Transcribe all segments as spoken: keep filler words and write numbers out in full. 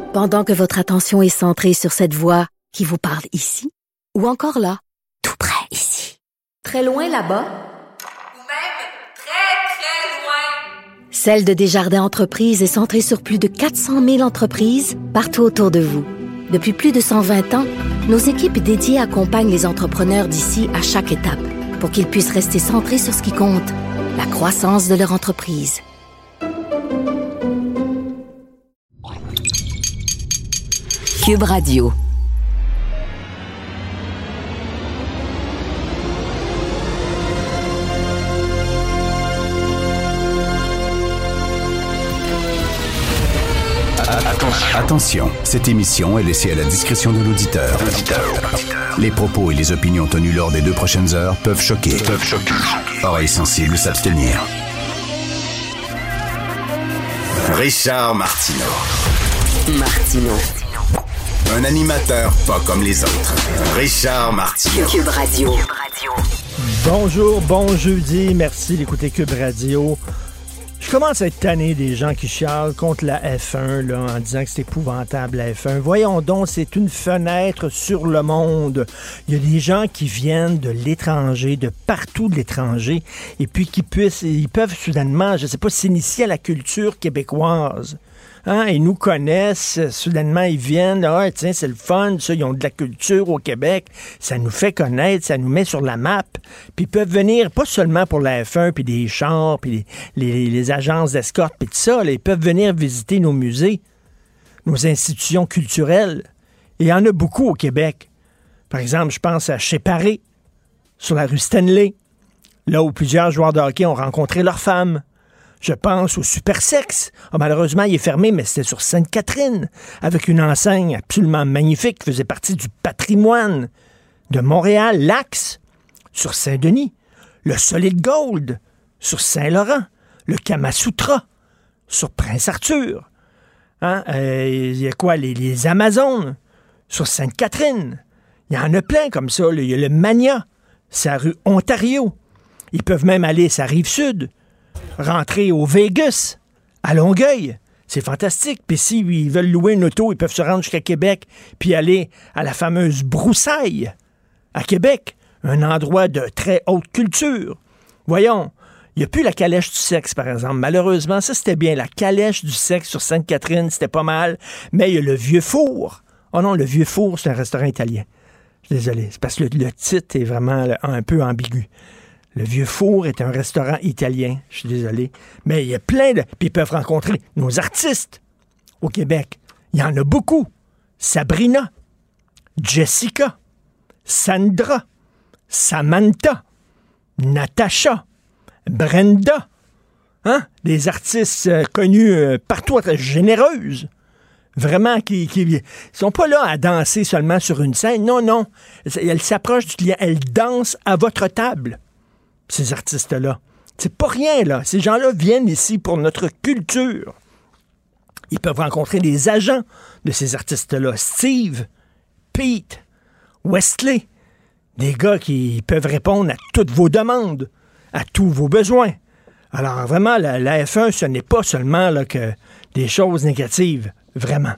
Pendant que votre attention est centrée sur cette voix qui vous parle ici, ou encore là, tout près ici, très loin là-bas, ou même très, très loin, Celle de Desjardins Entreprises est centrée sur plus de quatre cent mille entreprises partout autour de vous. Depuis plus de cent vingt ans, nos équipes dédiées accompagnent les entrepreneurs d'ici à chaque étape pour qu'ils puissent rester centrés sur ce qui compte, la croissance de leur entreprise. Cube Radio. Attention, cette émission est laissée à la discrétion de l'auditeur. Les propos et les opinions tenues lors des deux prochaines heures peuvent choquer. Peuvent choquer. Oreilles sensibles s'abstenir. Richard Martineau. Martineau. Un animateur pas comme les autres. Richard Martineau. Cube Radio. Bonjour, bon jeudi. Merci d'écouter Cube Radio. Je commence à être tanné des gens qui chialent contre la F un là, en disant que c'est épouvantable la F un. Voyons donc, c'est une fenêtre sur le monde. Il y a des gens qui viennent de l'étranger, de partout de l'étranger, et puis qui puissent, ils peuvent soudainement, je ne sais pas, s'initier à la culture québécoise. Hein, ils nous connaissent, soudainement ils viennent, ah tiens c'est le fun, ça, ils ont de la culture au Québec, ça nous fait connaître, ça nous met sur la map, puis ils peuvent venir pas seulement pour la F un, puis des chars, puis les, les, les agences d'escorte, puis tout ça, là, ils peuvent venir visiter nos musées, nos institutions culturelles, et il y en a beaucoup au Québec. Par exemple, je pense à Chez Paré, sur la rue Stanley, là où plusieurs joueurs de hockey ont rencontré leurs femmes. Je pense au Super Sexe. Oh, malheureusement, il est fermé, mais c'était sur Sainte-Catherine, avec une enseigne absolument magnifique qui faisait partie du patrimoine de Montréal. L'Axe, sur Saint-Denis. Le Solid Gold, sur Saint-Laurent. Le Kamasutra, sur Prince-Arthur. Hein? Euh, il y a quoi? Les, les Amazones, sur Sainte-Catherine. Il y en a plein comme ça. Là. Il y a le Mania, c'est la rue Ontario. Ils peuvent même aller sur la Rive-Sud. Rentrer au Vegas, à Longueuil. C'est fantastique. Puis s'ils veulent louer une auto, ils peuvent se rendre jusqu'à Québec puis aller à la fameuse Broussaille, à Québec, un endroit de très haute culture. Voyons, il n'y a plus la calèche du sexe, par exemple. Malheureusement, ça, c'était bien. La calèche du sexe sur Sainte-Catherine, c'était pas mal. Mais il y a le Vieux Four. Oh non, le Vieux Four, c'est un restaurant italien. Je suis désolé. C'est parce que le, le titre est vraiment là, un peu ambigu. Le Vieux Four est un restaurant italien, je suis désolé. Mais il y a plein de... Puis ils peuvent rencontrer nos artistes au Québec. Il y en a beaucoup. Sabrina, Jessica, Sandra, Samantha, Natacha, Brenda. Hein? Des artistes euh, connus euh, partout, très généreuses. Vraiment, qui ne sont pas là à danser seulement sur une scène. Non, non. Elles s'approchent du client. Elles dansent à votre table. Ces artistes-là. C'est pas rien, là. Ces gens-là viennent ici pour notre culture. Ils peuvent rencontrer des agents de ces artistes-là. Steve, Pete, Wesley. Des gars qui peuvent répondre à toutes vos demandes, à tous vos besoins. Alors, vraiment, la, la F un, ce n'est pas seulement là, que des choses négatives. Vraiment.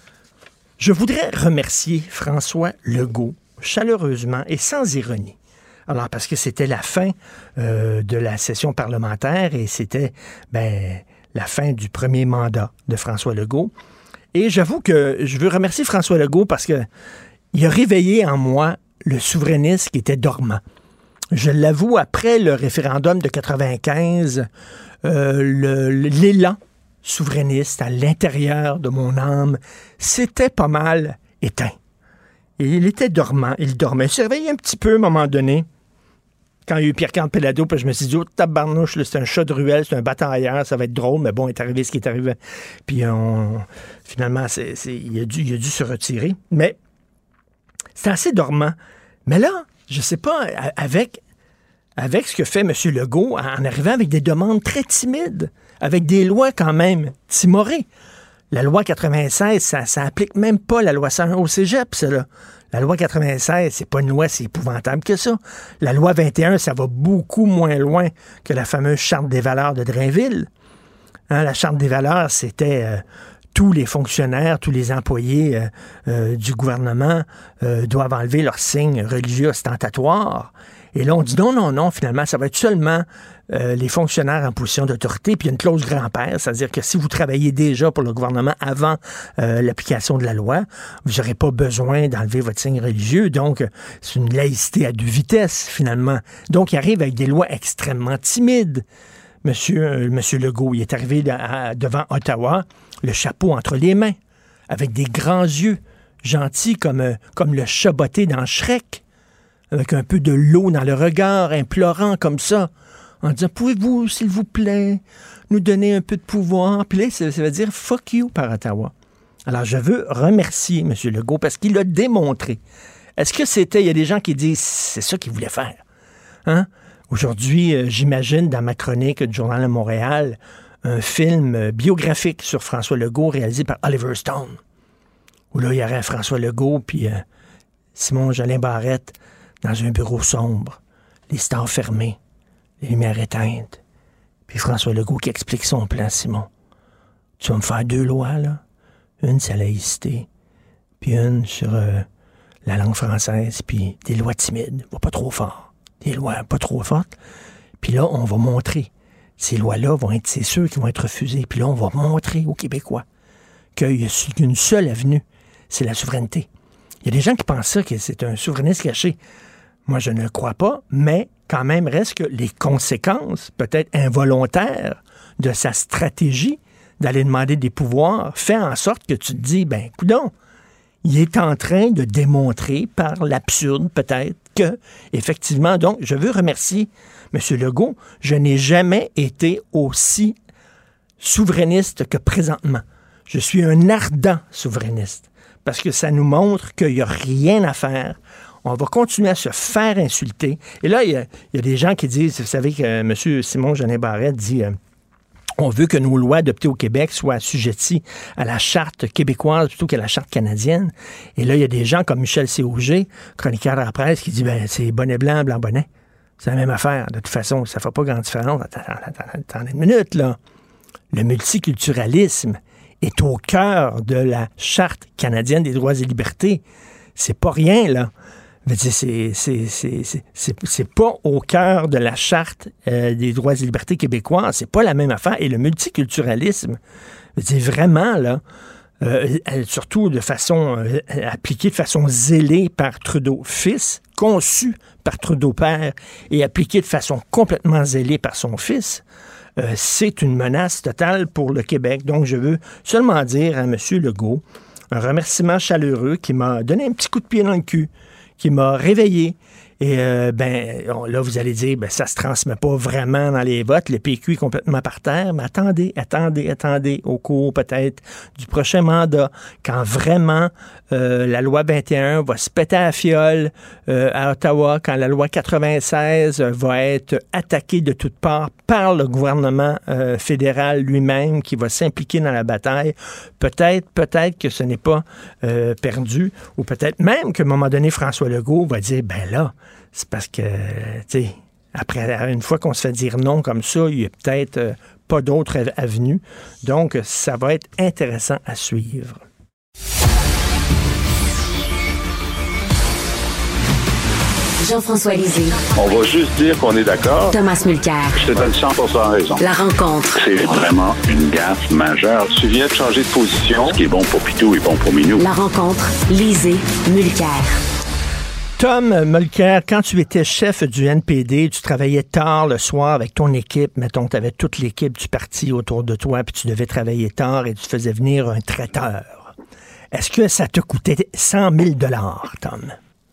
Je voudrais remercier François Legault, chaleureusement et sans ironie. Alors, parce que c'était la fin euh, de la session parlementaire et c'était ben, la fin du premier mandat de François Legault. Et j'avoue que je veux remercier François Legault parce que il a réveillé en moi le souverainiste qui était dormant. Je l'avoue, après le référendum de quatre-vingt-quinze, euh, le, l'élan souverainiste à l'intérieur de mon âme, c'était pas mal éteint. Et il était dormant, il dormait. Il s'est réveillé un petit peu à un moment donné. Quand il y a eu Pierre-Carl Péladeau, puis je me suis dit, oh, tabarnouche, là, c'est un chat de ruelle, c'est un batailleur, ça va être drôle, mais bon, il est arrivé ce qui est arrivé. Puis on, finalement, c'est, c'est, il, a dû, il a dû se retirer. Mais c'est assez dormant. Mais là, je sais pas, avec, avec ce que fait M. Legault, en arrivant avec des demandes très timides, avec des lois quand même timorées. La loi quatre-vingt-seize, ça, ça applique même pas la loi cent un au cégep, ça, là. La loi quatre-vingt-seize, c'est pas une loi si épouvantable que ça. La loi vingt et un, ça va beaucoup moins loin que la fameuse Charte des valeurs de Drainville. Hein, la Charte des valeurs, c'était euh, tous les fonctionnaires, tous les employés euh, euh, du gouvernement euh, doivent enlever leurs signes religieux ostentatoires. Et là, on dit non, non, non, finalement, ça va être seulement euh, les fonctionnaires en position d'autorité, puis il y a une clause grand-père, c'est-à-dire que si vous travaillez déjà pour le gouvernement avant euh, l'application de la loi, vous n'aurez pas besoin d'enlever votre signe religieux. Donc, c'est une laïcité à deux vitesses, finalement. Donc, il arrive avec des lois extrêmement timides. Monsieur, euh, Monsieur Legault, il est arrivé de, à, devant Ottawa, le chapeau entre les mains, avec des grands yeux, gentils comme, euh, comme le chat botté dans Shrek, avec un peu de l'eau dans le regard, implorant comme ça, en disant « Pouvez-vous, s'il vous plaît, nous donner un peu de pouvoir? » Puis là, ça, ça veut dire « Fuck you » par Ottawa. Alors, je veux remercier M. Legault parce qu'il l'a démontré. Est-ce que c'était... Il y a des gens qui disent « C'est ça qu'il voulait faire. » Hein? Aujourd'hui, euh, j'imagine, dans ma chronique du Journal de Montréal, un film euh, biographique sur François Legault réalisé par Oliver Stone, où là, il y aurait François Legault puis euh, Simon Jolin Barrette dans un bureau sombre, les stores fermés, les lumières éteintes, puis François Legault qui explique son plan, Simon. Tu vas me faire deux lois, là. Une sur la laïcité, puis une sur euh, la langue française, puis des lois timides, va pas trop fort. Des lois pas trop fortes. Puis là, on va montrer. Ces lois-là vont être, c'est sûr qu'ils vont être refusées. Puis là, on va montrer aux Québécois qu'il y a une seule avenue, c'est la souveraineté. Il y a des gens qui pensent ça, que c'est un souverainiste caché. Moi, je ne le crois pas, mais quand même reste que les conséquences, peut-être involontaires, de sa stratégie d'aller demander des pouvoirs, fait en sorte que tu te dis, ben, coudonc, il est en train de démontrer par l'absurde, peut-être, que, effectivement, donc, je veux remercier M. Legault, je n'ai jamais été aussi souverainiste que présentement. Je suis un ardent souverainiste, parce que ça nous montre qu'il n'y a rien à faire. On va continuer à se faire insulter. Et là, il y a, il y a des gens qui disent, vous savez que M. Simon Jolin Barrette dit... Euh, on veut que nos lois adoptées au Québec soient assujetties à la charte québécoise plutôt qu'à la charte canadienne. Et là, il y a des gens comme Michel Cauger, chroniqueur à la presse, qui dit ben c'est bonnet blanc, blanc bonnet. C'est la même affaire. De toute façon, ça ne fait pas grande différence. Attends, attends, attends, attends une minute, là. Le multiculturalisme est au cœur de la charte canadienne des droits et libertés. C'est pas rien, là. C'est, c'est, c'est, c'est, c'est, c'est pas au cœur de la charte euh, des droits et libertés québécoises. C'est pas la même affaire. Et le multiculturalisme, c'est vraiment, là, euh, surtout de façon euh, appliquée de façon zélée par Trudeau fils, conçu par Trudeau père et appliqué de façon complètement zélée par son fils, euh, c'est une menace totale pour le Québec. Donc, je veux seulement dire à M. Legault un remerciement chaleureux qui m'a donné un petit coup de pied dans le cul, qui m'a réveillé. Et euh, ben là, vous allez dire, ben ça se transmet pas vraiment dans les votes, le P Q est complètement par terre, mais attendez, attendez, attendez, au cours peut-être du prochain mandat, quand vraiment euh, la loi vingt et un va se péter à la fiole euh, à Ottawa, quand la loi quatre-vingt-seize va être attaquée de toutes parts par le gouvernement euh, fédéral lui-même qui va s'impliquer dans la bataille, peut-être, peut-être que ce n'est pas euh, perdu, ou peut-être même qu'à un moment donné, François Legault va dire, ben là, c'est parce que, tu sais, après, une fois qu'on se fait dire non comme ça, il n'y a peut-être euh, pas d'autre avenue. Donc, ça va être intéressant à suivre. Jean-François Lisée. On va juste dire qu'on est d'accord. Thomas Mulcair. Je te donne cent pour cent raison. La rencontre. C'est vraiment une gaffe majeure. Tu viens de changer de position. Ce qui est bon pour Pitou est bon pour Minou. La rencontre. Lisée. Mulcair. Tom Mulcair, quand tu étais chef du N P D, tu travaillais tard le soir avec ton équipe. Mettons, tu avais toute l'équipe du parti autour de toi, puis tu devais travailler tard et tu faisais venir un traiteur. Est-ce que ça te coûtait cent mille dollars, Tom?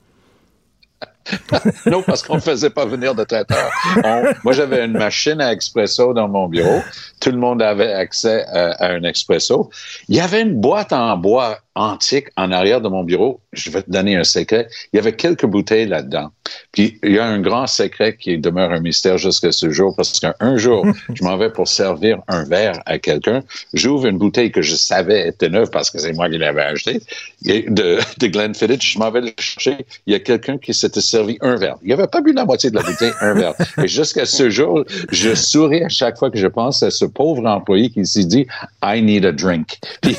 Non, parce qu'on ne faisait pas venir de traiteur. On, moi, j'avais une machine à expresso dans mon bureau. Tout le monde avait accès à, à un expresso. Il y avait une boîte en bois antique en arrière de mon bureau. Je vais te donner un secret. Il y avait quelques bouteilles là-dedans. Puis, il y a un grand secret qui demeure un mystère jusqu'à ce jour, parce qu'un jour, je m'en vais pour servir un verre à quelqu'un. J'ouvre une bouteille que je savais était neuve parce que c'est moi qui l'avais achetée, de, de Glenfiddich. Je m'en vais le chercher. Il y a quelqu'un qui s'était servi un verre. Il n'avait pas bu la moitié de la bouteille, un verre. Et jusqu'à ce jour, je souris à chaque fois que je pense à ce pauvre employé qui s'est dit « I need a drink ». Puis,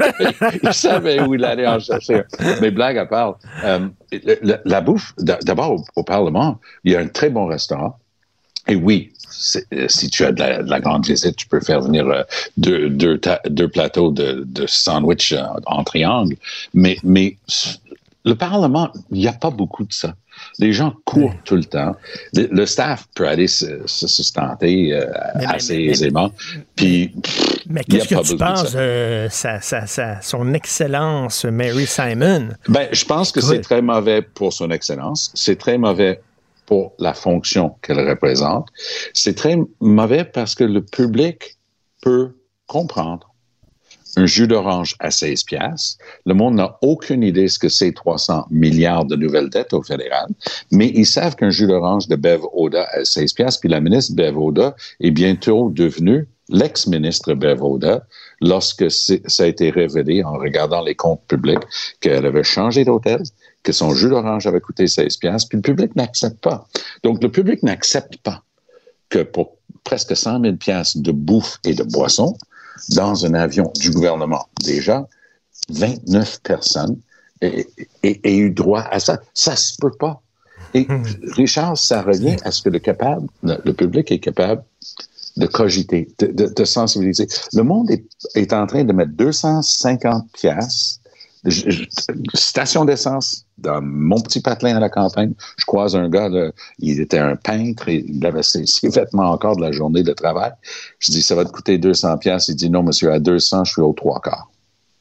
il savait où il allait en chercher. Mais blague à part, euh, la, la bouffe, d'abord au, au Parlement, il y a un très bon restaurant. Et oui, si tu as de la, de la grande visite, tu peux faire venir euh, deux, deux, ta, deux plateaux de, de sandwich en, en triangle. Mais, mais le Parlement, il n'y a pas beaucoup de ça. Les gens courent tout le temps. Le, le staff peut aller se, se sustenter euh, mais, assez mais, aisément. Puis, mais qu'est-ce que tu penses de euh, sa, sa, sa, son excellence, Mary Simon? Ben, je pense que c'est très mauvais pour son excellence. C'est très mauvais pour la fonction qu'elle représente. C'est très mauvais parce que le public peut comprendre un jus d'orange à seize piastres. Le monde n'a aucune idée de ce que c'est trois cents milliards de nouvelles dettes au fédéral, mais ils savent qu'un jus d'orange de Bev Oda à seize piastres, puis la ministre Bev Oda est bientôt devenue l'ex-ministre Bev Oda lorsque ça a été révélé en regardant les comptes publics qu'elle avait changé d'hôtel, que son jus d'orange avait coûté seize piastres, puis le public n'accepte pas. Donc, le public n'accepte pas que pour presque cent mille piastres de bouffe et de boisson, dans un avion du gouvernement, déjà, vingt-neuf personnes aient, aient, aient eu droit à ça. Ça se peut pas. Et Richard, ça revient à ce que le capable, le, le public est capable de cogiter, de, de, de sensibiliser. Le monde est, est en train de mettre deux cent cinquante piastres de, de, de station d'essence dans mon petit patelin à la campagne. Je croise un gars, là, il était un peintre, et il avait ses, ses vêtements encore de la journée de travail. Je dis, ça va te coûter deux cents piastres. Il dit, non, monsieur, à deux cents, je suis aux trois quarts.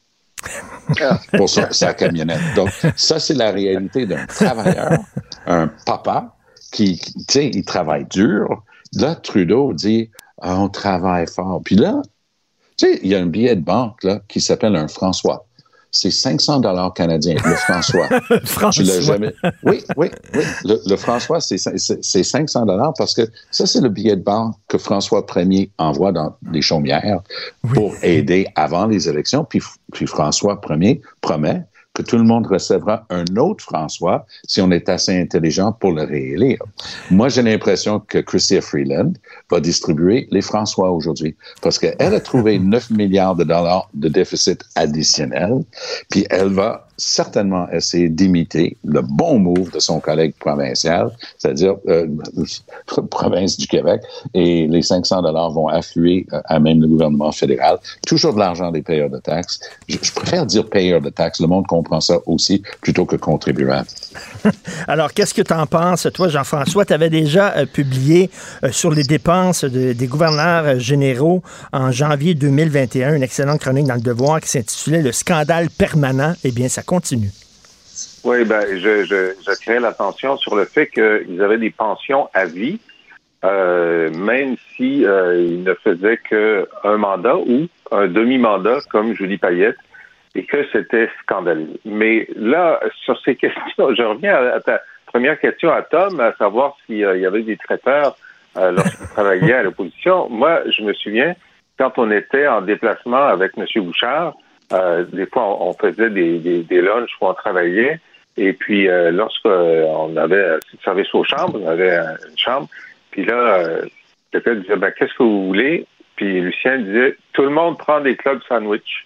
Pour ça, sa camionnette. Donc, ça, c'est la réalité d'un travailleur, un papa qui, tu sais, il travaille dur. Là, Trudeau dit, ah, on travaille fort. Puis là, tu sais, il y a un billet de banque, là, qui s'appelle un François. C'est cinq cents dollars canadiens, le François. François. Tu l'as jamais... Oui, oui, oui. Le, le François, c'est, c'est, c'est cinq cents dollars parce que ça, c'est le billet de banque que François Ier envoie dans les chaumières oui. pour aider avant les élections. Puis, puis François Ier promet que tout le monde recevra un autre François si on est assez intelligent pour le réélire. Moi, j'ai l'impression que Chrystia Freeland va distribuer les François aujourd'hui parce qu'elle a trouvé neuf milliards de dollars de déficit additionnel, puis elle va certainement essayer d'imiter le bon move de son collègue provincial, c'est-à-dire euh, province du Québec, et les cinq cents dollars vont affluer euh, à même le gouvernement fédéral. Toujours de l'argent des payeurs de taxes. Je, je préfère dire payeurs de taxes. Le monde comprend ça aussi plutôt que contribuables. Alors, qu'est-ce que tu en penses, toi, Jean-François? Tu avais déjà euh, publié euh, sur les dépenses de, des gouverneurs généraux en janvier deux mille vingt et un une excellente chronique dans Le Devoir qui s'intitulait « Le scandale permanent ». Eh bien, ça continue. Oui, ben, je, je, j'attirais l'attention sur le fait qu'ils avaient des pensions à vie, euh, même si euh, ils ne faisaient qu'un mandat ou un demi-mandat, comme Julie Payette, et que c'était scandaleux. Mais là, sur ces questions, je reviens à ta première question à Tom, à savoir s'il euh, y avait des traiteurs euh, lorsqu'il travaillait à l'opposition. Moi, je me souviens, quand on était en déplacement avec M. Bouchard, Euh, des fois, on, on faisait des, des, des lunchs où on travaillait. Et puis, euh, lorsqu'on avait service aux chambres, on avait une chambre. Puis là, euh, quelqu'un disait, ben, qu'est-ce que vous voulez? Puis Lucien disait, tout le monde prend des clubs sandwich.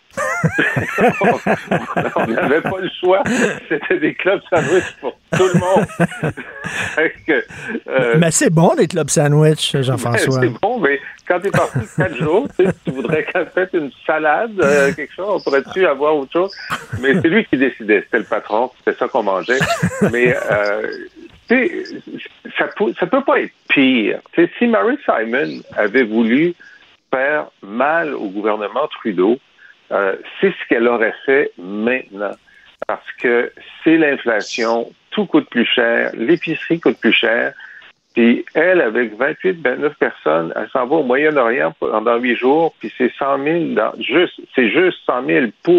On n'avait pas le choix. C'était des clubs sandwich pour tout le monde. que, euh, mais c'est bon, des clubs sandwich, Jean-François. C'est bon, mais quand tu es parti quatre jours, tu, sais, tu voudrais qu'elle fasse une salade, euh, quelque chose, on pourrait-tu avoir autre chose? Mais c'est lui qui décidait, c'était le patron, c'était ça qu'on mangeait. Mais, euh, tu sais, ça peut, ça peut pas être pire. Tu sais, si Mary Simon avait voulu faire mal au gouvernement Trudeau, euh, c'est ce qu'elle aurait fait maintenant. Parce que c'est l'inflation, tout coûte plus cher, l'épicerie coûte plus cher, puis elle, avec vingt-huit, vingt-neuf personnes, elle s'en va au Moyen-Orient pendant huit jours, puis c'est cent mille, dans, juste, c'est juste cent mille pour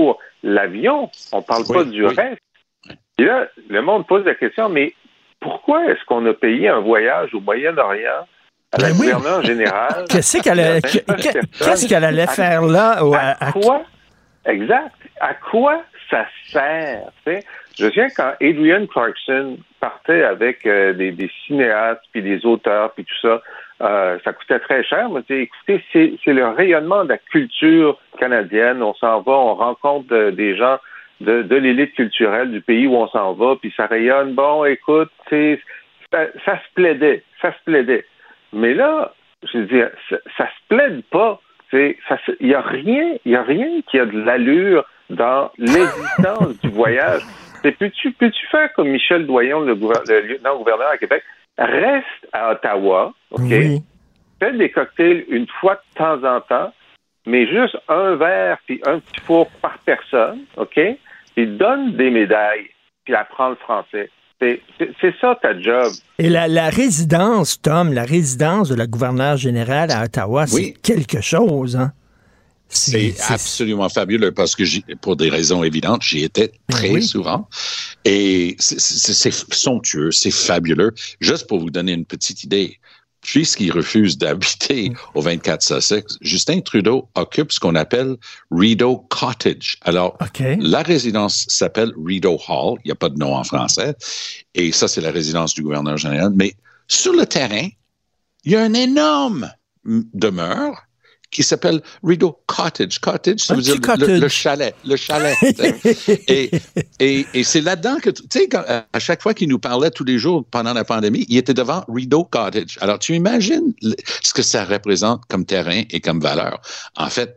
l'avion. On ne parle oui, pas du oui. reste. Et là, le monde pose la question, mais pourquoi est-ce qu'on a payé un voyage au Moyen-Orient à la Ben oui. gouverneure générale? Qu'est-ce qu'elle, a- qu'est-ce qu'elle allait faire là? Ou à- À à- quoi? Exact. À quoi ça sert? T'sais? Je me souviens quand Adrian Clarkson partait avec euh, des, des cinéastes, puis des auteurs, puis tout ça, euh, ça coûtait très cher. Moi, je dis, écoutez, c'est, c'est le rayonnement de la culture canadienne. On s'en va, on rencontre euh, des gens de, de l'élite culturelle du pays où on s'en va, puis ça rayonne. Bon, écoute, c'est, ça, ça se plaidait, ça se plaidait. Mais là, je veux dire, ça, ça se plaide pas. Il n'y a rien, il y a rien qui a de l'allure dans l'existence du voyage. C'est, peux-tu, peux-tu faire comme Michel Doyon, le, gouver- le lieutenant-gouverneur à Québec, reste à Ottawa, OK? Oui. Fais des cocktails une fois de temps en temps, mais juste un verre puis un petit four par personne, OK? Puis donne des médailles, puis apprends le français. C'est, c'est, c'est ça ta job. Et la, la résidence, Tom, la résidence de la gouverneure générale à Ottawa, c'est Oui. quelque chose, hein? C'est, c'est absolument fabuleux parce que, j'y, pour des raisons évidentes, j'y étais très oui. souvent. Et c'est, c'est, c'est somptueux, c'est fabuleux. Juste pour vous donner une petite idée, puisqu'il refuse d'habiter au vingt-quatre Sussex, Justin Trudeau occupe ce qu'on appelle Rideau Cottage. Alors, okay. la résidence s'appelle Rideau Hall. Il n'y a pas de nom en français. Et ça, c'est la résidence du gouverneur général. Mais sur le terrain, il y a une énorme demeure qui s'appelle Rideau Cottage. Cottage, ça Un veut dire cottage. le, le chalet. Le chalet. et, et, et c'est là-dedans que, tu sais, à chaque fois qu'il nous parlait tous les jours pendant la pandémie, il était devant Rideau Cottage. Alors, tu imagines ce que ça représente comme terrain et comme valeur. En fait,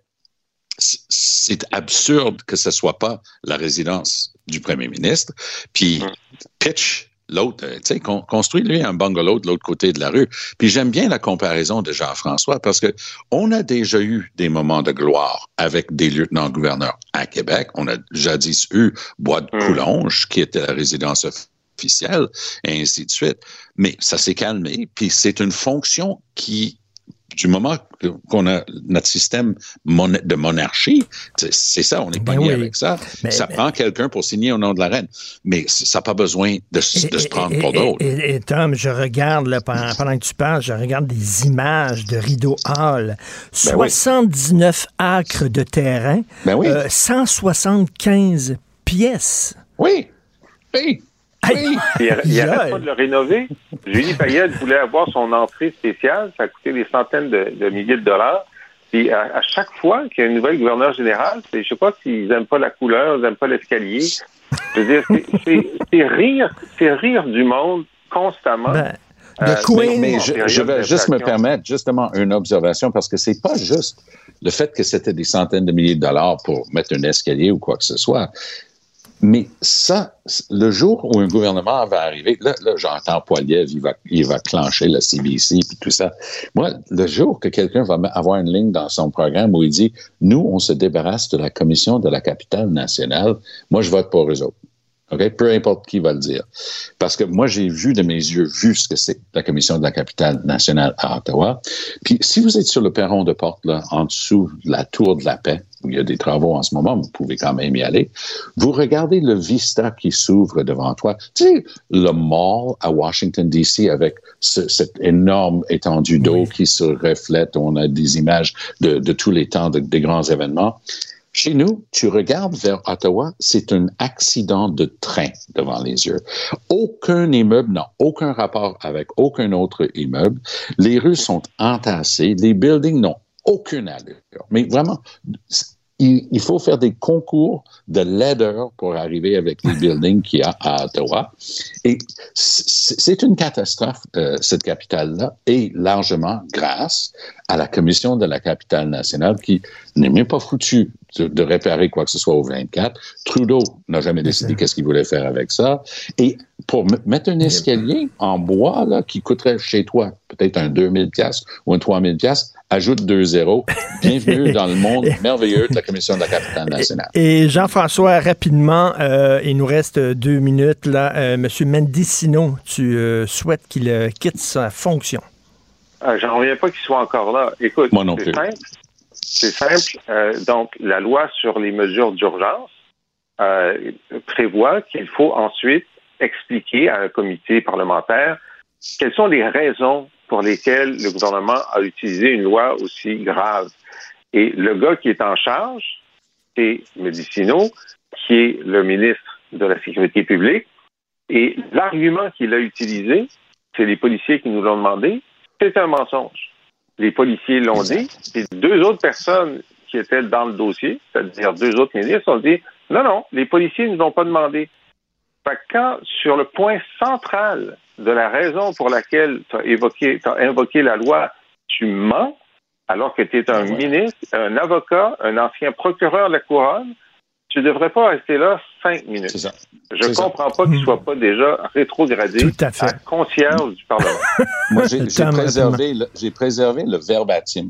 c'est absurde que ce soit pas la résidence du premier ministre. Puis, pitch l'autre, tu sais, con, construit lui un bungalow de l'autre côté de la rue. Puis j'aime bien la comparaison de Jean-François parce que on a déjà eu des moments de gloire avec des lieutenants-gouverneurs à Québec. On a jadis eu Bois de Coulonges, qui était la résidence officielle, et ainsi de suite. Mais ça s'est calmé. Puis c'est une fonction qui, du moment qu'on a notre système mon- de monarchie, c'est, c'est ça, on est Ben pogné oui. avec ça. Mais, ça mais, prend quelqu'un pour signer au nom de la reine. Mais ça n'a pas besoin de, et, de se prendre et, pour d'autres. Et, et, et Tom, je regarde, là, pendant, pendant que tu parles, je regarde des images de Rideau Hall. Ben soixante-dix-neuf oui. acres de terrain, Ben oui. euh, cent soixante-quinze pièces. Oui, oui. Oui. Il, il arrête pas de le rénover. Julie Payette voulait avoir son entrée spéciale. Ça a coûté des centaines de, de milliers de dollars. Puis à, à chaque fois qu'il y a une nouvelle gouverneure générale, c'est, je sais pas s'ils aiment pas la couleur, ils aiment pas l'escalier. Je veux dire, c'est, c'est, c'est rire, c'est rire du monde constamment. Ben, Euh, mais, mais je, je vais juste me permettre justement une observation parce que c'est pas juste le fait que c'était des centaines de milliers de dollars pour mettre un escalier ou quoi que ce soit. Mais ça, le jour où un gouvernement va arriver, là, là j'entends Poilievre, il va, il va clencher la C B C puis tout ça. Moi, le jour que quelqu'un va avoir une ligne dans son programme où il dit « Nous, on se débarrasse de la commission de la capitale nationale », moi, je vote pour eux autres. Okay? Peu importe qui va le dire. Parce que moi, j'ai vu de mes yeux, vu ce que c'est la commission de la capitale nationale à Ottawa. Puis si vous êtes sur le perron de porte, là, en dessous de la tour de la paix, où il y a des travaux en ce moment, vous pouvez quand même y aller, vous regardez le vista qui s'ouvre devant toi. Tu sais, le mall à Washington, D C avec ce, cette énorme étendue d'eau oui. qui se reflète. On a des images de, de tous les temps, de, des grands événements. Chez nous, tu regardes vers Ottawa, c'est un accident de train devant les yeux. Aucun immeuble n'a aucun rapport avec aucun autre immeuble. Les rues sont entassées, les buildings n'ont aucune allure. Mais vraiment, il, il faut faire des concours de laideur pour arriver avec les buildings qu'il y a à Ottawa. Et c'est une catastrophe, euh, cette capitale-là, et largement grâce à la commission de la capitale nationale qui n'est même pas foutue de, de réparer quoi que ce soit au vingt-quatre. Trudeau n'a jamais décidé qu'est-ce qu'il voulait faire avec ça. Et pour m- mettre un escalier en bois là, qui coûterait chez toi peut-être un deux mille dollars ou un trois mille dollars, ajoute deux zéros. Bienvenue dans le monde merveilleux de la commission de la capitale nationale. Et Jean-François, rapidement, euh, il nous reste deux minutes. Là, euh, Monsieur Mendicino, tu euh, souhaites qu'il euh, quitte sa fonction? Euh, j'en reviens pas qu'il soit encore là. Écoute, Moi non c'est plus. simple. C'est simple. Euh, donc, la loi sur les mesures d'urgence, euh, prévoit qu'il faut ensuite expliquer à un comité parlementaire quelles sont les raisons pour lesquelles le gouvernement a utilisé une loi aussi grave. Et le gars qui est en charge, c'est Médicino, qui est le ministre de la Sécurité publique. Et l'argument qu'il a utilisé, c'est les policiers qui nous l'ont demandé, c'est un mensonge. Les policiers l'ont dit, et deux autres personnes qui étaient dans le dossier, c'est-à-dire deux autres ministres, ont dit « Non, non, les policiers ne nous ont pas demandé. » Fait que quand, sur le point central de la raison pour laquelle tu as évoqué, t'as invoqué la loi, tu mens, alors que tu es un ministre, un avocat, un ancien procureur de la Couronne, tu ne devrais pas rester là cinq minutes. C'est ça. Je ne comprends ça. pas qu'il ne soit pas déjà rétrogradé à, à concierge du Parlement. Moi, j'ai, j'ai, préservé le, j'ai préservé le verbatim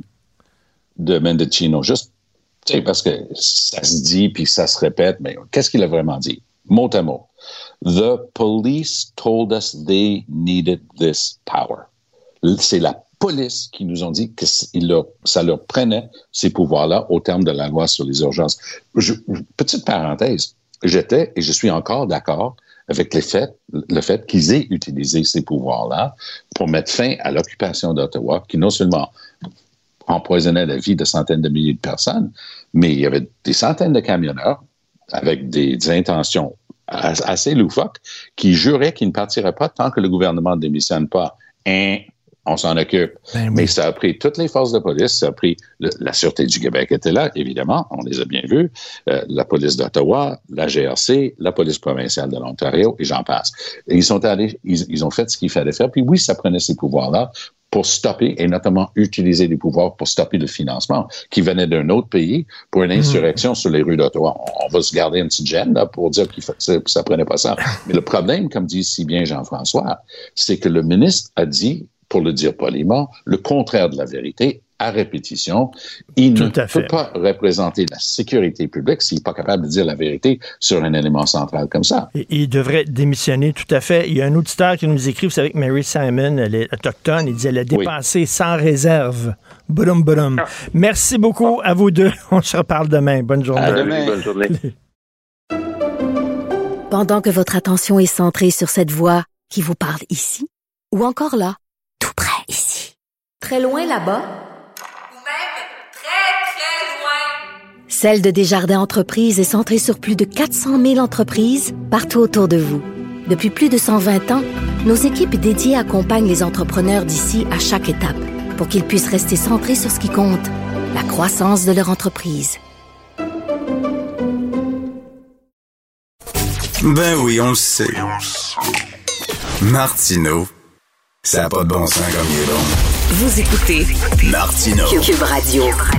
de Mendicino, juste parce que ça se dit puis ça se répète, mais qu'est-ce qu'il a vraiment dit? Mot à mot. The police told us they needed this power. C'est la police qui nous ont dit que leur, ça leur prenait ces pouvoirs-là au terme de la loi sur les urgences. Je, petite parenthèse, j'étais et je suis encore d'accord avec les faits, le fait qu'ils aient utilisé ces pouvoirs-là pour mettre fin à l'occupation d'Ottawa, qui non seulement empoisonnait la vie de centaines de milliers de personnes, mais il y avait des centaines de camionneurs avec des, des intentions assez loufoques qui juraient qu'ils ne partiraient pas tant que le gouvernement ne démissionne pas. Hein? On s'en occupe. Ben oui. Mais ça a pris toutes les forces de police, ça a pris le, la Sûreté du Québec était là, évidemment, on les a bien vus, euh, la police d'Ottawa, la G R C, la police provinciale de l'Ontario, et j'en passe. Et ils sont allés, ils, ils ont fait ce qu'il fallait faire. Puis oui, ça prenait ces pouvoirs-là pour stopper, et notamment utiliser les pouvoirs pour stopper le financement qui venait d'un autre pays pour une insurrection mmh. sur les rues d'Ottawa. On, on va se garder une petite gêne là, pour dire que ça, ça prenait pas ça. Mais le problème, comme dit si bien Jean-François, c'est que le ministre a dit, pour le dire poliment, le contraire de la vérité à répétition. Il Tout ne peut fait. pas représenter la sécurité publique s'il n'est pas capable de dire la vérité sur un élément central comme ça. Et, il devrait démissionner, tout à fait. Il y a un auditeur qui nous écrit, vous savez que Mary Simon, elle est autochtone, il dit elle a dépassé oui. sans réserve. Boum, boum. Ah. Merci beaucoup à vous deux. On se reparle demain. Bonne journée. À demain. Bonne journée. Pendant que votre attention est centrée sur cette voix qui vous parle ici, ou encore là, tout près ici, très loin là-bas, ou même très, très loin. Celle de Desjardins Entreprises est centrée sur plus de quatre cent mille entreprises partout autour de vous. Depuis plus de cent vingt ans, nos équipes dédiées accompagnent les entrepreneurs d'ici à chaque étape pour qu'ils puissent rester centrés sur ce qui compte, la croissance de leur entreprise. Ben oui, on le sait. Martineau, ça n'a pas de bon sens comme il est bon. Vous écoutez Martineau. Cube Radio.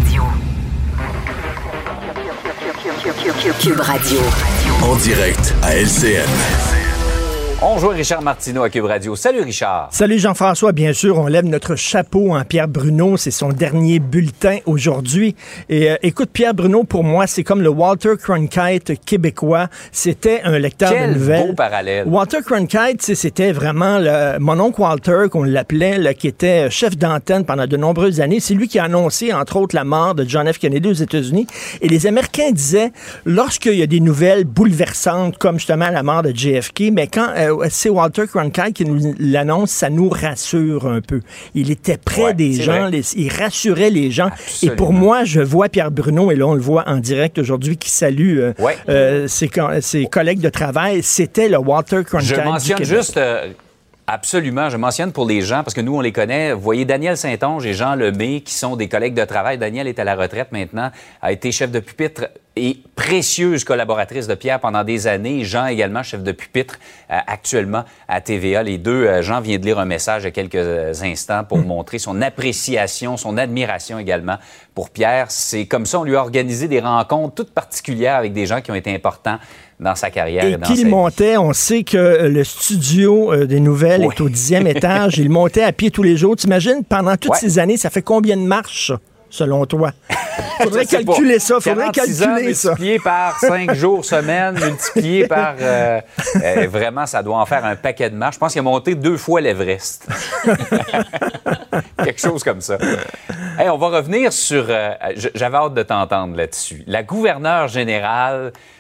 Cube Radio. En direct à L C N. On joue Richard Martineau à Cube Radio. Salut Richard. Salut Jean-François. Bien sûr, on lève notre chapeau à Pierre Bruno. C'est son dernier bulletin aujourd'hui. Et euh, écoute, Pierre Bruno, pour moi, c'est comme le Walter Cronkite québécois. C'était un lecteur Quel de nouvelles. Quel beau parallèle. Walter Cronkite, c'était vraiment le, mon oncle Walter, qu'on l'appelait, là, qui était chef d'antenne pendant de nombreuses années. C'est lui qui a annoncé, entre autres, la mort de John F. Kennedy aux États-Unis. Et les Américains disaient, lorsqu'il y a des nouvelles bouleversantes, comme justement la mort de J F K, mais quand... Euh, c'est Walter Cronkite qui nous l'annonce, ça nous rassure un peu. Il était près ouais, des gens, les, il rassurait les gens. Absolument. Et pour moi, je vois Pierre Bruno, et là on le voit en direct aujourd'hui, qui salue euh, ouais. euh, ses, ses collègues de travail. C'était le Walter Cronkite. Je mentionne juste... Euh, Absolument. Je mentionne pour les gens, parce que nous, on les connaît. Vous voyez Daniel Saint-Onge et Jean Lemay, qui sont des collègues de travail. Daniel est à la retraite maintenant, a été chef de pupitre et précieuse collaboratrice de Pierre pendant des années. Jean également, chef de pupitre euh, actuellement à T V A. Les deux, euh, Jean vient de lire un message il y a quelques instants pour mmh. montrer son appréciation, son admiration également pour Pierre. C'est comme ça, on lui a organisé des rencontres toutes particulières avec des gens qui ont été importants dans sa carrière. Et, et dans qu'il montait, vie. On sait que le studio euh, des nouvelles oui. est au dixième étage. Il montait à pied tous les jours. T'imagines, pendant toutes ouais. ces années, ça fait combien de marches, selon toi? Faudrait calculer pas. ça. Faudrait calculer ans, ça. Multiplié par cinq jours semaine, multiplié par... Euh, euh, vraiment, ça doit en faire un paquet de marches. Je pense qu'il a monté deux fois l'Everest. Quelque chose comme ça. Hey, on va revenir sur... Euh, j'avais hâte de t'entendre là-dessus. La gouverneure générale...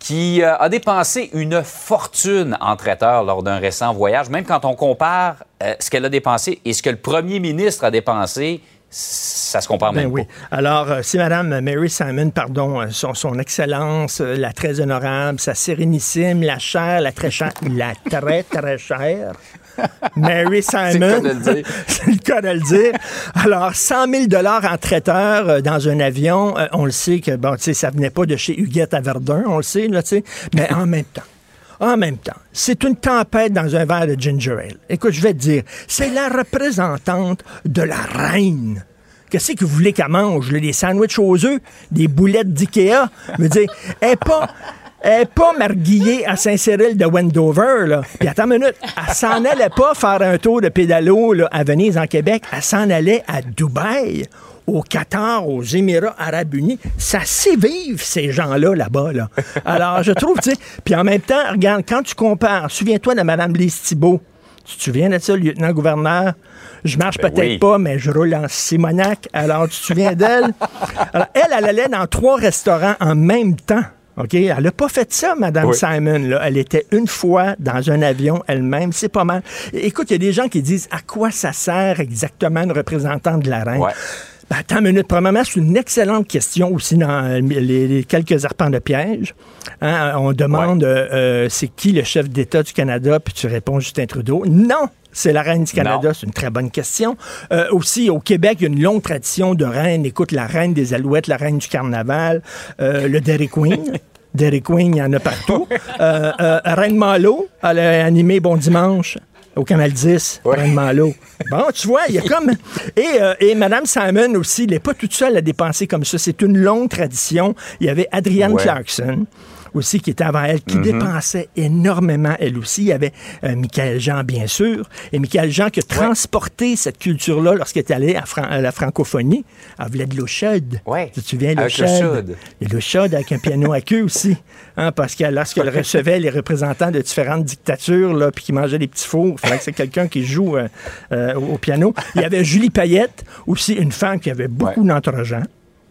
qui euh, a dépensé une fortune en traiteur lors d'un récent voyage. Même quand on compare euh, ce qu'elle a dépensé et ce que le premier ministre a dépensé, ça se compare ben même oui. pas. Alors, euh, c'est Mme Mary Simon, pardon, son, son excellence, euh, la très honorable, sa sérénissime, la chère, la très chère, la très, très chère. Mary Simon. C'est le cas de le dire. Alors, cent mille dollars en traiteur euh, dans un avion, euh, on le sait que, bon, tu sais, ça venait pas de chez Huguette à Verdun, on le sait, là, tu sais, mais en même temps. En même temps, c'est une tempête dans un verre de ginger ale. Écoute, je vais te dire, c'est la représentante de la reine. Qu'est-ce que vous voulez qu'elle mange? Là, des sandwichs aux œufs, des boulettes d'Ikea? Je veux dire, elle n'est pas... Elle n'est pas marguillée à Saint-Cyril de Wendover, là. Puis attends une minute, elle s'en allait pas faire un tour de pédalo là, à Venise, en Québec. Elle s'en allait à Dubaï, au Qatar, aux Émirats arabes unis. Ça sait vivre, ces gens-là, là-bas, là. Alors, je trouve, tu sais... Puis en même temps, regarde, quand tu compares, souviens-toi de Mme Lise Thibault. Tu te souviens de ça, le lieutenant-gouverneur? Je marche ben peut-être oui. pas, mais je roule en Simonac. Alors, tu te souviens d'elle? Alors, elle, elle allait dans trois restaurants en même temps. OK? Elle n'a pas fait ça, Mme oui. Simon. Là. Elle était une fois dans un avion elle-même. C'est pas mal. Écoute, il y a des gens qui disent à quoi ça sert exactement une représentante de la reine? Ouais. Ben, attends une minute. Premièrement, c'est une excellente question aussi dans les, les quelques arpents de piège. Hein? On demande ouais. euh, c'est qui le chef d'État du Canada, puis tu réponds Justin Trudeau. Non! C'est la reine du Canada, non. C'est une très bonne question. Euh, aussi, au Québec, il y a une longue tradition de reine. Écoute, la reine des Alouettes, la reine du Carnaval, euh, le Dairy Queen. Dairy Queen, il y en a partout. euh, euh, Reine Malo, elle a animé Bon Dimanche au Canal dix. Ouais. Reine Malo. Bon, tu vois, il y a comme... Et, euh, et Mme Simon aussi, elle n'est pas toute seule à dépenser comme ça. C'est une longue tradition. Il y avait Adrienne ouais. Clarkson aussi, qui était avant elle, qui mm-hmm. dépensait énormément, elle aussi. Il y avait euh, Michael Jean, bien sûr. Et Michael Jean qui a transporté ouais. cette culture-là lorsqu'il est allé à, Fran- à la francophonie. Elle voulait de l'eau chaude. Ouais. Tu te souviens, l'eau avec chaude? chaude. Et l'eau chaude avec un piano à queue aussi. Hein, parce que lorsqu'elle recevait les représentants de différentes dictatures, là, puis qui mangeaient des petits fours, il fallait que c'est quelqu'un qui joue euh, euh, au piano. Il y avait Julie Payette, aussi une femme qui avait beaucoup ouais. d'entre-gens.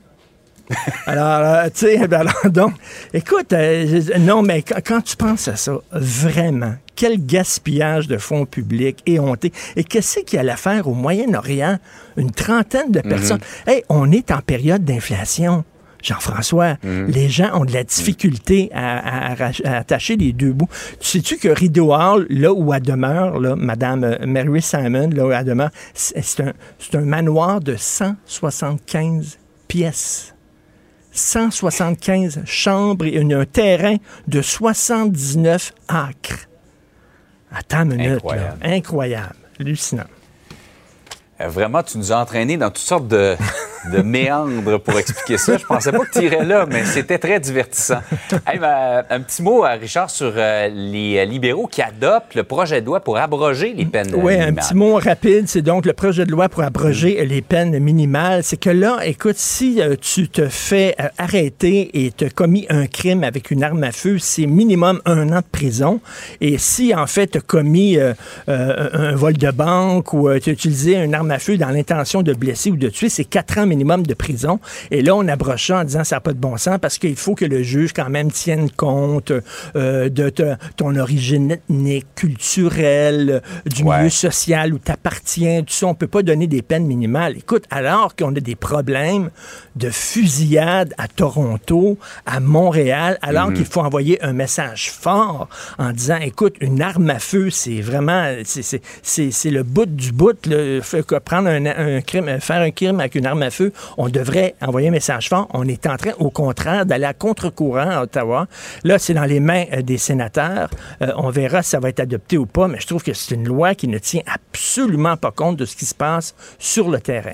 Alors, euh, tu sais, ben alors, donc, écoute, euh, non, mais quand, quand tu penses à ça, vraiment, quel gaspillage de fonds publics éhonté. Et qu'est-ce qu'il y a à faire au Moyen-Orient? Une trentaine de personnes. Mm-hmm. Hey, on est en période d'inflation. Jean-François, mm-hmm. les gens ont de la difficulté à, à, à attacher les deux bouts. Tu sais-tu que Rideau Hall, là où elle demeure, là, Mme Mary Simon, là où elle demeure, c'est, c'est, un, c'est un manoir de cent soixante-quinze pièces. cent soixante-quinze chambres et un terrain de soixante-dix-neuf acres. Attends une minute. Incroyable. Là. Incroyable. Hallucinant. Euh, vraiment, tu nous as entraînés dans toutes sortes de, de méandres pour expliquer ça. Je pensais pas que tu irais là, mais c'était très divertissant. Hey, ben, un petit mot, Richard, sur euh, les libéraux qui adoptent le projet de loi pour abroger les peines oui, minimales. Un petit mot rapide. C'est donc le projet de loi pour abroger mmh. les peines minimales. C'est que là, écoute, si euh, tu te fais euh, arrêter et tu as commis un crime avec une arme à feu, c'est minimum un an de prison. Et si, en fait, tu as commis euh, euh, un vol de banque ou euh, tu as utilisé une arme à feu dans l'intention de blesser ou de tuer, c'est quatre ans minimum de prison. Et là, on abroge ça en disant ça n'a pas de bon sens parce qu'il faut que le juge quand même tienne compte euh, de te, ton origine ethnique, culturelle, du ouais. milieu social où tu appartiens, tout ça. On ne peut pas donner des peines minimales. Écoute, alors qu'on a des problèmes de fusillade à Toronto, à Montréal, alors mm-hmm. qu'il faut envoyer un message fort en disant, écoute, une arme à feu, c'est vraiment, c'est, c'est, c'est, c'est le bout du bout, le, prendre un, un crime, faire un crime avec une arme à feu, on devrait envoyer un message fort. On est en train, au contraire, d'aller à contre-courant à Ottawa. Là, c'est dans les mains euh, des sénateurs. Euh, on verra si ça va être adopté ou pas, mais je trouve que c'est une loi qui ne tient absolument pas compte de ce qui se passe sur le terrain.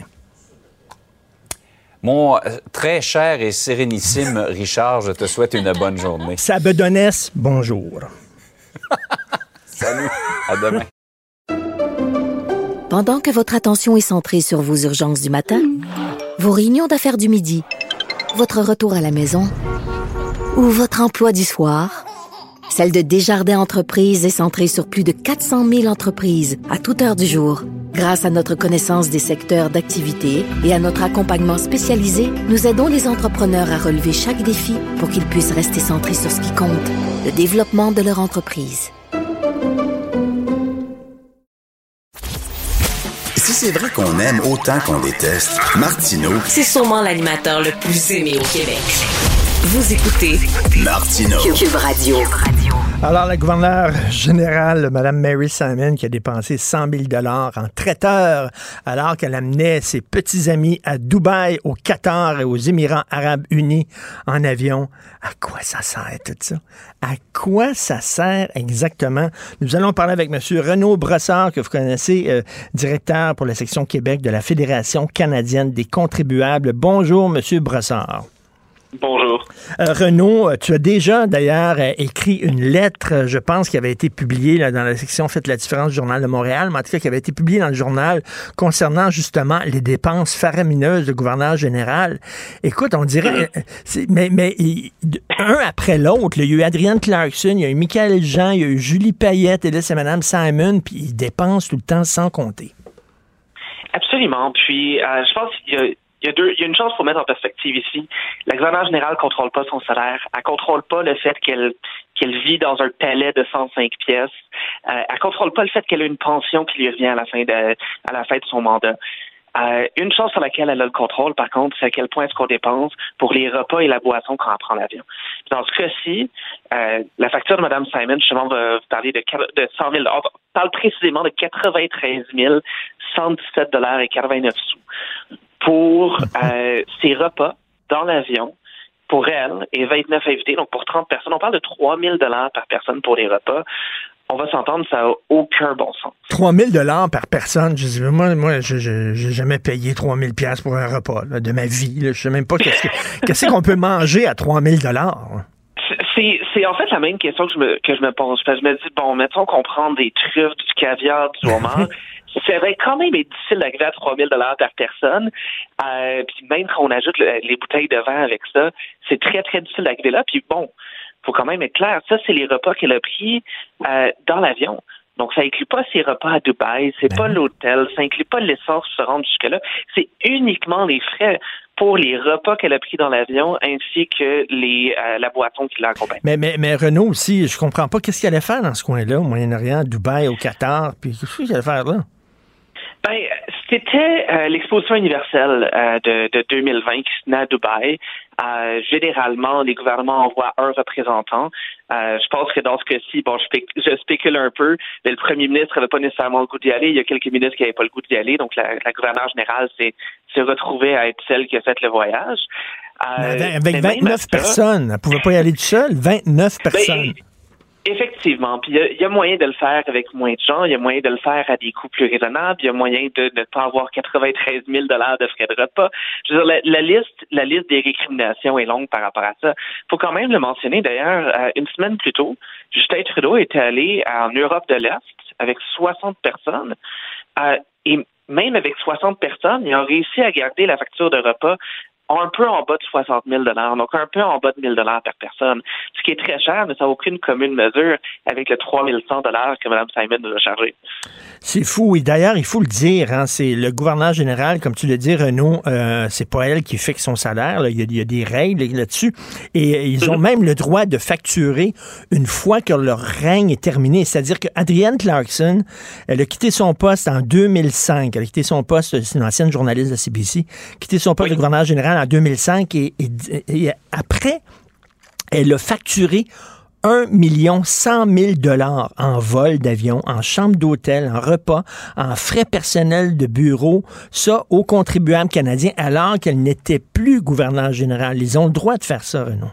Mon très cher et sérénissime Richard, je te souhaite une bonne journée. Sabedonès, bonjour. Salut, à demain. Pendant que votre attention est centrée sur vos urgences du matin, vos réunions d'affaires du midi, votre retour à la maison ou votre emploi du soir, celle de Desjardins Entreprises est centrée sur plus de quatre cent mille entreprises à toute heure du jour. Grâce à notre connaissance des secteurs d'activité et à notre accompagnement spécialisé, nous aidons les entrepreneurs à relever chaque défi pour qu'ils puissent rester centrés sur ce qui compte, le développement de leur entreprise. Si c'est vrai qu'on aime autant qu'on déteste, Martineau, c'est sûrement l'animateur le plus aimé au Québec. Vous écoutez Martineau. Cube Radio. Alors, la gouverneure générale, Mme Mary Simon, qui a dépensé cent mille dollars en traiteur alors qu'elle amenait ses petits amis à Dubaï, au Qatar et aux Émirats arabes unis en avion. À quoi ça sert tout ça? À quoi ça sert exactement? Nous allons parler avec M. Renaud Brossard, que vous connaissez, euh, directeur pour la section Québec de la Fédération canadienne des contribuables. Bonjour, M. Brossard. Bonjour. Euh, Renaud, tu as déjà d'ailleurs euh, écrit une lettre, euh, je pense, qui avait été publiée là, dans la section Faites la différence du Journal de Montréal, mais en tout cas qui avait été publiée dans le journal concernant justement les dépenses faramineuses du gouverneur général. Écoute, on dirait, euh, c'est, mais, mais il, un après l'autre, là, il y a eu Adrienne Clarkson, il y a eu Michael Jean, il y a eu Julie Payette, et là c'est Mme Simon, puis ils dépensent tout le temps sans compter. Absolument. Puis, euh, je pense qu'il y a Il y, a deux, il y a une chose qu'il faut mettre en perspective ici. La gouverneure générale ne contrôle pas son salaire. Elle ne contrôle pas le fait qu'elle, qu'elle vit dans un palais de cent cinq pièces. Euh, elle ne contrôle pas le fait qu'elle a une pension qui lui revient à la fin de, à la fin de son mandat. Euh, une chose sur laquelle elle a le contrôle, par contre, c'est à quel point est-ce qu'on dépense pour les repas et la boisson quand on prend l'avion. Dans ce cas-ci, euh, la facture de Mme Simon, justement, va vous parler de, de cent mille dollars. On parle précisément de quatre-vingt-treize mille cent dix-sept dollars et quatre-vingt-neuf sous pour euh, ses repas dans l'avion pour elle et vingt-neuf invités, donc pour trente personnes. On parle de trois mille dollars par personne pour les repas. On va s'entendre, ça n'a aucun bon sens. trois mille dollars par personne. Je dis, moi, moi, je n'ai jamais payé trois mille dollars pour un repas là, de ma vie. Là. Je ne sais même pas qu'est-ce, que, qu'est-ce qu'on peut manger à trois mille dollars. C'est, c'est en fait la même question que je me, que je me pose. Parce que je me dis, bon, mettons qu'on prend des truffes, du caviar, du homard. Ça va quand même être difficile d'arriver à trois mille dollars par personne. Euh, puis même quand on ajoute le, les bouteilles de vin avec ça, c'est très, très difficile d'arriver là. Puis bon, faut quand même être clair, ça, c'est les repas qu'elle a pris euh, dans l'avion. Donc, ça inclut pas ses repas à Dubaï, c'est ben. pas l'hôtel, ça inclut pas l'essence pour se rendre jusque-là. C'est uniquement les frais pour les repas qu'elle a pris dans l'avion ainsi que les euh, la boisson qui l'accompagne. Mais, mais, mais Renaud aussi, je comprends pas qu'est-ce qu'il allait faire dans ce coin-là, au Moyen-Orient, à Dubaï, au Qatar, puis qu'est-ce qu'il allait faire là? Ben, c'était euh, l'exposition universelle euh, de, de deux mille vingt qui se tenait à Dubaï. Euh, généralement, les gouvernements envoient un représentant. Euh, je pense que dans ce cas-ci, bon, je, spéc- je spécule un peu, mais le premier ministre n'avait pas nécessairement le goût d'y aller. Il y a quelques ministres qui n'avaient pas le goût d'y aller. Donc, la, la gouverneure générale s'est, s'est retrouvée à être celle qui a fait le voyage. Euh, avec vingt-neuf personnes. Elle ne pouvait pas y aller toute seule. vingt-neuf personnes. Ben, effectivement. Puis il y, y a moyen de le faire avec moins de gens, il y a moyen de le faire à des coûts plus raisonnables, il y a moyen de ne pas avoir quatre-vingt-treize mille dollars de frais de repas. Je veux dire, la, la liste, la liste des récriminations est longue par rapport à ça. Il faut quand même le mentionner. D'ailleurs, euh, une semaine plus tôt, Justin Trudeau était allé en Europe de l'Est avec soixante personnes. Euh, et même avec soixante personnes, il a réussi à garder la facture de repas un peu en bas de soixante mille dollars, donc un peu en bas de mille dollars par personne, ce qui est très cher, mais ça n'a aucune commune mesure avec le trois mille cent dollars que Mme Simon nous a chargé. C'est fou, et d'ailleurs, il faut le dire, hein, c'est le gouverneur général, comme tu le dis, Renaud, euh, c'est pas elle qui fixe son salaire, là. Il, y a, il y a des règles là-dessus, et ils ont même le droit de facturer une fois que leur règne est terminé, c'est-à-dire que Adrienne Clarkson, elle a quitté son poste en deux mille cinq, elle a quitté son poste, c'est une ancienne journaliste de C B C, quitté son poste oui. de gouverneur général en deux mille cinq et, et, et après, elle a facturé un million cent mille dollars en vol d'avion, en chambre d'hôtel, en repas, en frais personnels de bureau, ça aux contribuables canadiens, alors qu'elle n'était plus gouverneur général. Ils ont le droit de faire ça, Renaud.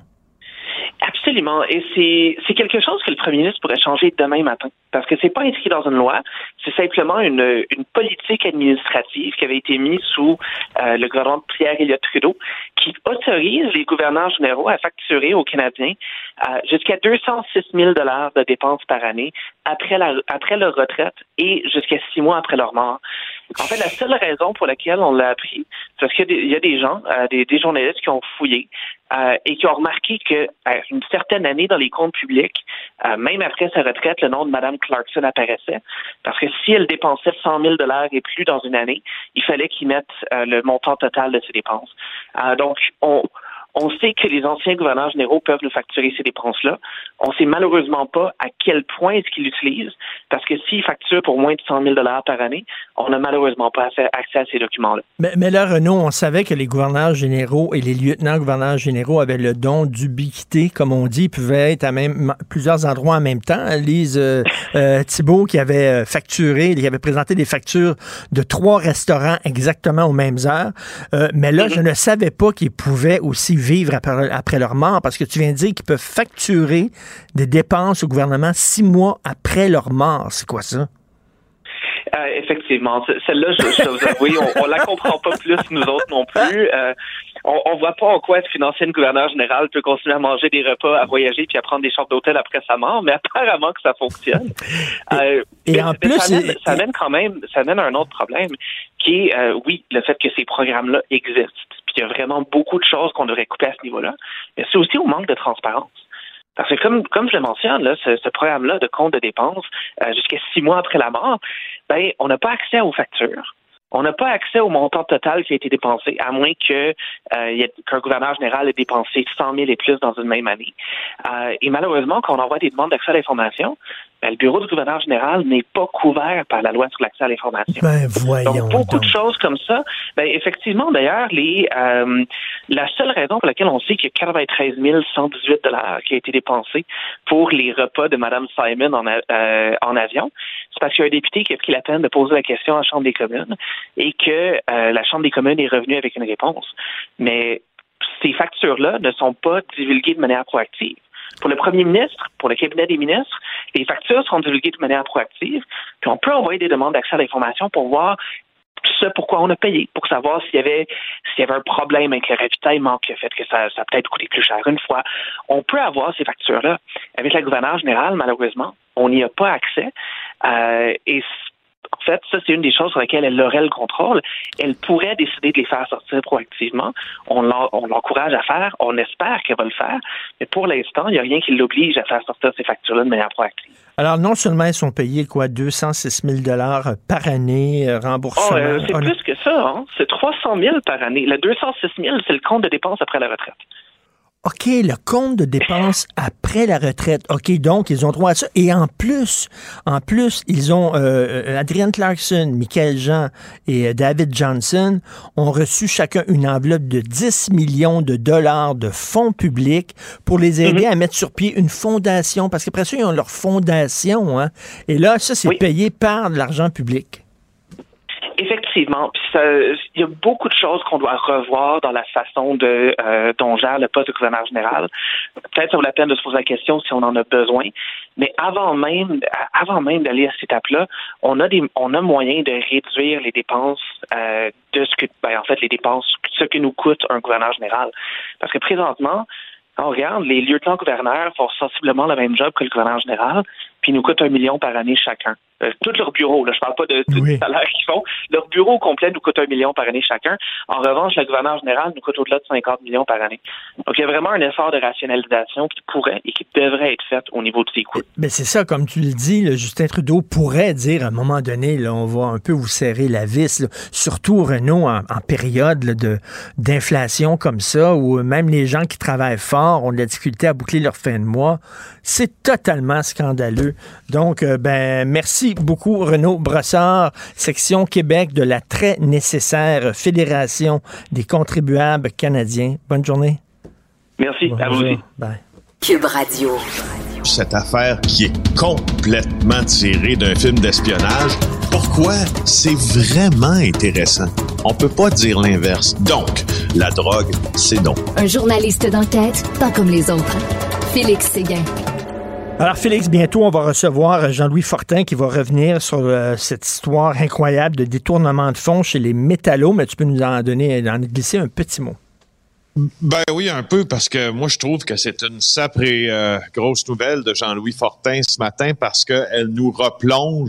Absolument. Et c'est, c'est quelque chose que le premier ministre pourrait changer demain matin. Parce que c'est pas inscrit dans une loi. C'est simplement une, une politique administrative qui avait été mise sous euh, le gouvernement de Pierre Elliott Trudeau qui autorise les gouverneurs généraux à facturer aux Canadiens euh, jusqu'à deux cent six mille dollars de dépenses par année après, la, après leur retraite et jusqu'à six mois après leur mort. En fait, la seule raison pour laquelle on l'a appris, c'est parce qu'il y a des, il y a des gens, euh, des, des journalistes qui ont fouillé euh, et qui ont remarqué qu'à une certaine certaine année dans les comptes publics, euh, même après sa retraite, le nom de Mme Clarkson apparaissait. Parce que si elle dépensait cent mille dollars et plus dans une année, il fallait qu'il mette euh, le montant total de ses dépenses. Euh, donc, on... On sait que les anciens gouverneurs généraux peuvent nous facturer ces dépenses-là. On ne sait malheureusement pas à quel point est-ce qu'ils l'utilisent, parce que s'ils facturent pour moins de cent mille dollars par année, on n'a malheureusement pas accès à ces documents-là. Mais, mais là, Renaud, on savait que les gouverneurs généraux et les lieutenants-gouverneurs généraux avaient le don d'ubiquité, comme on dit, ils pouvaient être à même, plusieurs endroits en même temps. Lise euh, euh, Thibault, qui avait facturé, qui avait présenté des factures de trois restaurants exactement aux mêmes heures. Euh, mais là, mm-hmm. je ne savais pas qu'ils pouvaient aussi vivre après, après leur mort, parce que tu viens de dire qu'ils peuvent facturer des dépenses au gouvernement six mois après leur mort. C'est quoi ça? Euh, effectivement. Celle-là, je, je dois vous avouer, on, on la comprend pas plus, nous autres non plus. Euh, on, on voit pas en quoi est-ce qu'une ancienne gouverneure générale peut continuer à manger des repas, à voyager puis à prendre des chambres d'hôtel après sa mort, mais apparemment que ça fonctionne. Euh, et mais, en mais plus, ça amène, ça amène quand même, ça amène à un autre problème, qui est, euh, oui, le fait que ces programmes-là existent. Puis il y a vraiment beaucoup de choses qu'on devrait couper à ce niveau-là, mais c'est aussi au manque de transparence. Parce que comme comme je le mentionne, là, ce, ce programme-là de compte de dépenses, euh, jusqu'à six mois après la mort, ben on n'a pas accès aux factures. On n'a pas accès au montant total qui a été dépensé, à moins que euh, y ait, qu'un gouverneur général ait dépensé cent mille et plus dans une même année. Euh, et malheureusement, quand on envoie des demandes d'accès à l'information, ben, le bureau du gouverneur général n'est pas couvert par la loi sur l'accès à l'information. Ben, voyons donc, beaucoup donc. de choses comme ça. Ben, effectivement, d'ailleurs, les euh, la seule raison pour laquelle on sait qu'il y a quatre-vingt-treize mille cent dix-huit dollars qui a été dépensé pour les repas de Mme Simon en, euh, en avion, c'est parce qu'il y a un député qui a pris la peine de poser la question à la Chambre des communes et que euh, la Chambre des communes est revenue avec une réponse. Mais ces factures-là ne sont pas divulguées de manière proactive. Pour le premier ministre, pour le cabinet des ministres, les factures seront divulguées de manière proactive, puis on peut envoyer des demandes d'accès à l'information pour voir ce pourquoi on a payé, pour savoir s'il y avait s'il y avait un problème avec le ravitaillement qui a fait que ça, ça a peut-être coûté plus cher une fois. On peut avoir ces factures-là. Avec la gouverneure générale, malheureusement, on n'y a pas accès. Euh, et en fait, ça, c'est une des choses sur lesquelles elle aurait le contrôle. Elle pourrait décider de les faire sortir proactivement. On l'encourage à faire. On espère qu'elle va le faire. Mais pour l'instant, il n'y a rien qui l'oblige à faire sortir ces factures-là de manière proactive. Alors, non seulement ils sont payés, quoi, deux cent six mille dollars par année, euh, remboursement. Oh, euh, c'est oh, plus que ça, hein? C'est trois cent mille par année. Le deux cent six mille, c'est le compte de dépenses après la retraite. OK, le compte de dépenses après la retraite. OK, donc, ils ont droit à ça. Et en plus, en plus, ils ont, euh, Adrienne Clarkson, Michaël Jean et euh, David Johnson ont reçu chacun une enveloppe de dix millions de dollars de fonds publics pour les aider mm-hmm. à mettre sur pied une fondation. Parce qu'après ça, ils ont leur fondation, hein. Et là, ça, c'est oui. payé par de l'argent public. Effectivement. Puis ça, il y a beaucoup de choses qu'on doit revoir dans la façon de euh, dont gère le poste de gouverneur général. Peut-être ça vaut la peine de se poser la question si on en a besoin. Mais avant même, avant même d'aller à cette étape-là, on a des, on a moyen de réduire les dépenses euh, de ce que, ben, en fait, les dépenses, ce que nous coûte un gouverneur général. Parce que présentement, quand on regarde, les lieutenants-gouverneurs font sensiblement le même job que le gouverneur général, puis ils nous coûtent un million par année chacun. Euh, tout leur bureau, là, je parle pas de, de oui. du salaire qu'ils font. Leur bureau complet nous coûte un million par année chacun. En revanche, le gouverneur général nous coûte au-delà de cinquante millions par année. Donc, il y a vraiment un effort de rationalisation qui pourrait et qui devrait être fait au niveau de ces coûts. Mais c'est ça, comme tu le dis, là, Justin Trudeau pourrait dire à un moment donné, là, on va un peu vous serrer la vis, là, surtout, Renaud, en, en période là, de, d'inflation comme ça, où même les gens qui travaillent fort ont de la difficulté à boucler leur fin de mois. C'est totalement scandaleux. Donc, euh, ben, merci beaucoup, Renaud Brossard, section Québec de la très nécessaire Fédération des contribuables canadiens. Bonne journée. Merci. Bonjour. À vous aussi. Bye. Cube Radio. Cette affaire qui est complètement tirée d'un film d'espionnage, pourquoi? C'est vraiment intéressant. On peut pas dire l'inverse. Donc, la drogue, c'est non. Un journaliste d'enquête, pas comme les autres. Félix Séguin. Alors, Félix, bientôt, on va recevoir Jean-Louis Fortin qui va revenir sur euh, cette histoire incroyable de détournement de fonds chez les métallos, mais tu peux nous en donner, en glisser un petit mot. Ben oui, un peu, parce que moi, je trouve que c'est une sacrée euh, grosse nouvelle de Jean-Louis Fortin ce matin parce qu'elle nous replonge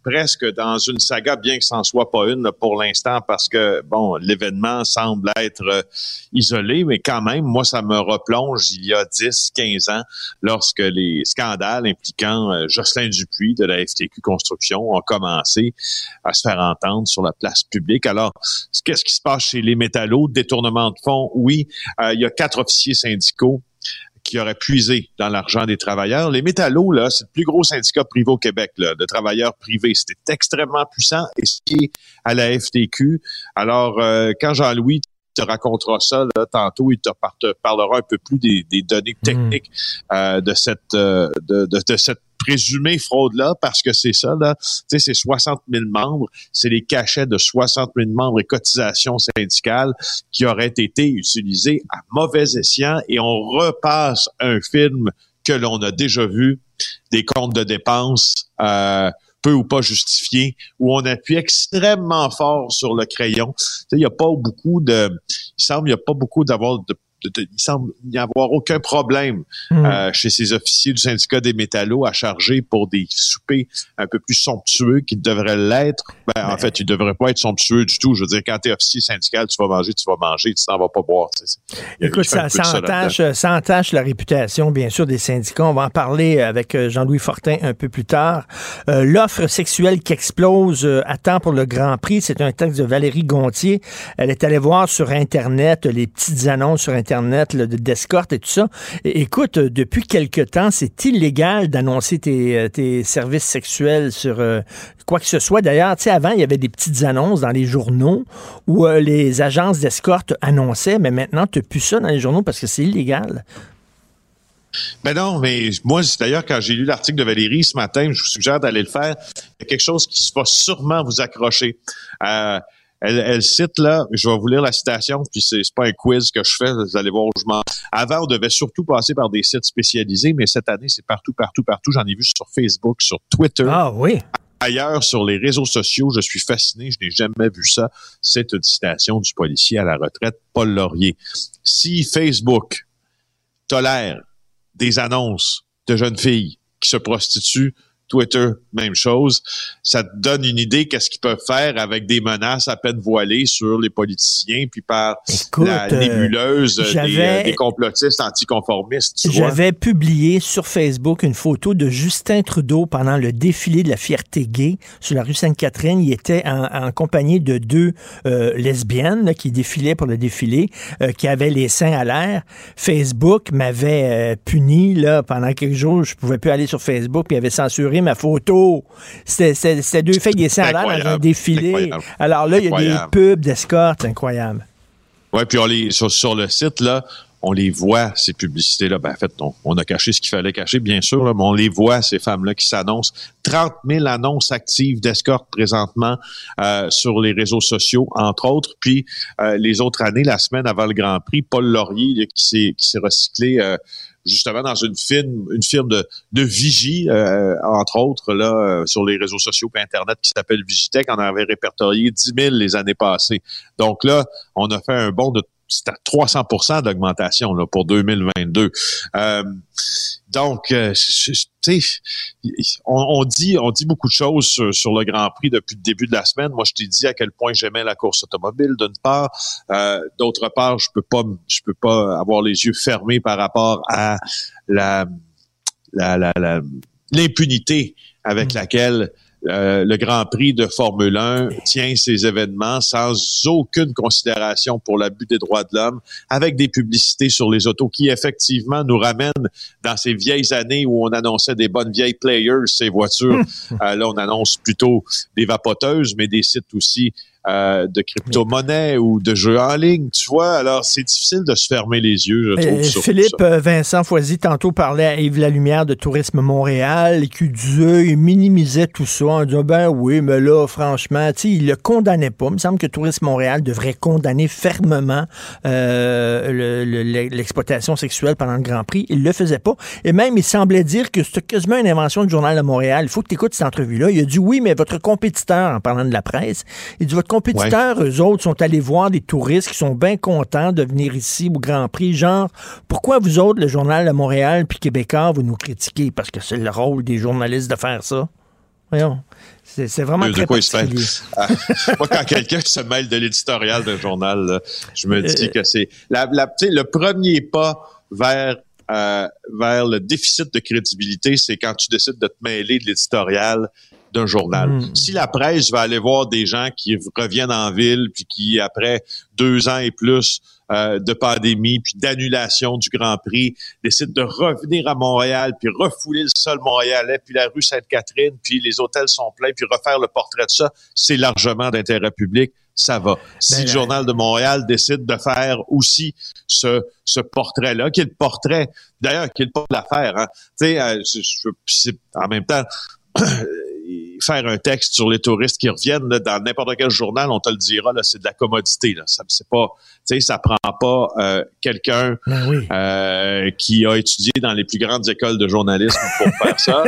presque dans une saga, bien que ça n'en soit pas une là, pour l'instant, parce que, bon, l'événement semble être euh, isolé, mais quand même, moi, ça me replonge il y a dix, quinze ans, lorsque les scandales impliquant euh, Jocelyn Dupuis de la F T Q Construction ont commencé à se faire entendre sur la place publique. Alors, qu'est-ce qui se passe chez les métallos? Détournement de fonds, oui. Euh, il y a quatre officiers syndicaux qui auraient puisé dans l'argent des travailleurs. Les métallos, là, c'est le plus gros syndicat privé au Québec, là, de travailleurs privés. C'était extrêmement puissant et ce qui est à la F T Q. Alors, euh, quand Jean-Louis te racontera ça, là, tantôt, il te, par- te parlera un peu plus des, des données techniques euh, de cette euh, de, de, de cette présumée fraude-là, parce que c'est ça, là, tu sais, c'est soixante mille membres, c'est les cachets de soixante mille membres et cotisations syndicales qui auraient été utilisés à mauvais escient, et on repasse un film que l'on a déjà vu, des comptes de dépenses euh, peu ou pas justifiés, où on appuie extrêmement fort sur le crayon. Tu sais, il n'y a pas beaucoup de... Il semble il n'y a pas beaucoup d'avoir... De, De, de, il semble n'y avoir aucun problème mmh. euh, chez ces officiers du syndicat des métallos à charger pour des soupers un peu plus somptueux qu'ils devraient l'être. Ben, en fait, ils ne devraient pas être somptueux du tout. Je veux dire, quand tu es officier syndical, tu vas manger, tu vas manger, tu t'en vas pas boire. Tu sais. Écoute, ça, ça, entache, ça entache la réputation, bien sûr, des syndicats. On va en parler avec Jean-Louis Fortin un peu plus tard. Euh, l'offre sexuelle qui explose euh, à temps pour le Grand Prix, c'est un texte de Valérie Gontier. Elle est allée voir sur Internet les petites annonces sur Internet Internet là, d'escorte et tout ça. Et, écoute, depuis quelque temps, c'est illégal d'annoncer tes, tes services sexuels sur euh, quoi que ce soit. D'ailleurs, tu sais, avant, il y avait des petites annonces dans les journaux où euh, les agences d'escorte annonçaient, mais maintenant, tu n'as plus ça dans les journaux parce que c'est illégal. Ben non, mais moi, d'ailleurs, quand j'ai lu l'article de Valérie ce matin, je vous suggère d'aller le faire. Il y a quelque chose qui va sûrement vous accrocher. Euh, Elle, elle cite là, je vais vous lire la citation, puis c'est, c'est pas un quiz que je fais, vous allez voir où je m'en... Avant, on devait surtout passer par des sites spécialisés, mais cette année, c'est partout, partout, partout. J'en ai vu sur Facebook, sur Twitter. Ah oui. Ailleurs, sur les réseaux sociaux, je suis fasciné, je n'ai jamais vu ça. C'est une citation du policier à la retraite, Paul Laurier. Si Facebook tolère des annonces de jeunes filles qui se prostituent, Twitter, même chose. Ça te donne une idée qu'est-ce qu'ils peuvent faire avec des menaces à peine voilées sur les politiciens, puis par Écoute, la nébuleuse euh, des, euh, des complotistes anticonformistes. Tu j'avais vois? publié sur Facebook une photo de Justin Trudeau pendant le défilé de la fierté gay sur la rue Sainte-Catherine. Il était en, en compagnie de deux euh, lesbiennes là, qui défilaient pour le défilé, euh, qui avaient les seins à l'air. Facebook m'avait euh, puni là, pendant quelques jours. Je pouvais plus aller sur Facebook, puis il avait censuré ma photo. C'était, c'était, c'était deux filles qui étaient à l'air dans un défilé. Incroyable. Alors là, il y a incroyable. Des pubs d'escorte, incroyable. Oui, puis on les, sur, sur le site, là, on les voit, ces publicités-là. Ben, en fait, on, on a caché ce qu'il fallait cacher, bien sûr, là, mais on les voit, ces femmes-là qui s'annoncent. trente mille annonces actives d'escorte présentement euh, sur les réseaux sociaux, entre autres. Puis, euh, les autres années, la semaine avant le Grand Prix, Paul Laurier, là, qui s'est, qui s'est recyclé... Euh, justement dans une firme, une firme de, de vigie, euh, entre autres, là, euh, sur les réseaux sociaux et Internet qui s'appelle Vigitech, on en avait répertorié dix mille les années passées. Donc là, on a fait un bond de c'était à trois cents pour cent d'augmentation là, pour deux mille vingt-deux. Euh, donc, euh, tu sais, on, on dit on dit beaucoup de choses sur, sur le Grand Prix depuis le début de la semaine. Moi, je t'ai dit à quel point j'aimais la course automobile, d'une part. Euh, d'autre part, je peux pas je peux pas avoir les yeux fermés par rapport à la la, la, la l'impunité avec laquelle Euh, le Grand Prix de Formule un tient ces événements sans aucune considération pour l'abus des droits de l'homme, avec des publicités sur les autos qui, effectivement, nous ramènent dans ces vieilles années où on annonçait des bonnes vieilles players, ces voitures. euh, là, on annonce plutôt des vapoteuses, mais des sites aussi Euh, de crypto-monnaie ou de jeux en ligne, tu vois. Alors, c'est difficile de se fermer les yeux, je trouve. Euh, sur Philippe ça. Vincent Foisy, tantôt, parlait à Yves Lalumière de Tourisme Montréal, qui disait, il minimisait tout ça en disant, ben oui, mais là, franchement, tu sais, il le condamnait pas. Il me semble que Tourisme Montréal devrait condamner fermement euh, le, le, l'exploitation sexuelle pendant le Grand Prix. Il le faisait pas. Et même, il semblait dire que c'était quasiment une invention du Journal de Montréal. Il faut que tu écoutes cette entrevue-là. Il a dit, oui, mais votre compétiteur, en parlant de la presse, il dit, votre compétiteurs, ouais. Eux autres, sont allés voir des touristes qui sont bien contents de venir ici au Grand Prix. Genre, pourquoi vous autres, le Journal de Montréal puis Québécois, vous nous critiquez? Parce que c'est le rôle des journalistes de faire ça. Voyons. C'est, c'est vraiment de, très de quoi particulier. Ah, moi, quand quelqu'un se mêle de l'éditorial d'un journal, là, je me dis euh, que c'est la, la, tu sais, le premier pas vers euh, vers le déficit de crédibilité, c'est quand tu décides de te mêler de l'éditorial d'un journal. Mmh. Si la presse va aller voir des gens qui reviennent en ville, puis qui, après deux ans et plus euh, de pandémie, puis d'annulation du Grand Prix, décident de revenir à Montréal, puis refouler le sol montréalais, puis la rue Sainte-Catherine, puis les hôtels sont pleins, puis refaire le portrait de ça, c'est largement d'intérêt public. Ça va. Si ben, le Journal de Montréal décide de faire aussi ce, ce portrait-là, qui est le portrait, d'ailleurs, qui est le pas de l'affaire, hein. Tu sais, euh, je, je, c'est, en même temps, faire un texte sur les touristes qui reviennent là, dans n'importe quel journal, on te le dira, là, c'est de la commodité. Là. Ça, c'est pas, tu sais, ça prend pas euh, quelqu'un ben oui. euh, qui a étudié dans les plus grandes écoles de journalisme pour faire ça.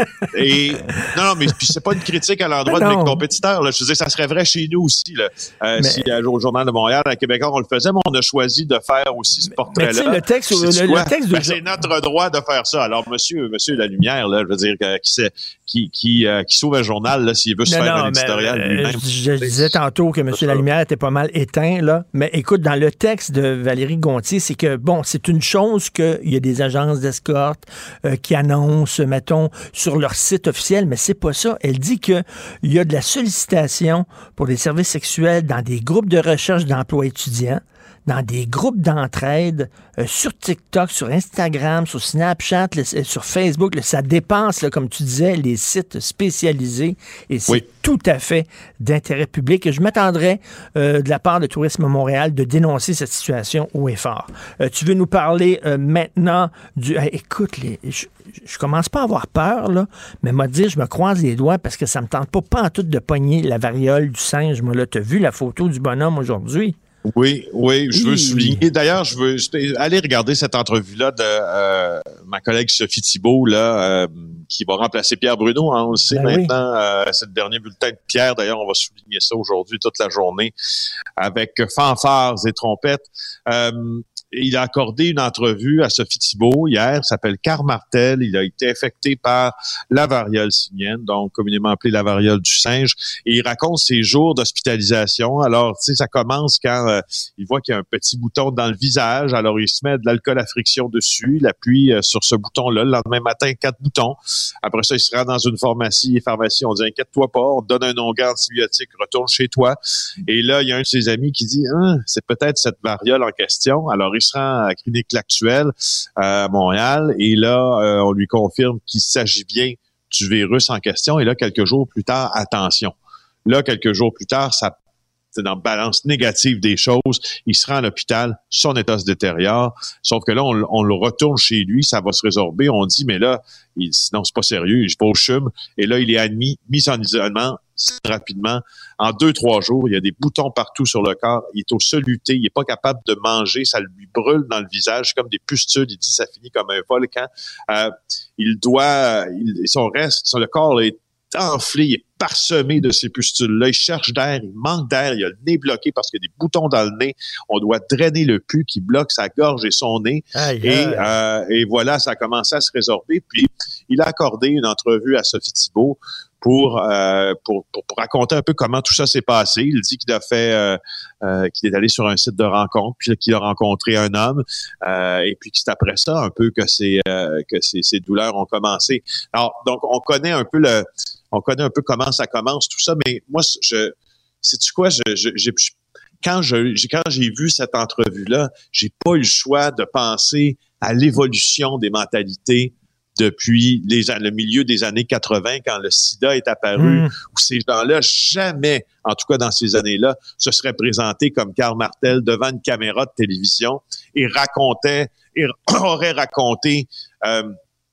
Et non, non, mais puis c'est pas une critique à l'endroit ben de mes compétiteurs. Là. Je veux dire, ça serait vrai chez nous aussi. Là. Euh, mais... Si euh, au Journal de Montréal, à Québécois, on le faisait, mais on a choisi de faire aussi ce portrait-là. Mais le texte, le, le texte de... ben, c'est notre droit de faire ça. Alors, monsieur, monsieur Lalumière, là, je veux dire, euh, qui c'est, qui, qui, euh, qui sauve un journal, là, s'il veut se non, faire non, un éditorial mais, lui-même. Je, je disais tantôt que M. Lalumière était pas mal éteint, là. Mais écoute, dans le texte de Valérie Gontier, c'est que, bon, c'est une chose qu'il y a des agences d'escorte euh, qui annoncent, mettons, sur leur site officiel, mais c'est pas ça. Elle dit qu'il y a de la sollicitation pour des services sexuels dans des groupes de recherche d'emploi étudiants, dans des groupes d'entraide, euh, sur TikTok, sur Instagram, sur Snapchat, le, sur Facebook. Là, ça dépense, là, comme tu disais, les sites spécialisés et c'est oui. tout à fait d'intérêt public. Et je m'attendrais euh, de la part de Tourisme Montréal de dénoncer cette situation haut et fort. Euh, tu veux nous parler euh, maintenant du... Euh, écoute, les, je, je commence pas à avoir peur, là, mais moi, dire, je me croise les doigts parce que ça me tente pas, pas en tout de pogner la variole du singe. Moi, là, t'as vu la photo du bonhomme aujourd'hui? Oui, oui, je veux souligner. D'ailleurs, je veux aller regarder cette entrevue-là de euh, ma collègue Sophie Thibault, là, euh, qui va remplacer Pierre Bruno, hein, on le sait ben maintenant. Oui. Euh, c'est le dernier bulletin de Pierre. D'ailleurs, on va souligner ça aujourd'hui toute la journée avec fanfares et trompettes. Euh, Il a accordé une entrevue à Sophie Thibault hier, il s'appelle Karl Martel. Il a été infecté par la variole simienne, donc communément appelée la variole du singe. Et il raconte ses jours d'hospitalisation. Alors, tu sais, ça commence quand euh, il voit qu'il y a un petit bouton dans le visage. Alors, il se met de l'alcool à friction dessus. Il appuie euh, sur ce bouton-là. Le lendemain matin, quatre boutons. Après ça, il se rend dans une pharmacie. Et pharmacie, on dit, inquiète-toi pas, on te donne un onguent antibiotique, retourne chez toi. Et là, il y a un de ses amis qui dit, ah, c'est peut-être cette variole en question. Alors, il se rend à la clinique L'Actuelle à Montréal et là, euh, on lui confirme qu'il s'agit bien du virus en question. Et là, quelques jours plus tard, attention. Là, quelques jours plus tard, ça c'est dans la balance négative des choses. Il se rend à l'hôpital, son état se détériore. Sauf que là, on, on le retourne chez lui, ça va se résorber. On dit, mais là, il, sinon, c'est pas sérieux, il est pas au chum. Et là, il est admis, mis en isolement rapidement. En deux, trois jours, il y a des boutons partout sur le corps. Il est au soluté, il est pas capable de manger, ça lui brûle dans le visage comme des pustules. Il dit, ça finit comme un volcan. Euh, il doit, il, son reste, son, le corps est enflé, il est parsemé de ces pustules-là. Il cherche d'air, il manque d'air, il a le nez bloqué parce qu'il y a des boutons dans le nez. On doit drainer le pus qui bloque sa gorge et son nez. Aïe, et, aïe. Euh, et voilà, ça a commencé à se résorber. Puis, il a accordé une entrevue à Sophie Thibault pour, euh, pour, pour, pour raconter un peu comment tout ça s'est passé. Il dit qu'il a fait, euh, euh, qu'il est allé sur un site de rencontre, puis qu'il a rencontré un homme, euh, et puis que c'est après ça un peu que ces, euh, que ces, ces douleurs ont commencé. Alors, donc, on connaît un peu le, on connaît un peu comment ça commence, tout ça, mais moi, je, sais-tu quoi, je, je, j'ai, quand je, quand j'ai vu cette entrevue-là, j'ai pas eu le choix de penser à l'évolution des mentalités depuis les, le milieu des années quatre-vingts, quand le sida est apparu, mmh. où ces gens-là, jamais, en tout cas dans ces années-là, se seraient présentés comme Karl Martel devant une caméra de télévision et racontaient, et auraient raconté euh,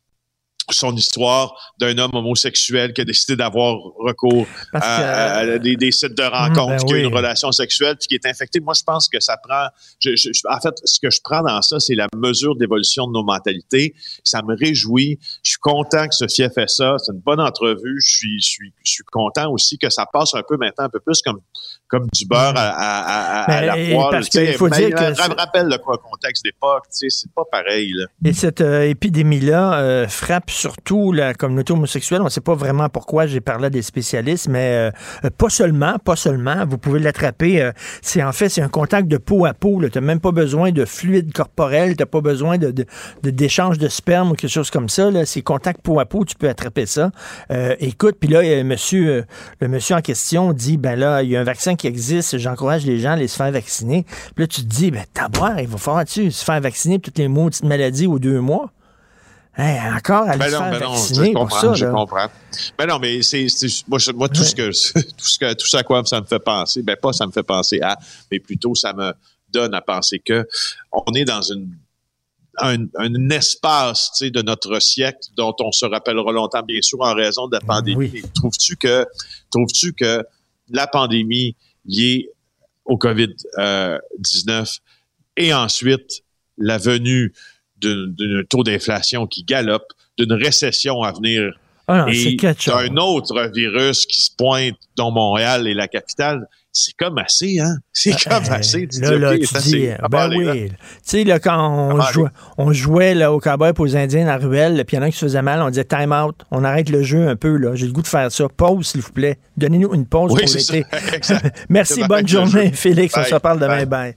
son histoire d'un homme homosexuel qui a décidé d'avoir recours à, à, à des, des sites de rencontres, mmh, ben qui oui. a une relation sexuelle, puis qui est infecté. Moi, je pense que ça prend... Je, je, en fait, ce que je prends dans ça, c'est la mesure d'évolution de nos mentalités. Ça me réjouit. Je suis content que Sophie ait fait ça. C'est une bonne entrevue. Je suis, je suis, je suis content aussi que ça passe un peu maintenant, un peu plus comme, comme du beurre à, à, à, à la poêle. Parce qu'il faut dire que... Je me rappelle le contexte d'époque. C'est pas pareil. Là. Et cette euh, épidémie-là euh, frappe surtout la communauté homosexuelle. On ne sait pas vraiment pourquoi j'ai parlé à des spécialistes, mais euh, pas seulement, pas seulement. Vous pouvez l'attraper. Euh, c'est en fait, c'est un contact de peau à peau. Tu n'as même pas besoin de fluide corporel. Tu n'as pas besoin de, de, de, d'échange de sperme ou quelque chose comme ça. Là. C'est contact peau à peau. Tu peux attraper ça. Euh, écoute, puis là, euh, monsieur, euh, le monsieur en question dit, ben là, il y a un vaccin qui existe. J'encourage les gens à aller se faire vacciner. Puis là, tu te dis, ben taboire, il va falloir-tu se faire vacciner pour toutes les maudites maladies aux deux mois? Hey, encore, aller ben se non, faire ben vacciner non, pour ça. Je là. comprends. Mais non, mais c'est, c'est moi, je, moi tout, ouais. ce que, tout, ce que, tout ce à quoi ça me fait penser, ben pas ça me fait penser à, mais plutôt ça me donne à penser que on est dans une un, un espace de notre siècle dont on se rappellera longtemps, bien sûr, en raison de la pandémie. Oui. Trouves-tu que, trouves-tu que la pandémie liée au covid dix-neuf et ensuite la venue d'un taux d'inflation qui galope, d'une récession à venir ah non, et d'un autre virus qui se pointe dans Montréal et la capitale, c'est comme assez, hein? C'est euh, comme assez. Tu là, dis, là, okay, tu ça, dis, ben oui. Tu sais, là, quand on jouait, on jouait là, au cowboy et aux Indiens dans la ruelle, puis il y en a un qui se faisait mal, on disait time out, on arrête le jeu un peu, là. J'ai le goût de faire ça. Pause, s'il vous plaît. Donnez-nous une pause oui, pour l'été. Merci, bonne journée, Félix. Bye. On se reparle demain. Bye.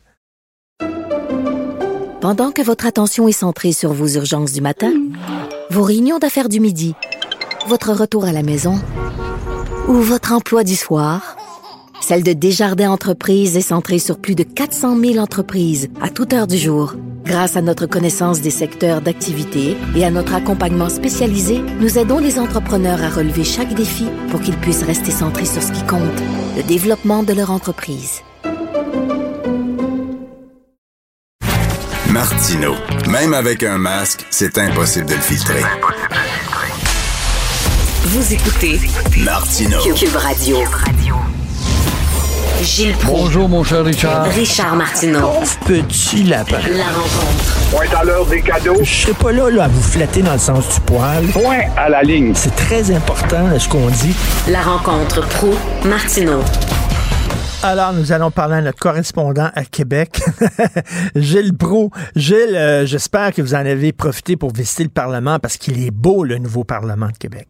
Pendant que votre attention est centrée sur vos urgences du matin, vos réunions d'affaires du midi, votre retour à la maison ou votre emploi du soir, celle de Desjardins Entreprises est centrée sur plus de quatre cent mille entreprises à toute heure du jour. Grâce à notre connaissance des secteurs d'activité et à notre accompagnement spécialisé, nous aidons les entrepreneurs à relever chaque défi pour qu'ils puissent rester centrés sur ce qui compte, le développement de leur entreprise. Martineau. Même avec un masque, c'est impossible de le filtrer. Vous écoutez Martineau. Cube Radio. Gilles Proulx. Bonjour, mon cher Richard. Richard Martineau. Pauvre petit lapin. La rencontre. Point à l'heure des cadeaux. Je serai pas là, là à vous flatter dans le sens du poil. Point à la ligne. C'est très important, là, ce qu'on dit. La rencontre Proulx-Martineau. Alors, nous allons parler à notre correspondant à Québec, Gilles Proulx. Gilles, euh, j'espère que vous en avez profité pour visiter le Parlement parce qu'il est beau, le nouveau Parlement de Québec.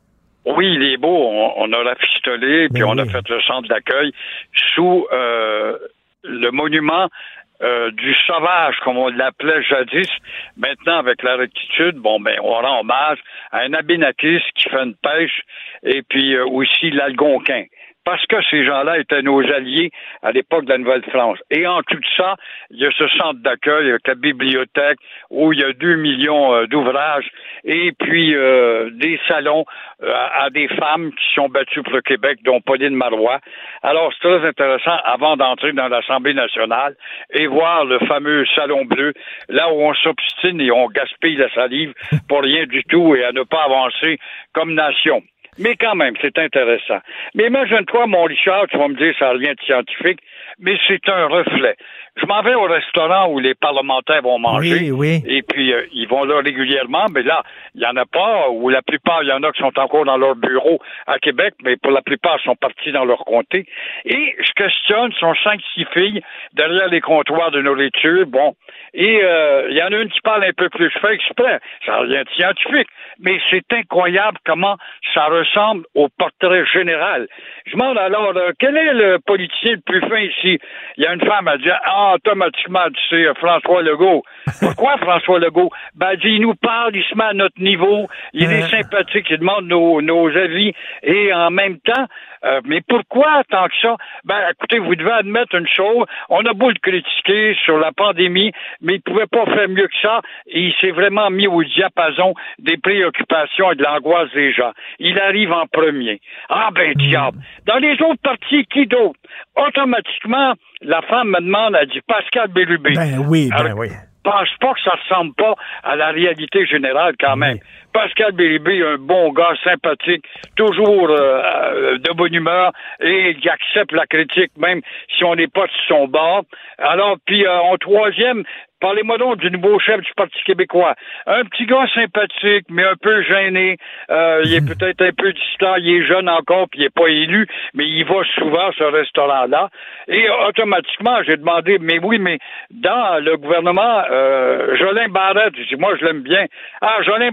Oui, il est beau. On, on a rafistolé, puis oui. on a fait le centre d'accueil sous euh, le monument euh, du sauvage, comme on l'appelait jadis. Maintenant, avec la rectitude, bon, ben, on rend hommage à un Abénaquis qui fait une pêche et puis euh, aussi l'Algonquin. Parce que ces gens-là étaient nos alliés à l'époque de la Nouvelle-France. Et en tout ça, il y a ce centre d'accueil avec la bibliothèque où il y a deux millions euh, d'ouvrages et puis euh, des salons euh, à des femmes qui sont battues pour le Québec, dont Pauline Marois. Alors, c'est très intéressant avant d'entrer dans l'Assemblée nationale et voir le fameux Salon Bleu, là où on s'obstine et on gaspille la salive pour rien du tout et à ne pas avancer comme nation. Mais quand même, c'est intéressant. Mais imagine-toi, mon Richard, tu vas me dire, ça n'a rien de scientifique, mais c'est un reflet. Je m'en vais au restaurant où les parlementaires vont manger. Oui, oui. Et puis, euh, ils vont là régulièrement, mais là, il n'y en a pas, ou la plupart, il y en a qui sont encore dans leur bureau à Québec, mais pour la plupart, ils sont partis dans leur comté. Et je questionne, sont cinq, six filles derrière les comptoirs de nourriture, bon. Et euh, il y en a une qui parle un peu plus, je fais exprès, ça n'a rien de scientifique, mais c'est incroyable comment ça ressemble au portrait général. Je demande alors, euh, quel est le politicien le plus fin ici? Il y a une femme, elle dit, ah, automatiquement, c'est euh, François Legault. Pourquoi François Legault? Ben, elle dit, il nous parle, il se met à notre niveau, il est sympathique, il demande nos, nos avis, et en même temps, euh, mais pourquoi tant que ça? Ben, écoutez, vous devez admettre une chose, on a beau le critiquer sur la pandémie, mais il pouvait pas faire mieux que ça, et il s'est vraiment mis au diapason des préoccupations et de l'angoisse des gens. Il arrive en premier. Ah ben, diable! Dans les autres partis, qui d'autre? Automatiquement, la femme me demande, elle dit Pascal Bérubé. Ben oui, ben Alors, oui. Je pense pas que ça ressemble pas à la réalité générale quand même. Oui. Pascal Bérubé est un bon gars, sympathique, toujours euh, de bonne humeur et il accepte la critique même si on n'est pas de son bord. Alors, puis euh, en troisième, parlez-moi donc du nouveau chef du Parti québécois. Un petit gars sympathique, mais un peu gêné. Euh, il est peut-être un peu distant, il est jeune encore, puis il n'est pas élu, mais il va souvent à ce restaurant-là. Et automatiquement, j'ai demandé, mais oui, mais dans le gouvernement, euh, Jolin Barrette, je dis, moi, je l'aime bien. Ah, Jolin Barrette,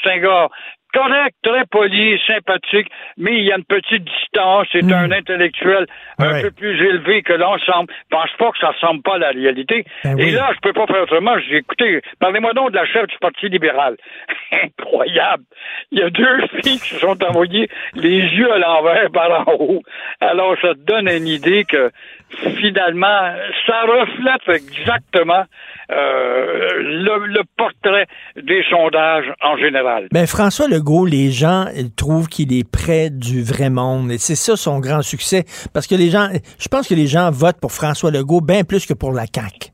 c'est un gars correct, très poli, sympathique, mais il y a une petite distance. C'est mmh. un intellectuel un ouais. peu plus élevé que l'ensemble. Je pense pas que ça ressemble pas à la réalité. Ben Et oui. là, je peux pas faire autrement. J'ai écouté, parlez-moi donc de la chef du Parti libéral. Incroyable. Il y a deux filles qui se sont envoyées les yeux à l'envers par en haut. Alors, ça te donne une idée que finalement, ça reflète exactement euh, le, le portrait des sondages en général. Ben François Legault, les gens ils trouvent qu'il est près du vrai monde. Et c'est ça son grand succès. Parce que les gens, je pense que les gens votent pour François Legault bien plus que pour la C A Q.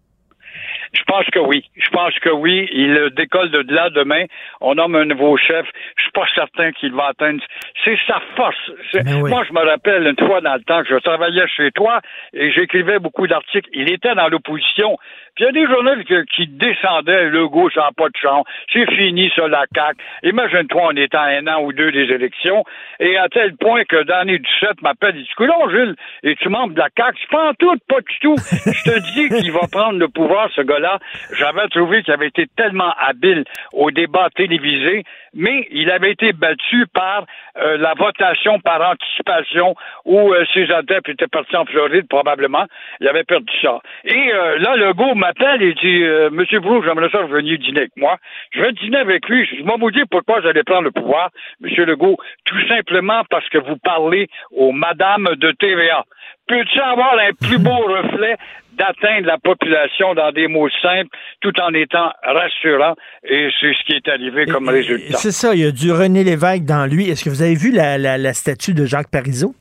Je pense que oui. Je pense que oui. Il décolle de là demain. On nomme un nouveau chef. Je suis pas certain qu'il va atteindre. C'est sa force. C'est... Oui. Moi, je me rappelle une fois dans le temps que je travaillais chez toi et j'écrivais beaucoup d'articles. Il était dans l'opposition. Puis il y a des journalistes qui descendaient, Legault, ça n'a pas de chance. C'est fini, ça, la C A Q. Imagine-toi, on est à un an ou deux des élections. Et à tel point que dans l'année dix-sept m'appelle, il dit, coudonc, Gilles, es-tu membre de la C A Q? C'est pas en tout, pas du tout. Je te dis qu'il va prendre le pouvoir, ce gars-là. J'avais trouvé qu'il avait été tellement habile au débat télévisé, mais il avait été battu par euh, la votation par anticipation où euh, ses adeptes étaient partis en Floride, probablement. Il avait perdu ça. Et euh, là, Legault m'appelle et dit euh, « Monsieur Brou, j'aimerais ça revenir dîner avec moi. » Je vais dîner avec lui. Je m'en vous dire pourquoi j'allais prendre le pouvoir, Monsieur Legault. Tout simplement parce que vous parlez aux madames de T V A. Peux-tu avoir un plus beau reflet d'atteindre la population dans des mots simples tout en étant rassurant? Et c'est ce qui est arrivé comme et, résultat. C'est ça, il y a du René Lévesque dans lui. Est-ce que vous avez vu la, la, la statue de Jacques Parizeau?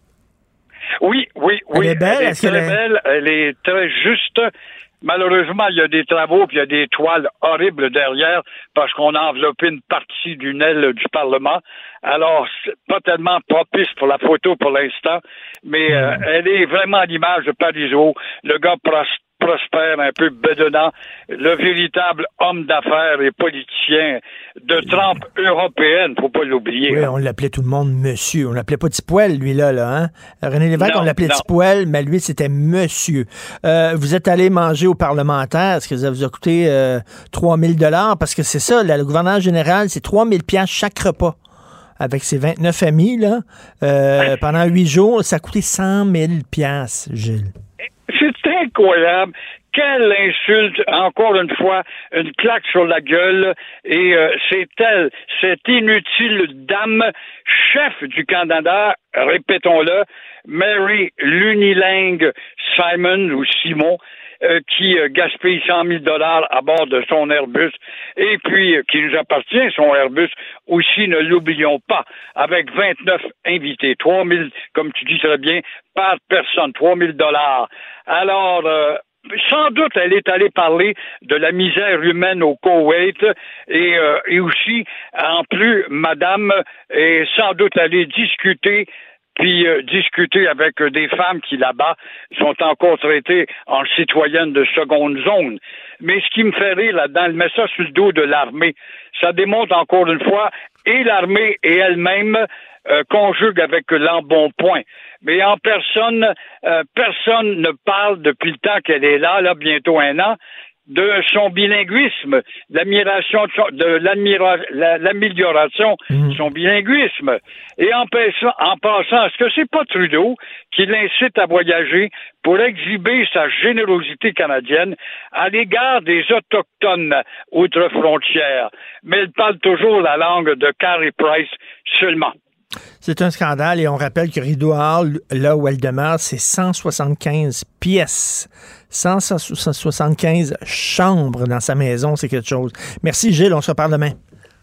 Oui, oui, oui. Elle est belle? Elle est Est-ce très qu'elle est... belle. Elle est très juste. Malheureusement, il y a des travaux puis il y a des toiles horribles derrière parce qu'on a enveloppé une partie d'une aile du Parlement. Alors, c'est pas tellement propice pour la photo pour l'instant, mais euh, elle est vraiment à l'image de Parizeau, le gars pros- prospère, un peu bedonnant, le véritable homme d'affaires et politicien de trempe européenne, faut pas l'oublier. Oui, on l'appelait tout le monde monsieur. On l'appelait pas Tipoel, lui, là, là, hein? René Lévesque, non, on l'appelait Tipoel, mais lui, c'était monsieur. Euh, vous êtes allé manger aux parlementaires. Est-ce que ça vous a coûté euh, trois mille dollars? Parce que c'est ça, là, le gouverneur général, c'est trois mille dollars chaque repas. Avec ses vingt-neuf amis, là, euh, pendant huit jours, ça a coûté cent mille dollars, Gilles. C'est incroyable. Quelle insulte, encore une fois, une claque sur la gueule. Et euh, c'est elle, cette inutile dame, chef du Canada, répétons-le, Mary Lunilingue Simon ou Simon, euh, qui euh, gaspille cent mille dollars à bord de son Airbus et puis euh, qui nous appartient, son Airbus aussi, ne l'oublions pas, avec vingt-neuf invités, trois mille, comme tu dis très bien, par personne, trois mille dollars. Alors, euh, sans doute, elle est allée parler de la misère humaine au Koweït et, euh, et aussi, en plus, madame est sans doute allée discuter puis euh, discuter avec euh, des femmes qui, là-bas, sont encore traitées en citoyennes de seconde zone. Mais ce qui me fait rire là-dedans, elle met ça sur le dos de l'armée. Ça démontre encore une fois, et l'armée et elle-même euh, conjuguent avec l'embonpoint. Mais en personne, euh, personne ne parle depuis le temps qu'elle est là, là, bientôt un an, de son bilinguisme, l'admiration de, son, de l'admira, la, l'amélioration mmh. de son bilinguisme. Et en, passant, en passant, est-ce que c'est pas Trudeau qui l'incite à voyager pour exhiber sa générosité canadienne à l'égard des Autochtones outre-frontière? Mais il parle toujours la langue de Carey Price seulement. C'est un scandale et on rappelle que Rideau Hall, là où elle demeure, c'est cent soixante-quinze pièces. cent soixante-quinze chambres dans sa maison, c'est quelque chose. Merci Gilles, on se reparle demain.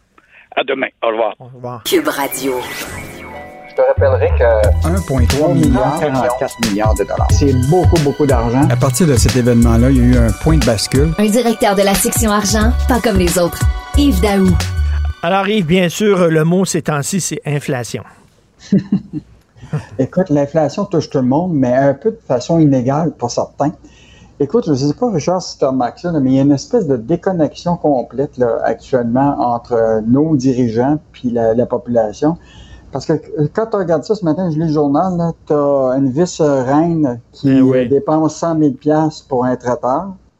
À demain, au revoir. Au revoir. Cube Radio. Je te rappellerai que un virgule trois milliard, quarante-quatre milliards de dollars. C'est beaucoup, beaucoup d'argent. À partir de cet événement-là, il y a eu un point de bascule. Un directeur de la section argent, pas comme les autres. Yves Daou. Alors Yves, bien sûr, le mot ces temps-ci, c'est inflation. Écoute, l'inflation touche tout le monde, mais un peu de façon inégale pour certains. Écoute, je ne sais pas, Richard, si tu as remarqué ça, mais il y a une espèce de déconnexion complète là, actuellement entre nos dirigeants et la, la population. Parce que quand tu regardes ça ce matin, je lis le journal, tu as une vice-reine qui eh oui. dépense cent mille dollars pour un traiteur.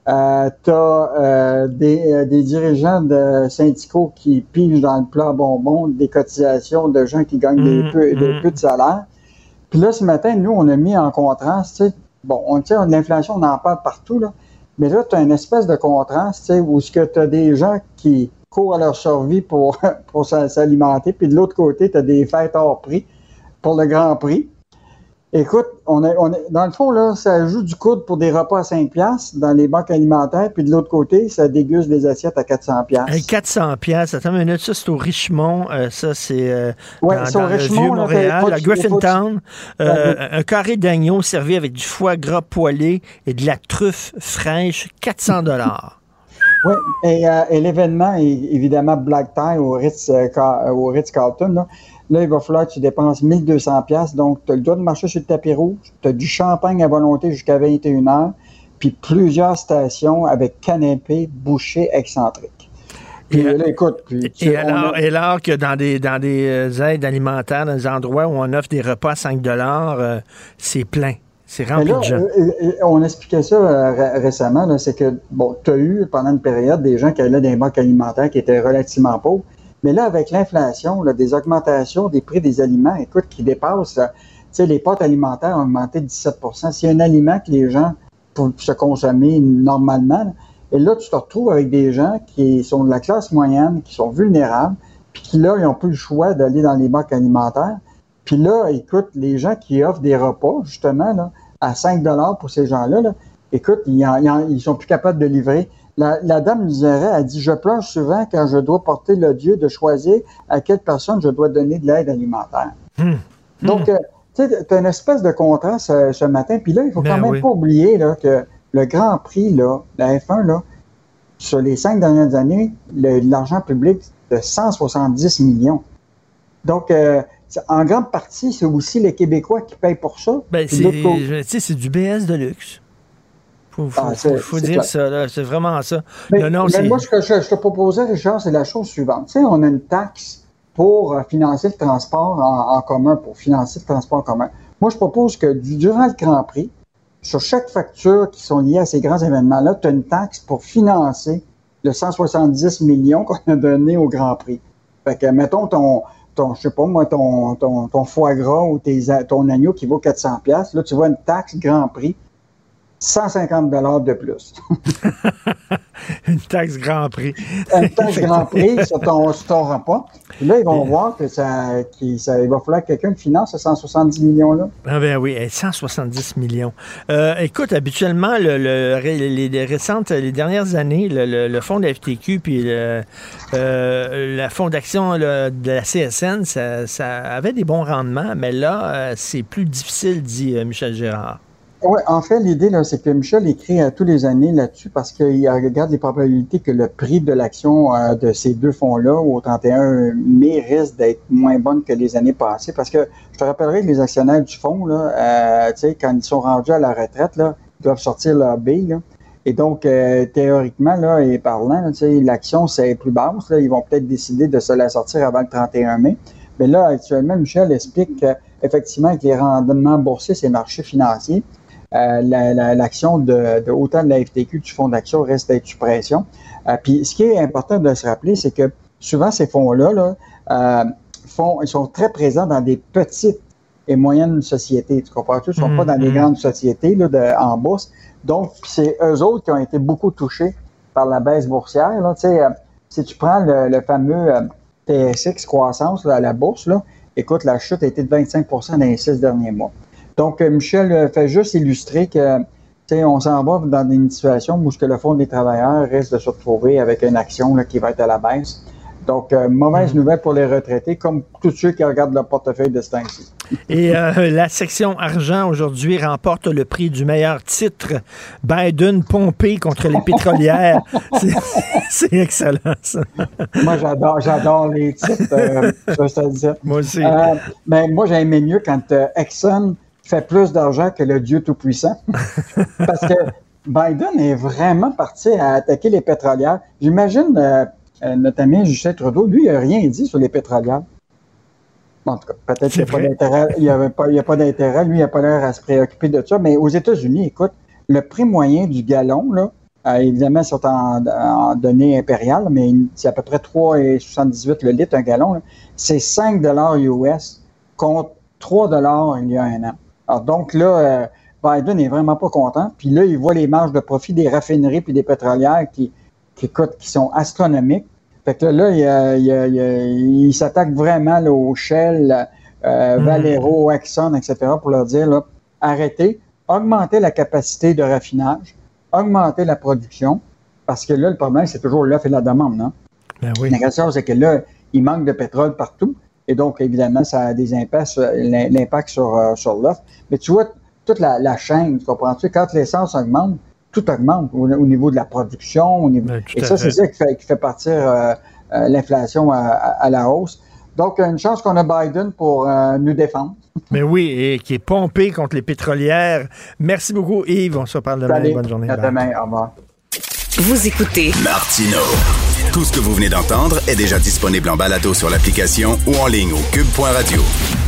Euh, tu as euh, des, euh, des dirigeants de syndicaux qui pigent dans le plat bonbon des cotisations de gens qui gagnent des peu, des peu de salaire. Puis là, ce matin, nous, on a mis en contraste, tu sais, bon, on tient l'inflation, on en parle partout, là, mais là, tu as une espèce de contraste, tu sais, où tu as des gens qui courent à leur survie pour, pour s'alimenter, puis de l'autre côté, tu as des fêtes hors prix pour le Grand Prix. Écoute, on est, on est, dans le fond, là, ça joue du coude pour des repas à cinq piastres dans les banques alimentaires, puis de l'autre côté, ça déguste des assiettes à quatre cents piastres. Hey, quatre cents piastres, attends une minute, ça c'est au Richemont, euh, ça c'est euh, ouais, dans, dans Richemont, le Vieux-Montréal, à Griffintown, euh, ouais. un carré d'agneau servi avec du foie gras poêlé et de la truffe fraîche, quatre cents dollars. Oui, et, euh, et l'événement est évidemment Black Tie au Ritz, euh, au Ritz-Carlton, là. Là, il va falloir que tu dépenses mille deux cents dollars. Donc, tu as le droit de marcher sur le tapis rouge. Tu as du champagne à volonté jusqu'à vingt et une heures. Puis plusieurs stations avec canapé, bouchées, excentriques. Puis et, là, écoute. Puis, et, alors, a... et alors que dans des, dans des aides alimentaires, dans des endroits où on offre des repas à cinq dollars, euh, c'est plein. C'est rempli là, de gens. Euh, on expliquait ça euh, récemment. Là, c'est que, bon, tu as eu pendant une période des gens qui allaient dans les banques alimentaires qui étaient relativement pauvres. Mais là, avec l'inflation, là, des augmentations des prix des aliments, écoute, qui dépassent, tu sais, les pâtes alimentaires ont augmenté de dix-sept pour cent. C'est un aliment que les gens peuvent se consommer normalement. Là. Et là, tu te retrouves avec des gens qui sont de la classe moyenne, qui sont vulnérables, puis qui, là, ils n'ont plus le choix d'aller dans les banques alimentaires. Puis là, écoute, les gens qui offrent des repas, justement, là, à cinq dollars pour ces gens-là, là, écoute, ils, en, ils, en, ils sont plus capables de livrer. La, la dame nous dirait, elle dit, je pleure souvent quand je dois porter le Dieu de choisir à quelle personne je dois donner de l'aide alimentaire. Mmh. Donc, mmh. euh, tu sais, tu as une espèce de contraste euh, ce matin. Puis là, il faut ben quand même oui. pas oublier là, que le Grand Prix, là, la F un, là, sur les cinq dernières années, le, l'argent public de cent soixante-dix millions. Donc, euh, en grande partie, c'est aussi les Québécois qui payent pour ça. Ben, c'est, c'est du B S de luxe. Il faut, ah, faut, faut dire clair. ça, là. C'est vraiment ça. Mais, non, non, mais c'est... moi, ce que je, je te proposais, Richard, c'est la chose suivante. Tu sais, on a une taxe pour financer le transport en, en commun, pour financer le transport en commun. Moi, je propose que durant le Grand Prix, sur chaque facture qui sont liées à ces grands événements-là, tu as une taxe pour financer le cent soixante-dix millions qu'on a donné au Grand Prix. Fait que, mettons, ton, ton je sais pas moi, ton, ton, ton foie gras ou tes, ton agneau qui vaut quatre cents dollars, là, tu vois une taxe Grand Prix, cent cinquante dollars de plus. Une taxe Grand Prix. Une taxe Grand Prix sur ton, sur ton repas. Puis là, ils vont Et... voir que ça, qu'il ça, il va falloir que quelqu'un finance ce cent soixante-dix millions-là. Ah ben oui, cent soixante-dix millions. Euh, écoute, habituellement, le, le, les, les récentes, les dernières années, le, le, le fonds de la F T Q puis le, euh, la fondation là, de la C S N, ça, ça avait des bons rendements, mais là, euh, c'est plus difficile, dit euh, Michel Gérard. Oui, en fait, l'idée, là, c'est que Michel écrit euh, tous les années là-dessus parce qu'il regarde les probabilités que le prix de l'action euh, de ces deux fonds-là au trente et un mai risque d'être moins bonne que les années passées. Parce que je te rappellerai que les actionnaires du fonds, là, euh, tu sais, quand ils sont rendus à la retraite, là, ils doivent sortir leur B, là. Et donc, euh, théoriquement, là, et parlant, là, tu sais, l'action, c'est plus basse, là, ils vont peut-être décider de se la sortir avant le trente et un mai. Mais là, actuellement, Michel explique qu'effectivement, avec les rendements boursiers, ces marchés financiers, Euh, la, la, l'action de, de autant de la F T Q que du fonds d'action reste d'être sous pression. Euh, puis ce qui est important de se rappeler, c'est que souvent ces fonds-là, là, euh, font, ils sont très présents dans des petites et moyennes sociétés. Tu comprends? Ils ne sont mmh, pas dans les mmh. grandes sociétés là, de, en bourse. Donc, c'est eux autres qui ont été beaucoup touchés par la baisse boursière. Là. Tu sais, euh, si tu prends le, le fameux euh, T S X croissance là, à la bourse, là, écoute, la chute a été de vingt-cinq pour cent dans les six derniers mois. Donc, Michel fait juste illustrer que, tu sais, on s'en va dans une situation où le Fonds des travailleurs risque de se retrouver avec une action là, qui va être à la baisse. Donc, euh, mauvaise mmh. nouvelle pour les retraités, comme tous ceux qui regardent leur portefeuille de ce temps-ci. Et euh, la section argent aujourd'hui remporte le prix du meilleur titre. Biden pompé contre les pétrolières. c'est, c'est excellent, ça. Moi, j'adore, j'adore les titres. Euh, je te le dis. Moi aussi. Euh, mais moi, j'aimais mieux quand euh, Exxon fait plus d'argent que le Dieu Tout-Puissant. Parce que Biden est vraiment parti à attaquer les pétrolières. J'imagine euh, euh, notre ami Justin Trudeau, lui, il n'a rien dit sur les pétrolières. Bon, en tout cas, peut-être qu'il n'y a pas d'intérêt. Il n'y a pas, il a pas d'intérêt. Lui, il n'a pas l'air à se préoccuper de ça. Mais aux États-Unis, écoute, le prix moyen du gallon là, Euh, évidemment, c'est en, en données impériales, mais c'est à peu près trois virgule soixante-dix-huit le litre, un gallon. Là. C'est cinq dollars U S contre trois dollars il y a un an. Alors donc là, euh, Biden n'est vraiment pas content. Puis là, il voit les marges de profit des raffineries puis des pétrolières qui, qui coûtent, qui sont astronomiques. Fait que là, il, il, il, il s'attaque vraiment là, aux Shell, euh, Valero, Exxon, et cetera pour leur dire, là, arrêtez, augmentez la capacité de raffinage, augmenter la production, parce que là, le problème, c'est toujours l'offre et la demande, non? Ben oui. La question, c'est que là, il manque de pétrole partout, et donc, évidemment, ça a des impacts, l'impact sur, euh, sur l'offre. Mais tu vois, toute la, la chaîne, tu comprends-tu? Quand l'essence augmente, tout augmente au, au niveau de la production, au niveau... Ben, et ça, fait. c'est ça qui fait, qui fait partir euh, euh, l'inflation à, à, à la hausse. Donc, une chance qu'on a Biden pour euh, nous défendre. Mais oui, et qui est pompé contre les pétrolières. Merci beaucoup, Yves. On se reparle demain. Salut. Bonne journée. À demain. Au revoir. Vous écoutez Martino. Tout ce que vous venez d'entendre est déjà disponible en balado sur l'application ou en ligne au cube point radio.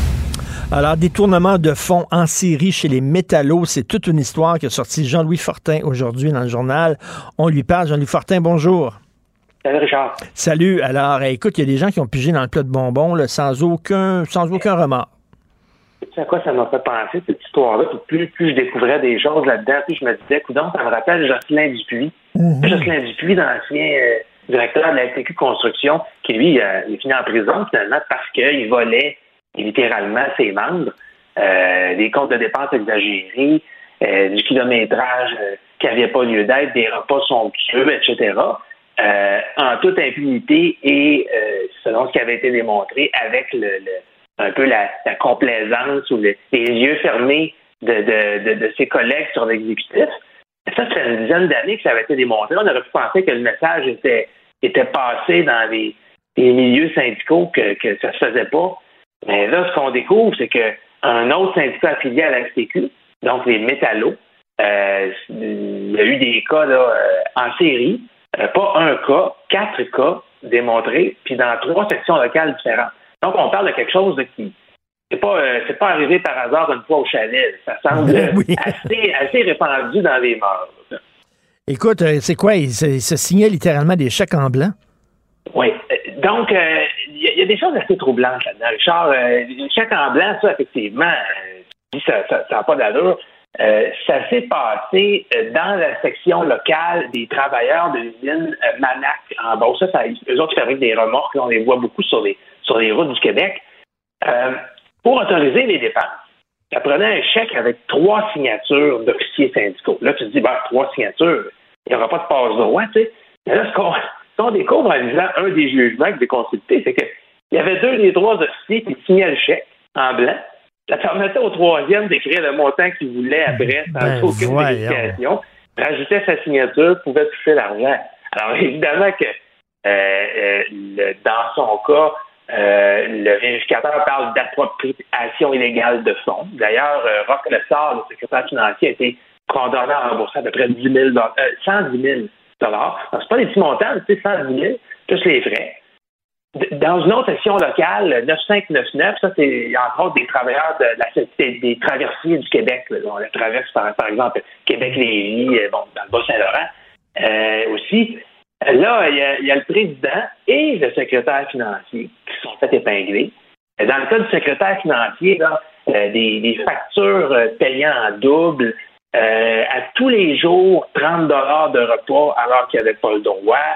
Alors, détournement de fonds en série chez les métallos, c'est toute une histoire qui a sorti Jean-Louis Fortin aujourd'hui dans le journal. On lui parle. Jean-Louis Fortin, bonjour. Salut Richard. Salut. Alors, écoute, il y a des gens qui ont pigé dans le plat de bonbons là, sans aucun sans aucun remords. Tu sais à quoi ça m'a fait penser, cette histoire-là? Puis plus, plus je découvrais des choses là-dedans, plus je me disais, coudonc, ça me rappelle Jocelyn Dupuis. Mm-hmm. Jocelyn Dupuis, l'ancien euh, directeur de la S T Q Construction, qui lui, euh, il est fini en prison finalement parce qu'il volait littéralement ses membres, euh, des comptes de dépenses exagérés, euh, du kilométrage euh, qui n'avait pas lieu d'être, des repas somptueux, et cetera, euh, en toute impunité et euh, selon ce qui avait été démontré avec le, le un peu la, la complaisance ou le, les yeux fermés de, de, de, de ses collègues sur l'exécutif. Ça, c'est une dizaine d'années que ça avait été démontré. On aurait pu penser que le message était, était passé dans les, les milieux syndicaux, que, que ça se faisait pas. Mais là, ce qu'on découvre, c'est qu'un autre syndicat affilié à la S T Q, donc les métallos, euh, il y a eu des cas là, en série, euh, pas un cas, quatre cas démontrés, puis dans trois sections locales différentes. Donc, on parle de quelque chose de qui c'est pas euh, c'est pas arrivé par hasard une fois au chalet. Ça semble oui. assez, assez répandu dans les mœurs. Écoute, euh, c'est quoi? Il se, il se signait littéralement des chèques en blanc? Oui. Donc, il euh, y, y a des choses assez troublantes là-dedans. Richard, euh, les chèques en blanc, ça, effectivement, euh, ça n'a ça, pas d'allure. Euh, ça s'est passé euh, dans la section locale des travailleurs de l'usine euh, Manac en Beauce. Ça, ça, eux autres fabriquent des remorques. Là, on les voit beaucoup sur les sur les routes du Québec, euh, pour autoriser les dépenses. Ça prenait un chèque avec trois signatures d'officiers syndicaux. Là, tu te dis, ben, trois signatures, il n'y aura pas de passe-droit, tu sais. Mais là, ce qu'on, ce qu'on découvre en lisant un des jugements que j'ai consulté, c'est qu'il y avait deux des trois officiers qui signaient le chèque en blanc. Ça permettait au troisième d'écrire le montant qu'il voulait après, sans ben, aucune vérification. Rajoutait sa signature, pouvait toucher l'argent. Alors, évidemment que euh, euh, le, dans son cas, Euh, le vérificateur parle d'appropriation illégale de fonds. D'ailleurs, euh, Roch Lessard, le secrétaire financier, a été condamné à rembourser à peu près dix mille dollars, euh, cent dix mille dollars. Donc, c'est pas des petits montants, c'est cent dix mille, plus les frais. Dans une autre section locale, neuf cinq neuf neuf, ça, c'est entre autres des travailleurs de la Société des traversiers du Québec. Là. On la traverse, par, par exemple, Québec-Lévis, bon, dans le Bas-Saint-Laurent euh, aussi. Là, il y, a, il y a le président et le secrétaire financier qui sont fait épingler. Dans le cas du secrétaire financier, là, euh, des, des factures euh, payant en double, euh, à tous les jours, trente dollars de repas alors qu'il n'y avait pas le droit.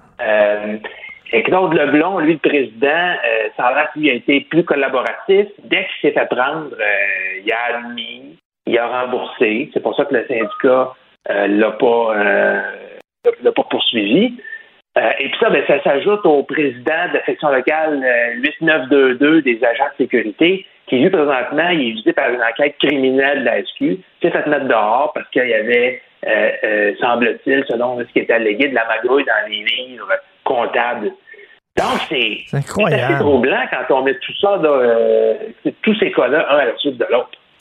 euh, et Claude Leblond, lui, le président, euh, ça a l'air qu'il a été plus collaboratif. Dès qu'il s'est fait prendre, euh, il a admis, il a remboursé. C'est pour ça que le syndicat euh, l'a pas... Euh, l'a pas poursuivi. Euh, et puis ça, ben, ça s'ajoute au président de la section locale euh, huit neuf deux deux des agents de sécurité, qui, lui, présentement, il est visé par une enquête criminelle de la S Q, s'est fait mettre dehors parce qu'il y avait, euh, euh, semble-t-il, selon ce qui est allégué, de la magouille dans les livres comptables. Donc, c'est, c'est, c'est assez troublant quand on met tout ça, là, euh, tous ces cas-là, un à la suite de l'autre.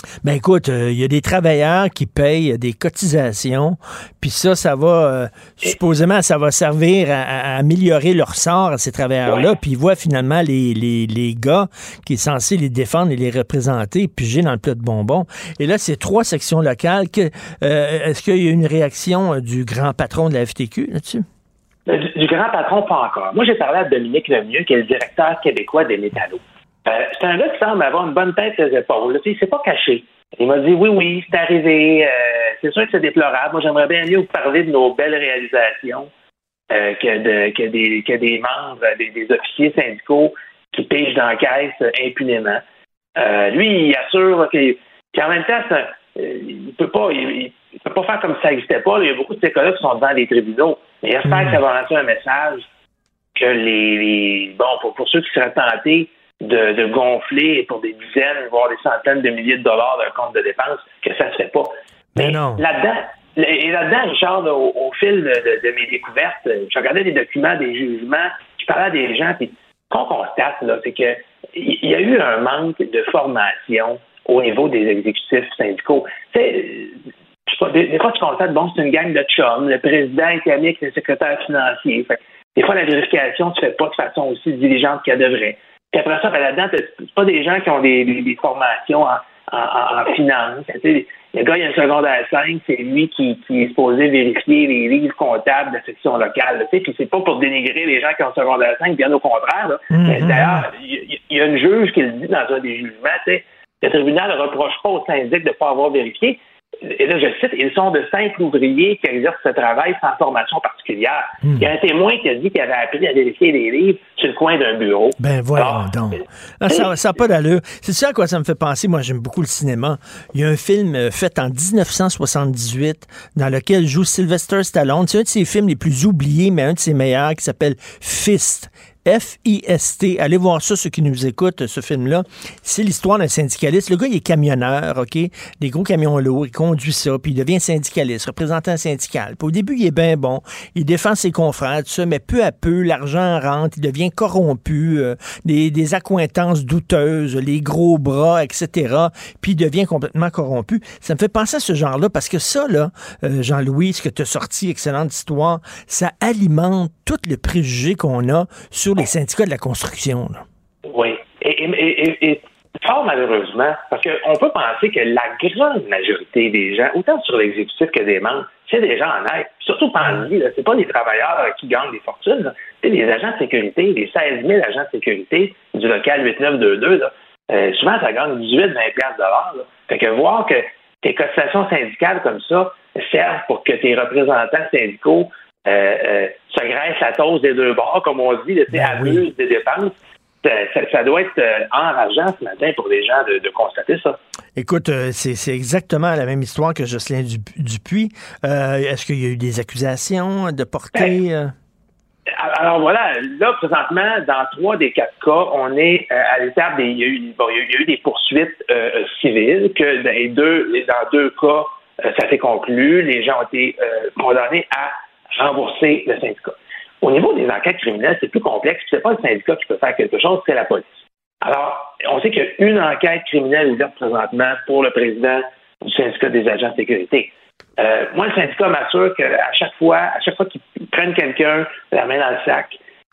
Ben écoute, il euh, y a des travailleurs qui payent des cotisations, puis ça, ça va, euh, supposément, ça va servir à, à améliorer leur sort à ces travailleurs-là, puis ils voient finalement les, les, les gars qui est censé les défendre et les représenter piger dans le plat de bonbons. Et là, c'est trois sections locales. Que, euh, est-ce qu'il y a une réaction du grand patron de la F T Q là-dessus? Du, du grand patron, pas encore. Moi, j'ai parlé à Dominique Lemieux, qui est le directeur québécois des métallos. Euh, c'est un gars qui semble avoir une bonne tête aux épaules. Il ne s'est pas caché. Il m'a dit, oui, oui, c'est arrivé. Euh, c'est sûr que c'est déplorable. Moi, j'aimerais bien mieux vous parler de nos belles réalisations euh, que, de, que, des, que des membres, des, des officiers syndicaux qui pigent dans la caisse euh, impunément. Euh, lui, il assure qu'il, qu'en même temps, ça, euh, il peut pas, il, il peut pas faire comme si ça n'existait pas. Il y a beaucoup de ces cas-là qui sont devant les tribunaux. Mais j'espère mmh. que ça va lancer un message que les, les bon, pour, pour ceux qui seraient tentés de, de gonfler pour des dizaines, voire des centaines de milliers de dollars d'un compte de dépenses, que ça se fait pas. Mais, Mais non. Là-dedans, et là-dedans, Richard, là, au, au fil de, de, de mes découvertes, je regardais des documents, des jugements, je parlais à des gens, puis ce qu'on constate, là, c'est que il y a eu un manque de formation au niveau des exécutifs syndicaux. Tu sais, je sais pas, des, des fois, tu constates, bon, c'est une gang de chums, le président est ami avec le secrétaire financier. Fait, des fois, la vérification ne se fait pas de façon aussi diligente qu'elle devrait. Puis après ça, ben, là-dedans, c'est pas des gens qui ont des, des, des formations en, en, en finance. Tu sais, le gars, il a un secondaire cinq, c'est lui qui, qui est supposé vérifier les livres comptables de la section locale. Tu sais, puis c'est pas pour dénigrer les gens qui ont un secondaire cinq, bien au contraire. Là. Mm-hmm. Mais d'ailleurs, il y, y a une juge qui le dit dans un des jugements, tu sais, le tribunal ne reproche pas au syndic de ne pas avoir vérifié. Et là, je cite, ils sont de simples ouvriers qui exercent ce travail sans formation particulière. Mmh. Il y a un témoin qui a dit qu'il avait appris à vérifier les livres sur le coin d'un bureau. Ben voyons Alors, donc. Là, ça n'a pas d'allure. C'est ça à quoi ça me fait penser. Moi, j'aime beaucoup le cinéma. Il y a un film fait en dix-neuf cent soixante-dix-huit dans lequel joue Sylvester Stallone. C'est un de ses films les plus oubliés, mais un de ses meilleurs, qui s'appelle Fist. F I S T. Allez voir ça, ceux qui nous écoutent, ce film-là. C'est l'histoire d'un syndicaliste. Le gars, il est camionneur, OK? Des gros camions lourds. Il conduit ça, puis il devient syndicaliste, représentant syndical. Puis au début, il est bien bon. Il défend ses confrères, tout ça, mais peu à peu, l'argent rentre. Il devient corrompu. Euh, des, des accointances douteuses, les gros bras, et cetera. Puis il devient complètement corrompu. Ça me fait penser à ce genre-là, parce que ça, là, euh, Jean-Louis, ce que tu as sorti, excellente histoire, ça alimente tout le préjugé qu'on a sur les syndicats de la construction. Là. Oui. Et, et, et, et fort malheureusement, parce qu'on peut penser que la grande majorité des gens, autant sur l'exécutif que des membres, c'est des gens honnêtes. Surtout pandémie, là, c'est pas des travailleurs qui gagnent des fortunes. Là. C'est les agents de sécurité, les seize mille agents de sécurité du local huit neuf deux deux. Là. Euh, souvent, ça gagne dix-huit à vingt piastres de l'heure. Là. Fait que voir que tes cotisations syndicales comme ça servent pour que tes représentants syndicaux Euh, euh, se graisse la toast des deux bords, comme on dit, ben abuse oui. des dépenses. Ça, ça, ça doit être euh, enrageant ce matin pour les gens de, de constater ça. Écoute, euh, c'est, c'est exactement la même histoire que Jocelyn Dupuis. Euh, est-ce qu'il y a eu des accusations de portée? Ben, euh... Alors voilà, là, présentement, dans trois des quatre cas, on est euh, à l'étape des. Il y a eu, bon, il y a eu des poursuites euh, civiles, que dans les deux, dans deux cas, euh, ça s'est conclu. Les gens ont été euh, condamnés à rembourser le syndicat. Au niveau des enquêtes criminelles, c'est plus complexe. C'est pas le syndicat qui peut faire quelque chose, c'est la police. Alors, on sait qu'il y a une enquête criminelle ouverte présentement pour le président du syndicat des agents de sécurité. Euh, moi, le syndicat m'assure qu'à chaque fois, à chaque fois qu'ils prennent quelqu'un, la main dans le sac,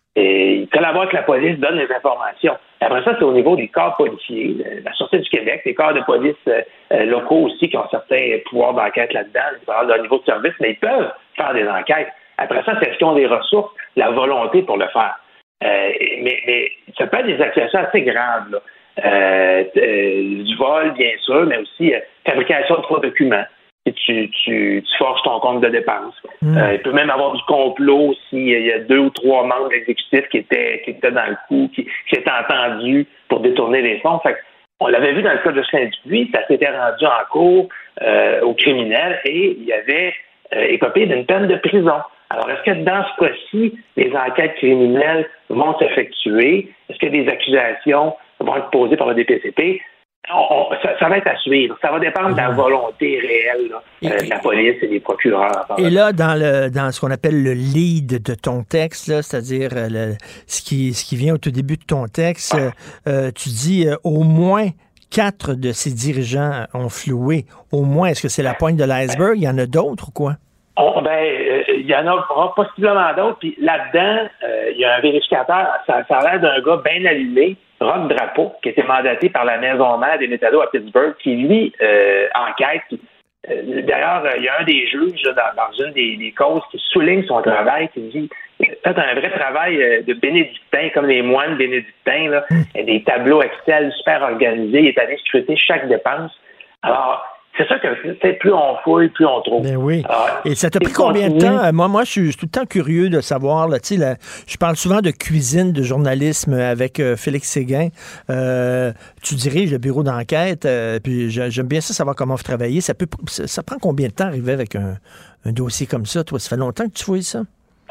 et ils collaborent avec la police, donnent les informations. Après ça, c'est au niveau des corps policiers, la Sûreté du Québec, les corps de police euh, locaux aussi qui ont certains pouvoirs d'enquête là-dedans, par leur niveau de service, mais ils peuvent faire des enquêtes. Après ça, c'est est-ce qu'ils ont des ressources, la volonté pour le faire. Euh, mais, mais ça peut être des accusations assez graves, là. Euh, euh, du vol, bien sûr, mais aussi euh, fabrication de faux documents. Et tu, tu, tu forges ton compte de dépenses. Mmh. Euh, il peut même avoir du complot s'il y a deux ou trois membres exécutifs qui étaient, qui étaient dans le coup, qui, qui étaient entendus pour détourner les fonds. Fait on l'avait vu dans le cas de Jocelyn Dupuis, ça s'était rendu en cours euh, aux criminels et il y avait euh, écopé d'une peine de prison. Alors, est-ce que dans ce cas-ci, les enquêtes criminelles vont s'effectuer? Est-ce que des accusations vont être posées par le D P C P? On, on, ça, ça va être à suivre. Ça va dépendre de la volonté réelle là, et, euh, de la police et des procureurs. Et là, dans le dans ce qu'on appelle le lead de ton texte, là, c'est-à-dire le, ce qui ce qui vient au tout début de ton texte, ah. euh, tu dis euh, au moins quatre de ses dirigeants ont floué. Au moins, est-ce que c'est la pointe de l'iceberg? Il y en a d'autres ou quoi? Oh, ben, euh, il y en aura possiblement d'autres. Puis là-dedans, euh, il y a un vérificateur. Ça, ça a l'air d'un gars bien allumé, Roch Drapeau, qui a été mandaté par la maison mère des métallos à Pittsburgh, qui, lui, euh, enquête. Puis, euh, d'ailleurs, il y a un des juges là, dans, dans une des, des causes qui souligne son travail, qui dit faites un vrai travail de bénédictin, comme les moines bénédictins, là, des tableaux Excel super organisés. Il est allé scruter chaque dépense. Alors, c'est ça que c'est, plus on fouille, plus on trouve. Ben oui. Alors, et ça t'a pris combien de temps? Moi, moi, je suis tout le temps curieux de savoir. Là, là, je parle souvent de cuisine, de journalisme avec euh, Félix Séguin. Euh, tu diriges le bureau d'enquête, euh, puis j'aime bien ça, savoir comment vous travaillez. Ça, peut, ça, ça prend combien de temps arriver avec un, un dossier comme ça? Toi, ça fait longtemps que tu fouilles ça?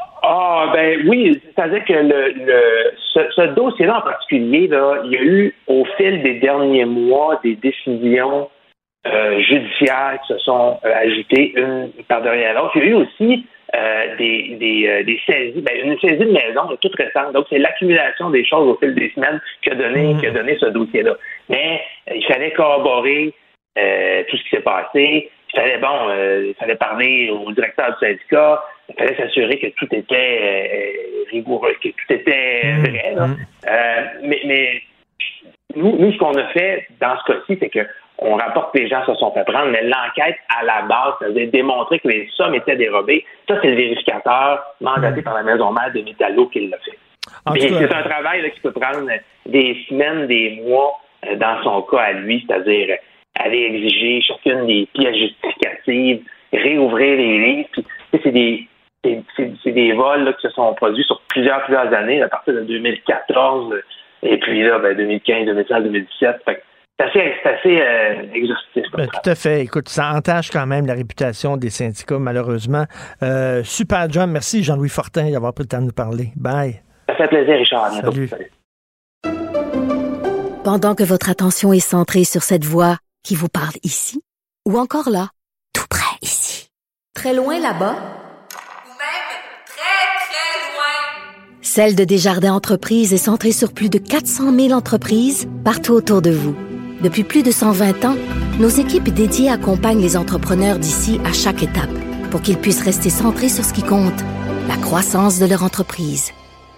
Ah, ben oui, c'est-à-dire que le, le ce, ce dossier-là en particulier, là, il y a eu, au fil des derniers mois, des décisions Euh, judiciaires qui se sont euh, agitées une par derrière l'autre. Il y a eu aussi euh, des, des, euh, des saisies, ben, une saisie de maison de toute récente. Donc, c'est l'accumulation des choses au fil des semaines qui a donné, mmh. qui a donné ce dossier-là. Mais euh, il fallait corroborer euh, tout ce qui s'est passé. Il fallait, bon, euh, il fallait parler au directeur du syndicat. Il fallait s'assurer que tout était euh, rigoureux, que tout était mmh. vrai. Là. Mmh. Euh, mais, mais nous, nous, ce qu'on a fait dans ce cas-ci, c'est que on rapporte que les gens se sont fait prendre, mais l'enquête à la base, c'est-à-dire démontrer que les sommes étaient dérobées, ça, c'est le vérificateur mandaté mmh. par la maison mère de Métallo qui l'a fait. Mais c'est un travail là, qui peut prendre des semaines, des mois euh, dans son cas à lui, c'est-à-dire aller exiger chacune des pièces justificatives, réouvrir les livres. Puis, c'est des c'est, c'est, c'est des vols là, qui se sont produits sur plusieurs, plusieurs années, à partir de deux mille quatorze, et puis là, ben, deux mille quinze, deux mille seize, deux mille dix-sept. Fait C'est assez, c'est assez euh, exhaustif. Ben, tout à fait. Écoute, ça entache quand même la réputation des syndicats, malheureusement. Euh, super, John. Merci, Jean-Louis Fortin, d'avoir pris le temps de nous parler. Bye. Ça fait plaisir, Richard. Salut. Salut. Pendant que votre attention est centrée sur cette voix qui vous parle ici, ou encore là, tout près ici, très loin là-bas, ou même très, très loin, Celle de Desjardins Entreprises est centrée sur plus de quatre cent mille entreprises partout autour de vous. Depuis plus de cent vingt ans, nos équipes dédiées accompagnent les entrepreneurs d'ici à chaque étape pour qu'ils puissent rester centrés sur ce qui compte, la croissance de leur entreprise.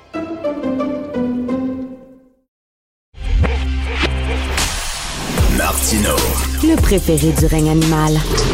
Martino, le préféré du règne animal.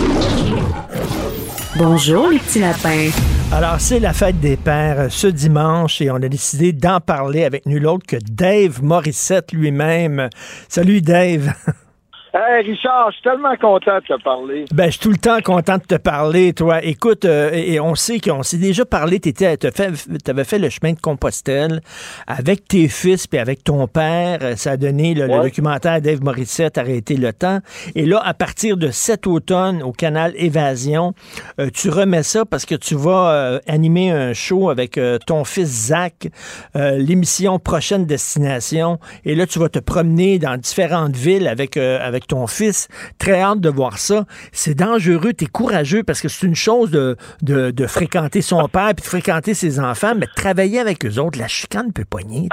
Bonjour les petits lapins. Alors, c'est la fête des pères ce dimanche et on a décidé d'en parler avec nul autre que Dave Morissette lui-même. Salut Dave. Hey Richard, je suis tellement content de te parler. Ben, je suis tout le temps content de te parler, toi. Écoute, euh, et on sait qu'on s'est déjà parlé, tu avais fait le chemin de Compostelle avec tes fils puis avec ton père. Ça a donné le, ouais. le documentaire Dave Morissette, Arrêter le temps. Et là, à partir de cet automne, au canal Évasion, euh, tu remets ça parce que tu vas euh, animer un show avec euh, ton fils Zach, euh, l'émission Prochaine Destination. Et là, tu vas te promener dans différentes villes avec, euh, avec ton fils. Très hâte de voir ça. C'est dangereux, t'es courageux parce que c'est une chose de, de, de fréquenter son père puis de fréquenter ses enfants, mais de travailler avec eux autres, la chicane peut pogner.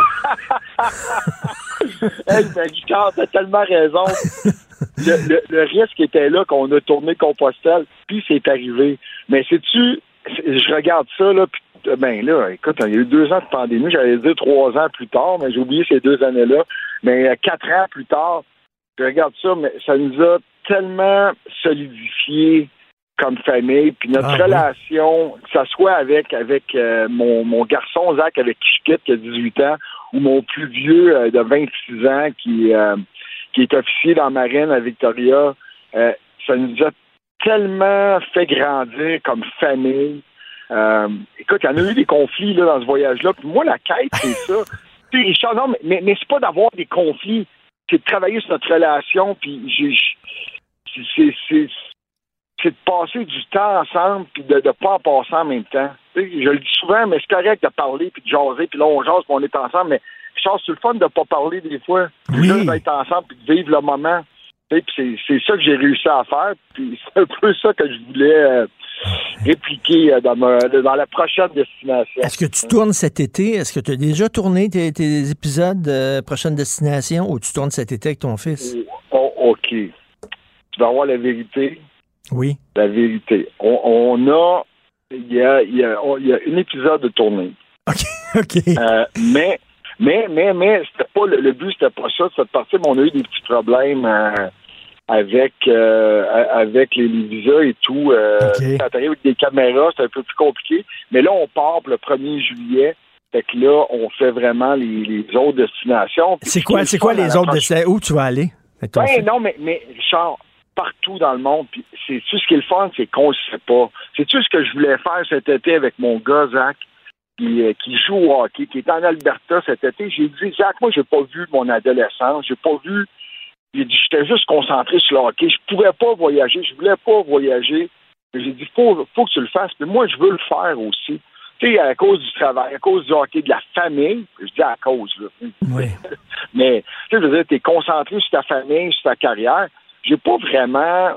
Hey, ben, Richard, t'as tellement raison. Le, le, le risque était là qu'on a tourné Compostelle, puis c'est arrivé. Mais sais-tu, je regarde ça, là, puis ben là, écoute, il y a eu deux ans de pandémie, j'allais dire trois ans plus tard, mais j'ai oublié ces deux années-là. Mais quatre ans plus tard, je regarde ça, mais ça nous a tellement solidifié comme famille, puis notre ah, relation, oui. que ça soit avec avec euh, mon, mon garçon Zach avec qui je quitte, qui a dix-huit ans, ou mon plus vieux euh, de vingt-six ans qui, euh, qui est officier dans la marine à Victoria, euh, ça nous a tellement fait grandir comme famille. Euh, écoute, il y en a eu des conflits là, dans ce voyage-là, puis moi, la quête, c'est ça. Puis, Richard, non, mais, mais, mais c'est pas d'avoir des conflits, c'est de travailler sur notre relation, puis j'ai, c'est, c'est, c'est de passer du temps ensemble, puis de ne pas en passer en même temps. Tu sais, je le dis souvent, mais c'est correct de parler, puis de jaser, puis là, on jase, puis on est ensemble, mais je pense que c'est le fun de ne pas parler des fois, puis oui. d'être ensemble, puis de vivre le moment. Tu sais, puis c'est, c'est ça que j'ai réussi à faire, puis c'est un peu ça que je voulais... Euh, répliquer euh, dans, ma, dans la prochaine destination. Est-ce que tu tournes cet été? Est-ce que tu as déjà tourné tes, tes épisodes de Prochaine Destination ou tu tournes cet été avec ton fils? Oh, OK. Tu vas voir la vérité? Oui. La vérité. On, on a... Il y a, il y, a, il y a un épisode de tournée. OK. OK. Euh, mais... Mais, mais, mais, c'était pas le, le but, c'était pas ça de cette partie, mais on a eu des petits problèmes euh, avec euh, avec les, les visas et tout. Euh, okay. Ça arrive avec des caméras, c'est un peu plus compliqué. Mais là, on part pour le premier juillet. Fait que là, on fait vraiment les, les autres destinations. C'est quoi, c'est quoi les autres destinations? Où tu vas aller? Ben, non, mais, mais Richard, partout dans le monde, puis c'est tout ce qui est le fun, c'est qu'on ne sait pas. C'est tout ce que je voulais faire cet été avec mon gars, Zach. Qui, qui joue au hockey, qui est en Alberta cet été. J'ai dit, Zach, moi, j'ai pas vu mon adolescence, j'ai pas vu... J'ai dit, j'étais juste concentré sur le hockey. Je pouvais pas voyager, je voulais pas voyager. J'ai dit, faut, faut que tu le fasses. Puis moi, je veux le faire aussi. Tu sais, à cause du travail, à cause du hockey, de la famille. Je dis à cause, là. Oui. Mais, tu sais, je veux dire, t'es concentré sur ta famille, sur ta carrière. J'ai pas vraiment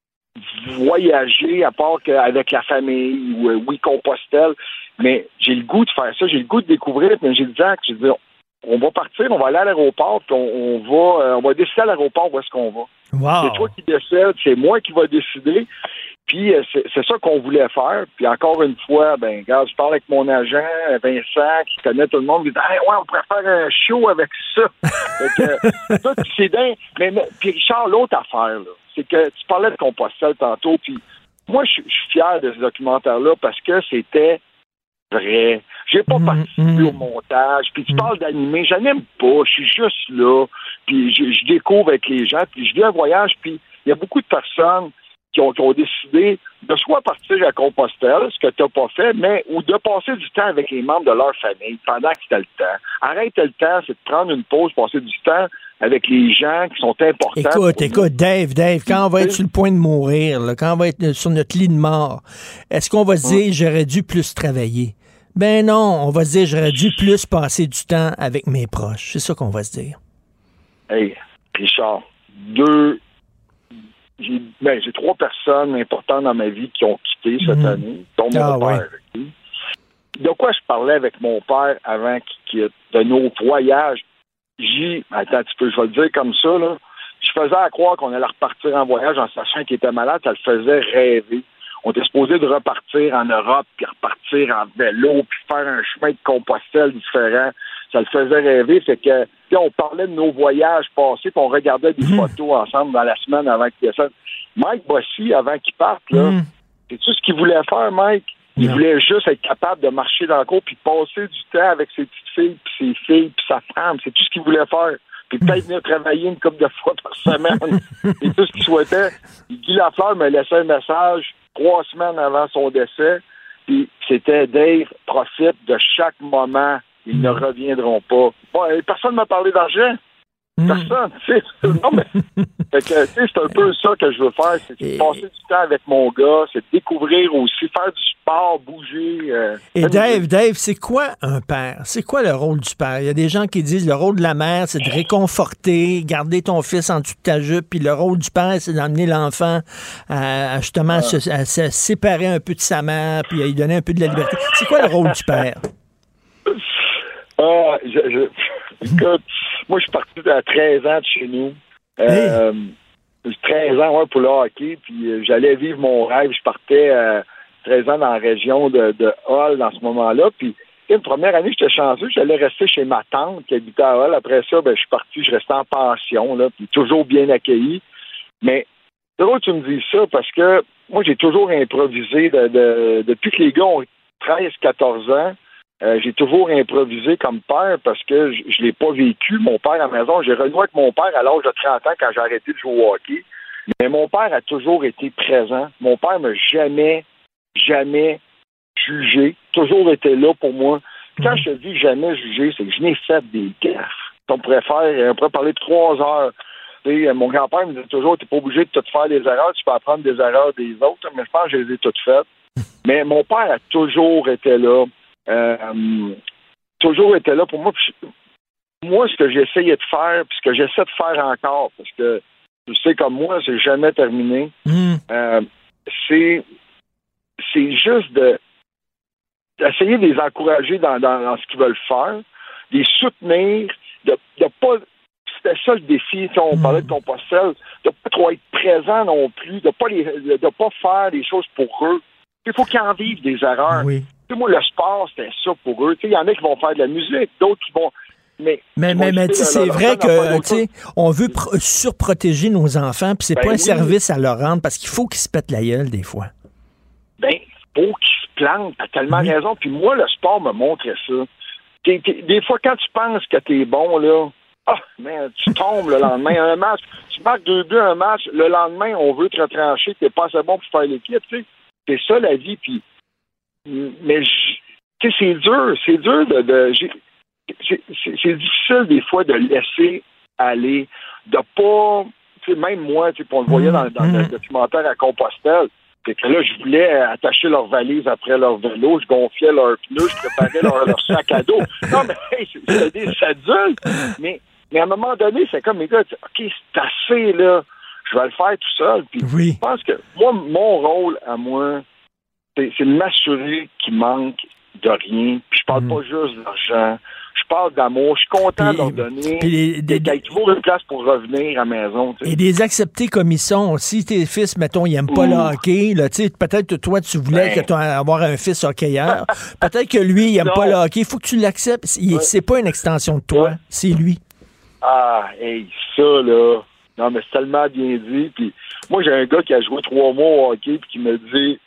voyagé, à part qu'avec la famille ou euh, oui, Compostelle. Mais j'ai le goût de faire ça, j'ai le goût de découvrir. Mais j'ai dit, Zach, j'ai dit, on va partir, on va aller à l'aéroport, puis on, on va euh, on va décider à l'aéroport où est-ce qu'on va. Wow. C'est toi qui décides, c'est moi qui va décider. Puis euh, c'est, c'est ça qu'on voulait faire. Puis encore une fois, ben, regarde, je parle avec mon agent, Vincent, qui connaît tout le monde, il dit, hey, ouais, on pourrait faire un show avec ça. Fait que, ça, c'est dingue. Mais, mais, puis Richard, l'autre affaire, là, c'est que tu parlais de Compostelle tantôt, puis moi, je suis fier de ce documentaire-là parce que c'était vrai. J'ai pas mmh, participé mmh. au montage. Puis tu mmh. parles d'animer, je n'aime pas. Je suis juste là. Puis je, je découvre avec les gens. Puis je vis un voyage. Puis il y a beaucoup de personnes qui ont, qui ont décidé de soit partir à Compostelle, ce que tu n'as pas fait, mais ou de passer du temps avec les membres de leur famille pendant que tu as le temps. Arrête le temps, c'est de prendre une pause, passer du temps avec les gens qui sont importants. Écoute, écoute, nous. Dave, Dave, quand on va être sur le point de mourir, là, quand on va être sur notre lit de mort, est-ce qu'on va se dire, j'aurais dû plus travailler? Ben non, on va se dire, j'aurais dû plus passer du temps avec mes proches. C'est ça qu'on va se dire. Hey, Richard, deux... J'ai, ben, j'ai trois personnes importantes dans ma vie qui ont quitté cette mmh. année, dont mon ah, père. Ouais. De quoi je parlais avec mon père avant qu'il quitte? De nos voyages. J'ai... Attends un petit peu, je vais le dire comme ça, là. Je faisais à croire qu'on allait repartir en voyage en sachant qu'il était malade, ça le faisait rêver. On était supposé de repartir en Europe, puis repartir en vélo, puis faire un chemin de Compostelle différent. Ça le faisait rêver. Fait que, on parlait de nos voyages passés, puis on regardait des mmh. photos ensemble dans la semaine avant qu'il descende. Mike Bossy, avant qu'il parte, là, mmh. c'est-tu ce qu'il voulait faire, Mike? Il non. voulait juste être capable de marcher dans le cours, puis passer du temps avec ses petites filles, puis ses filles, puis sa femme. C'est tout ce qu'il voulait faire. Puis peut-être venir travailler une couple de fois par semaine. C'est tout ce qu'il souhaitait. Guy Lafleur me laissait un message trois semaines avant son décès. Puis c'était Dave, profite de chaque moment. Ils ne reviendront pas. Bon, personne ne m'a parlé d'argent. Personne. Tu sais. Non, mais fait que, tu sais, c'est un peu ça que je veux faire. C'est de passer du temps avec mon gars. C'est de découvrir aussi, faire du sport, bouger. Euh, Et Dave, Dave, c'est quoi un père? C'est quoi le rôle du père? Il y a des gens qui disent le rôle de la mère, c'est de réconforter, garder ton fils en dessous de ta jupe, puis le rôle du père, c'est d'amener l'enfant à, à justement ah. se, à se séparer un peu de sa mère, puis à lui donner un peu de la liberté. C'est quoi le rôle du père? Ah, je, je, écoute, moi, je suis parti à treize ans de chez nous. Euh, hey. treize ans, ouais, pour le hockey, puis euh, j'allais vivre mon rêve. Je partais euh, treize ans dans la région de, de Hull dans ce moment-là, puis une première année, j'étais chanceux, j'allais rester chez ma tante qui habitait à Hull. Après ça, ben, je suis parti, je restais en pension, là, puis toujours bien accueilli. Mais c'est drôle que tu me dises ça, parce que moi, j'ai toujours improvisé de, de, depuis que les gars ont treize quatorze ans. Euh, j'ai toujours improvisé comme père parce que je, je l'ai pas vécu, mon père à la maison. J'ai renoué avec mon père à l'âge de trente ans quand j'ai arrêté de jouer au hockey. Mais mon père a toujours été présent. Mon père m'a jamais, jamais jugé. Toujours été là pour moi. Puis quand je te dis jamais jugé, c'est que je n'ai fait des gaffes. On pourrait faire, on pourrait parler de trois heures. Tu sais, mon grand-père me disait toujours, t'es pas obligé de tout faire des erreurs, tu peux apprendre des erreurs des autres. Mais je pense que je les ai toutes faites. Mais mon père a toujours été là. Euh, toujours été là pour moi. Puis, moi, ce que j'essayais de faire, puis ce que j'essaie de faire encore, parce que tu sais, comme moi, c'est jamais terminé, mm. euh, c'est, c'est juste de d'essayer de les encourager dans, dans, dans ce qu'ils veulent faire, de les soutenir, de ne pas... C'était ça le défi, si on parlait de Compostelle, de pas trop être présent non plus, de pas les, de pas faire des choses pour eux. Il faut qu'ils en vivent des erreurs. Oui. Tu sais, moi, le sport, c'était ça pour eux. Il y en a qui vont faire de la musique, d'autres qui vont... Mais, mais, mais, mais c'est vrai que, tu sais, on veut pr- surprotéger nos enfants, puis c'est ben pas un oui. service à leur rendre, parce qu'il faut qu'ils se pètent la gueule, des fois. Ben, il faut qu'ils se plantent, t'as tellement oui. raison. Puis moi, le sport me montrait ça. T'es, t'es, des fois, quand tu penses que t'es bon, là, ah, mais tu tombes le lendemain. Un match, tu marques deux buts un match, le lendemain, on veut te retrancher, t'es pas assez bon pour faire l'équipe, tu sais. C'est ça, la vie, puis... Mais, tu sais, c'est dur, c'est dur de... de j'ai, c'est, c'est, c'est difficile, des fois, de laisser aller, de pas... Tu sais, même moi, tu sais, on le voyait dans, dans le documentaire à Compostelle, c'est que là, je voulais attacher leurs valises après leur vélo, je gonflais leurs pneus, je préparais leur, leur sac à dos. Non, mais hey, c'est, c'est des adultes, mais... Mais à un moment donné, c'est comme, les gars, OK, c'est assez, là, je vais le faire tout seul. Puis oui. Je pense que, moi, mon rôle à moi, c'est, c'est de m'assurer qu'il manque de rien. Puis je parle mmh. pas juste d'argent. Je parle d'amour. Je suis content puis, de leur donner. Puis les, des, qu'il y ait toujours une place pour revenir à la maison. T'sais. Et les accepter comme ils sont. Si tes fils, mettons, ils n'aiment pas le hockey, là, peut-être que toi, tu voulais ben. que avoir un fils hockeyeur. Peut-être que lui, il n'aime pas le hockey. Il faut que tu l'acceptes. Il, ouais. C'est pas une extension de toi. Ouais. C'est lui. Ah, hey, ça, là. Non, mais c'est tellement bien dit. Puis moi, j'ai un gars qui a joué trois mois au hockey puis qui me dit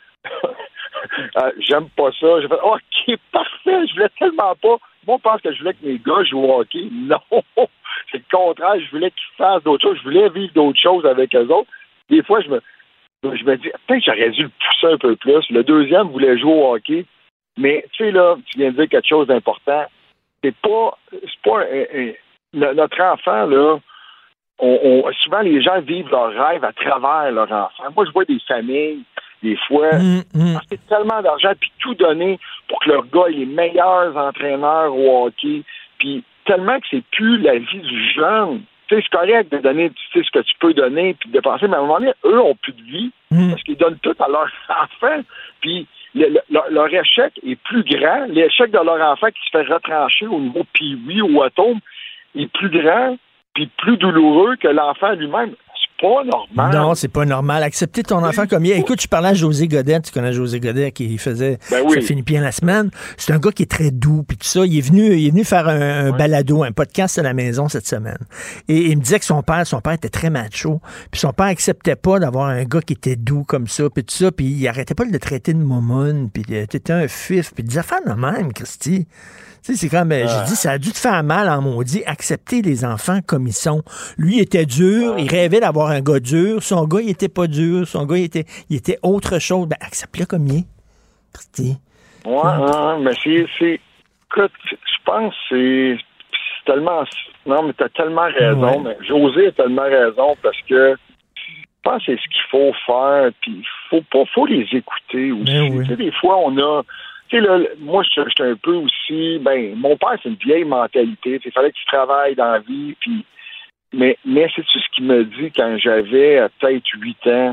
ah, j'aime pas ça. J'ai fait OK, parfait, je voulais tellement pas. Moi, je pense que je voulais que mes gars jouent au hockey. Non, c'est le contraire. Je voulais qu'ils fassent d'autres choses. Je voulais vivre d'autres choses avec eux autres. Des fois, je me, je me dis, peut-être que j'aurais dû le pousser un peu plus. Le deuxième voulait jouer au hockey. Mais, tu sais, là, tu viens de dire quelque chose d'important. C'est pas, c'est pas un, un, notre enfant, là, on, on, souvent les gens vivent leurs rêves à travers leur enfant. Moi, je vois des familles, des fois, mmh, mmh. passer tellement d'argent puis tout donner pour que leur gars ait les meilleurs entraîneurs au hockey, puis tellement que c'est plus la vie du jeune. Tu sais, c'est correct de donner, tu sais, ce que tu peux donner puis de dépenser, mais à un moment donné, eux ont plus de vie mmh. parce qu'ils donnent tout à leurs enfants, puis Le, le, leur échec est plus grand. L'échec de leur enfant qui se fait retrancher au niveau Pee-wee ou Atome est plus grand puis plus douloureux que l'enfant lui-même. C'est pas normal. Non, c'est pas normal. Accepter ton enfant comme il est. Écoute, je parlais à José Godet. Tu connais José Godet qui faisait ben oui. Ça finit bien la semaine. C'est un gars qui est très doux puis tout ça. Il est venu, il est venu faire un, un ouais. balado, un podcast à la maison cette semaine. Et, et il me disait que son père, son père était très macho. Puis son père acceptait pas d'avoir un gars qui était doux comme ça puis tout ça. Puis il arrêtait pas de le traiter de momoune. Puis euh, t'étais un fif. Puis il disait faire de même, Christy. Tu sais, c'est comme, euh, j'ai dit, ça a dû te faire mal en maudit, accepter les enfants comme ils sont. Lui, il était dur, il rêvait d'avoir un gars dur. Son gars, il était pas dur. Son gars, il était, il était autre chose. Ben, accepte-le comme il est. Christy. Ouais, ouais, mais c'est, c'est, écoute, je pense que c'est, c'est tellement, non, mais t'as tellement raison, ouais. mais José a tellement raison parce que je pense que c'est ce qu'il faut faire, puis faut pas, faut les écouter aussi. Ben oui. Tu sais, des fois, on a, tu sais, là, moi, je suis un peu aussi, ben, mon père, c'est une vieille mentalité. Il fallait qu'il travaille dans la vie, puis, mais, mais c'est ce qu'il me dit quand j'avais peut-être huit ans.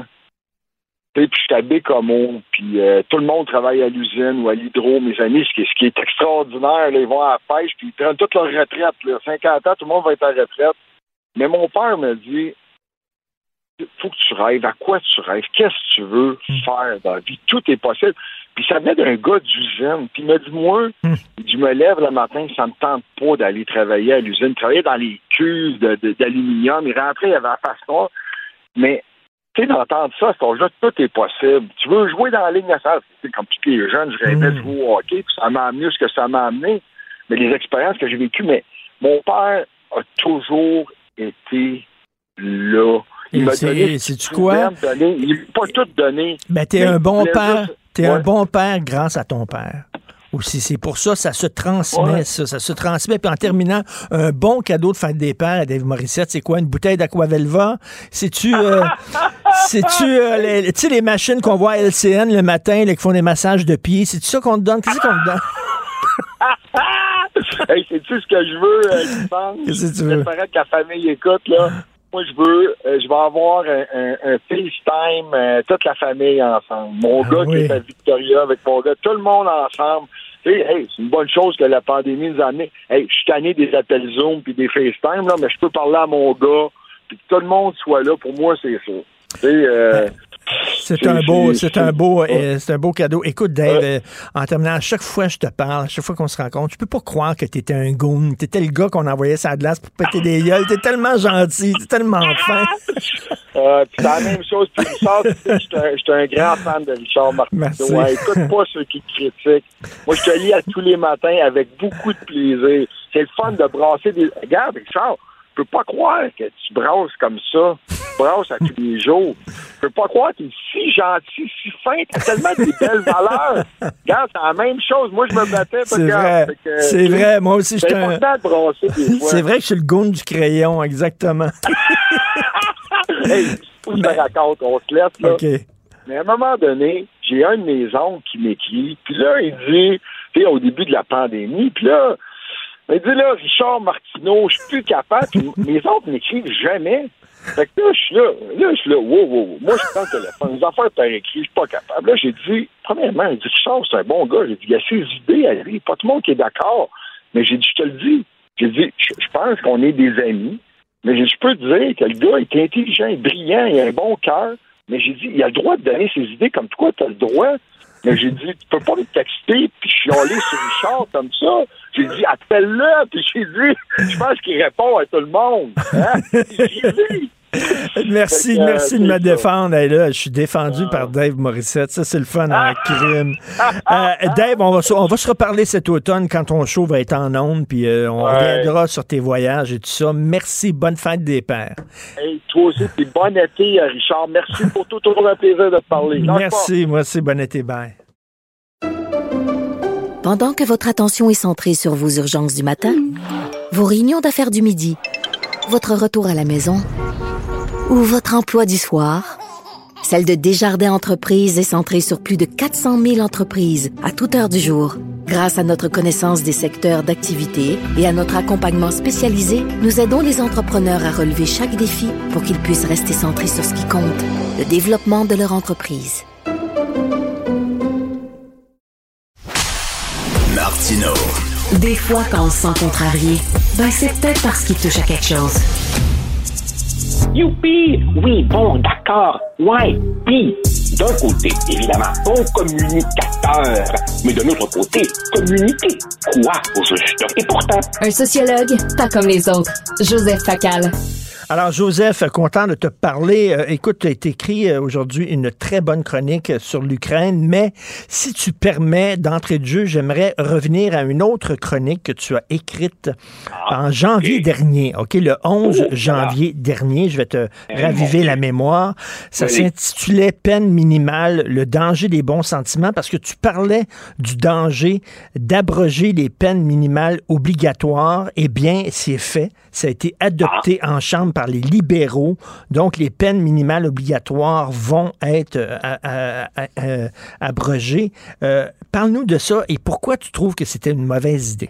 Tu sais, puis je t'habille comme on, puis euh, tout le monde travaille à l'usine ou à l'hydro, mes amis, ce qui, ce qui est extraordinaire, là, ils vont à la pêche, puis ils prennent toute leur retraite, là, cinquante ans, tout le monde va être à la retraite. Mais mon père me dit, faut que tu rêves. À quoi tu rêves? Qu'est-ce que tu veux faire dans la vie? Tout est possible. Puis ça venait d'un gars d'usine. Puis il m'a dit, moi, mm. je me lève le matin, ça me tente pas d'aller travailler à l'usine, travailler dans les cuves de, de, d'aluminium. Il rentrait, il avait la face noire. Mais, tu sais, d'entendre ça, c'est là, tout est possible. Tu veux jouer dans la Ligue nationale. C'est comme tous les jeunes, je rêvais de jouer au hockey, puis ça m'a amené ce que ça m'a amené. Mais les expériences que j'ai vécues, mais mon père a toujours été là. Il m'a donné, sais-tu quoi? Donné. Il m'a pas tout donné. Ben, t'es un bon père. Juste... T'es ouais. un bon père grâce à ton père. Aussi, c'est pour ça, ça se transmet, ouais. ça, ça se transmet. Puis en terminant, un bon cadeau de fête des pères à Dave Morissette, c'est quoi? Une bouteille d'Aquavelva? C'est-tu, euh, c'est-tu, euh, les, tu sais, les machines qu'on voit à L C N le matin, là, qui font des massages de pieds? C'est-tu ça qu'on te donne? Qu'est-ce qu'on te donne? Hey, sais-tu ce que je veux, euh, tu penses? Qu'est-ce que tu veux? J'espérais que la famille écoute, là. moi, je veux, euh, je vais avoir un, un, un FaceTime, euh, toute la famille ensemble. Mon ah, gars oui. qui est à Victoria avec mon gars, tout le monde ensemble. Tu sais, hey, c'est une bonne chose que la pandémie nous a amené. Hey, je suis tanné des appels Zoom puis des FaceTime, là, mais je peux parler à mon gars, puis que tout le monde soit là. Pour moi, c'est ça. Tu sais, euh, C'est un beau, c'est un beau, euh, c'est un beau cadeau. Écoute, Dave, euh, en terminant, à chaque fois que je te parle, à chaque fois qu'on se rencontre, je peux pas croire que t'étais un goon. T'étais le gars qu'on envoyait sur la glace pour péter des gueules. T'es tellement gentil, t'es tellement fin. Euh, c'est la même chose. Puis Richard, j'étais un grand fan de Richard Martineau. Ouais, écoute pas ceux qui te critiquent. Moi, je te lis à tous les matins avec beaucoup de plaisir. C'est le fun de brasser des... Regarde, Richard, je peux pas croire que tu brasses comme ça. Tu brasses à tous les jours. Je peux pas croire que tu es si gentil, si fin. T'as tellement des belles valeurs. Regarde, c'est la même chose. Moi, je me battais. C'est vrai. Que, c'est vrai. Moi aussi, je suis un... important de brasser des fois. C'est vrai que je suis le goon du crayon, exactement. Hey, faut que je te raconte. On se laisse, là. OK. Mais à un moment donné, j'ai un de mes oncles qui m'écrit. Puis là, il dit, tu sais, au début de la pandémie, puis là, il dit là, Richard Martineau, je suis plus capable. Puis mes oncles m'écrivent jamais. Fait que là, je suis là, là, je suis là, wow, wow. Moi, je prends le téléphone, les affaires par écrit, je suis pas capable. Là, j'ai dit, premièrement, il dit, Richard, c'est un bon gars. J'ai dit, il y a ses idées à lui, pas tout le monde qui est d'accord. Mais j'ai dit, je te le dis. J'ai dit, je, je pense qu'on est des amis. Mais j'ai dit, je peux te dire que le gars est intelligent, brillant, il a un bon cœur. Mais j'ai dit, il a le droit de donner ses idées comme toi, tu as le droit. Mais j'ai dit, tu peux pas me texter puis chialer sur Richard comme ça. J'ai dit, appelle-le. Puis j'ai dit, je pense qu'il répond à tout le monde. Hein? J'ai dit. Merci, que, merci euh, de me défendre. Hey, là, je suis défendu ah. par Dave Morissette. Ça, c'est le fun en crime. Euh, Dave, on va, on va se reparler cet automne quand ton show va être en ondes, puis euh, on ouais. reviendra sur tes voyages et tout ça. Merci, bonne fête des pères. Hey, toi aussi, puis bon été, Richard. Merci pour tout, toujours un plaisir de te parler. Lâche merci, pas. Moi aussi, bon été, bye. Pendant que votre attention est centrée sur vos urgences du matin, vos réunions d'affaires du midi, votre retour à la maison ou votre emploi du soir, celle de Desjardins Entreprises est centrée sur plus de quatre cent mille entreprises à toute heure du jour. Grâce à notre connaissance des secteurs d'activité et à notre accompagnement spécialisé, nous aidons les entrepreneurs à relever chaque défi pour qu'ils puissent rester centrés sur ce qui compte, le développement de leur entreprise. Martineau. Des fois, quand on se sent contrarié, ben c'est peut-être parce qu'il touche à quelque chose. Youpi! Oui, bon, d'accord. Ouais, puis, d'un côté, évidemment, bon communicateur, mais de l'autre côté, communiquer quoi au juste? Et pourtant... Un sociologue, pas comme les autres. Joseph Facal. Alors, Joseph, content de te parler. Euh, écoute, tu as écrit euh, aujourd'hui une très bonne chronique sur l'Ukraine, mais si tu permets, d'entrée de jeu, j'aimerais revenir à une autre chronique que tu as écrite ah, en janvier okay. dernier, OK, le onze oh, janvier voilà. dernier. Je vais te eh raviver la mémoire. Ça oui. s'intitulait « Peine minimale, le danger des bons sentiments » parce que tu parlais du danger d'abroger les peines minimales obligatoires. Eh bien, c'est fait. Ça a été adopté ah. en Chambre par les libéraux. Donc, les peines minimales obligatoires vont être euh, à, à, à, abrogées. Euh, parle-nous de ça et pourquoi tu trouves que c'était une mauvaise idée?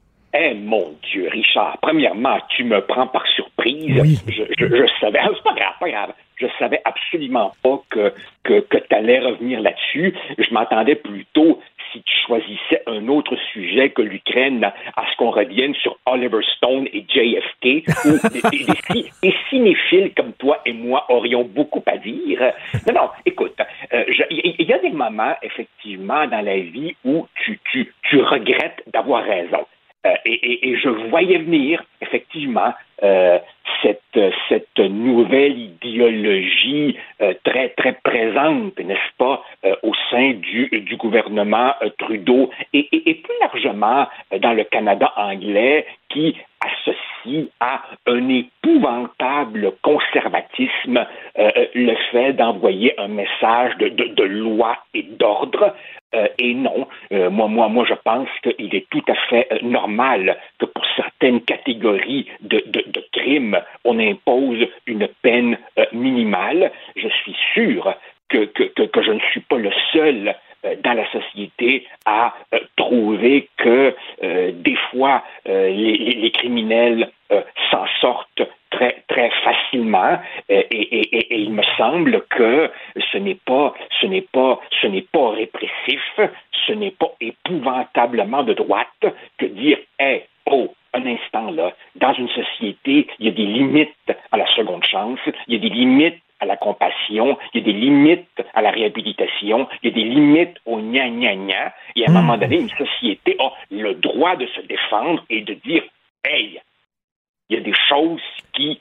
Eh mon Dieu, Richard, premièrement, tu me prends par surprise. Oui. Je, je, je savais, ah, c'est pas grave, pas grave. Je savais absolument pas que, que, que tu allais revenir là-dessus. Je m'attendais plutôt, si tu choisissais un autre sujet que l'Ukraine, à ce qu'on revienne sur Oliver Stone et J F K, où des, des, des cinéphiles comme toi et moi aurions beaucoup à dire. Non, non, écoute, euh, il y, y a des moments, effectivement, dans la vie où tu, tu, tu regrettes d'avoir raison. Euh, et, et, et je voyais venir, effectivement, euh, cette, cette nouvelle idéologie euh, très, très présente, n'est-ce pas, euh, au sein du, du gouvernement euh, Trudeau et, et, et plus largement euh, dans le Canada anglais qui associe à un épouvantable conservatisme euh, le fait d'envoyer un message de, de, de loi et d'ordre. Euh, et non, euh, moi, moi, moi, je pense qu'il est tout à fait euh, normal que pour certaines catégories de, de, de crimes, on impose une peine euh, minimale. Je suis sûr que, que, que, que je ne suis pas le seul euh, dans la société à euh, trouver que euh, des fois, euh, les, les, les criminels euh, s'en sortent très, très facilement. facilement, et, et, et, et il me semble que ce n'est pas, ce n'est pas, ce n'est pas répressif, ce n'est pas épouvantablement de droite que dire, hey, oh, un instant là, dans une société, il y a des limites à la seconde chance, il y a des limites à la compassion, il y a des limites à la réhabilitation, il y a des limites au gna-gna-gna, et à un mmh. moment donné, une société a le droit de se défendre et de dire, hey, il y a des choses qui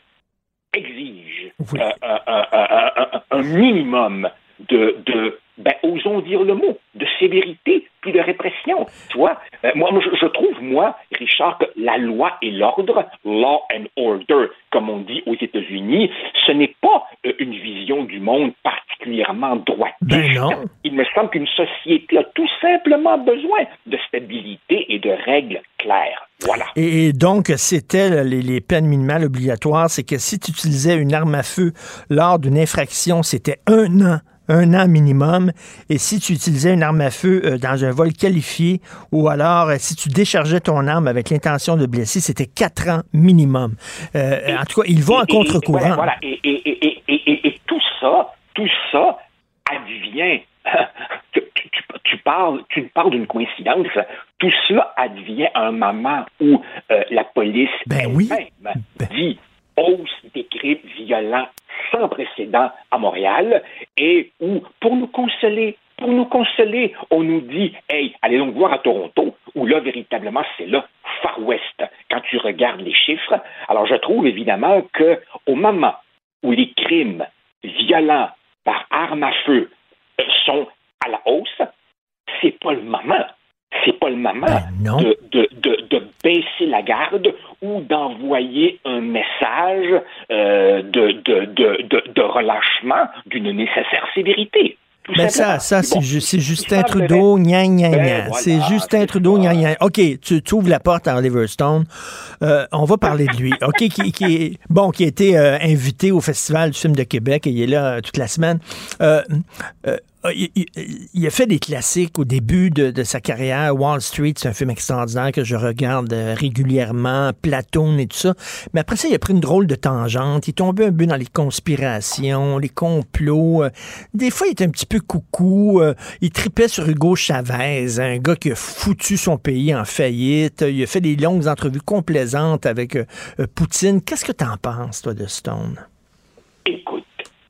exigent oui. euh, un, un, un, un, un minimum de, de ben, osons dire le mot, de sévérité puis de répression. Tu vois, euh, moi, je, je trouve, moi, Richard, que la loi et l'ordre, law and order, comme on dit aux États-Unis, ce n'est pas euh, une vision du monde particulièrement droitiste. Ben non. Il me semble qu'une société a tout simplement besoin de stabilité et de règles claires. Voilà. Et donc, c'était les, les peines minimales obligatoires, c'est que si tu utilisais une arme à feu lors d'une infraction, c'était un an. Un an minimum. Et si tu utilisais une arme à feu euh, dans un vol qualifié, ou alors euh, si tu déchargeais ton arme avec l'intention de blesser, c'était quatre ans minimum. Euh, et, en tout cas, ils vont à contre-courant. Et, voilà, et, et, et, et, et, et tout ça, tout ça advient. tu, tu, tu parles, tu parles d'une coïncidence. Tout cela advient à un moment où euh, la police ben oui. elle-même ben. dit hausse des crimes violents sans précédent à Montréal, et où, pour nous consoler, pour nous consoler, on nous dit, hey, allez donc voir à Toronto, où là, véritablement, c'est là, Far West, quand tu regardes les chiffres. Alors, je trouve évidemment que au moment où les crimes violents par arme à feu sont à la hausse, c'est pas le moment. C'est pas le moment ben de, de, de, de baisser la garde ou d'envoyer un message euh, de, de, de, de, de relâchement d'une nécessaire sévérité. Ben ça, ça c'est, bon, ju- c'est Justin Trudeau, gna gna gna. Ben voilà, c'est Justin Trudeau, gna gna. OK, tu, tu ouvres la porte à Oliver Stone. Euh, on va parler de lui. OK, qui, qui est, bon, qui a été euh, invité au Festival du film de Québec et il est là euh, toute la semaine. Euh, euh, Il, il, il a fait des classiques au début de, de sa carrière. Wall Street, c'est un film extraordinaire que je regarde régulièrement, Platoon et tout ça. Mais après ça, il a pris une drôle de tangente. Il est tombé un peu dans les conspirations, les complots. Des fois, il était un petit peu coucou. Il tripait sur Hugo Chavez, un gars qui a foutu son pays en faillite. Il a fait des longues entrevues complaisantes avec Poutine. Qu'est-ce que t'en penses, toi, de Stone? Écoute,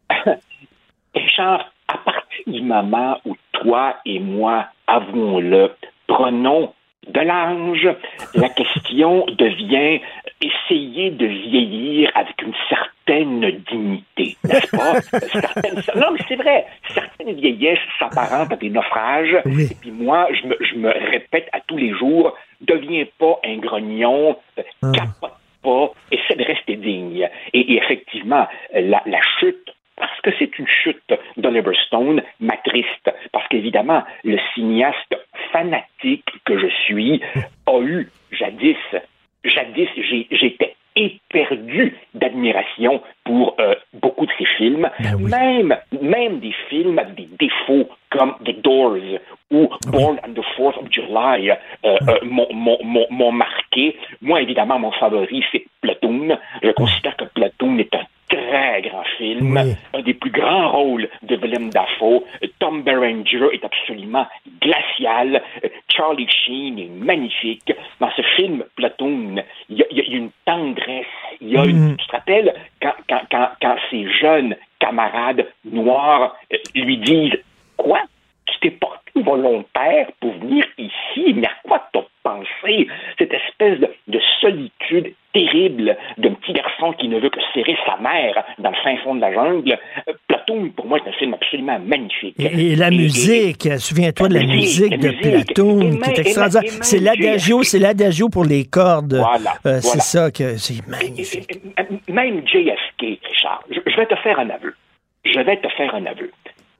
Richard, à partir du moment où toi et moi, avouons-le, prenons de l'âge, la question devient essayer de vieillir avec une certaine dignité, n'est-ce pas? certaines... Non, mais c'est vrai, certaines vieillesses s'apparentent à des naufrages, oui. Et puis moi, je me, je me répète à tous les jours, deviens pas un grognon, hum. capote pas, essaie de rester digne. Et, et effectivement, la, la chute, parce que c'est une chute d'Oliver Stone, m'attriste. Parce qu'évidemment, le cinéaste fanatique que je suis a eu jadis, jadis, j'ai, j'étais éperdu d'admiration pour euh, beaucoup de ses films, ben oui. même, même des films avec des défauts comme The Doors ou Born on the fourth of July euh, euh, m'ont, m'ont, m'ont, m'ont marqué. Moi, évidemment, mon favori, c'est Platoon. Je considère que Platoon est un très grand film, oui. un des plus grands rôles de Willem Dafoe. Tom Berenger est absolument glacial. Charlie Sheen est magnifique. Dans ce film, Platoon, il y, y a une tendresse. Il y a une, mm. Tu te rappelles quand, quand, quand, quand ces jeunes camarades noirs euh, lui disent « Quoi? Tu t'es porté volontaire pour venir ici? Mais à quoi t'as pensé? » Cette espèce de, de solitude terrible d'un petit garçon qui ne veut que serrer sa mère dans le fin fond de la jungle. Euh, Platoon, pour moi, est un film absolument magnifique. Et, et la et, musique, et, souviens-toi de la, la musique, musique de musique. Platoon, qui est extraordinaire. Et, et, et c'est l'adagio, c'est l'adagio pour les cordes. Voilà, euh, c'est voilà. ça que c'est magnifique. Et, et, et, même J F K, Richard, je, je vais te faire un aveu. Je vais te faire un aveu.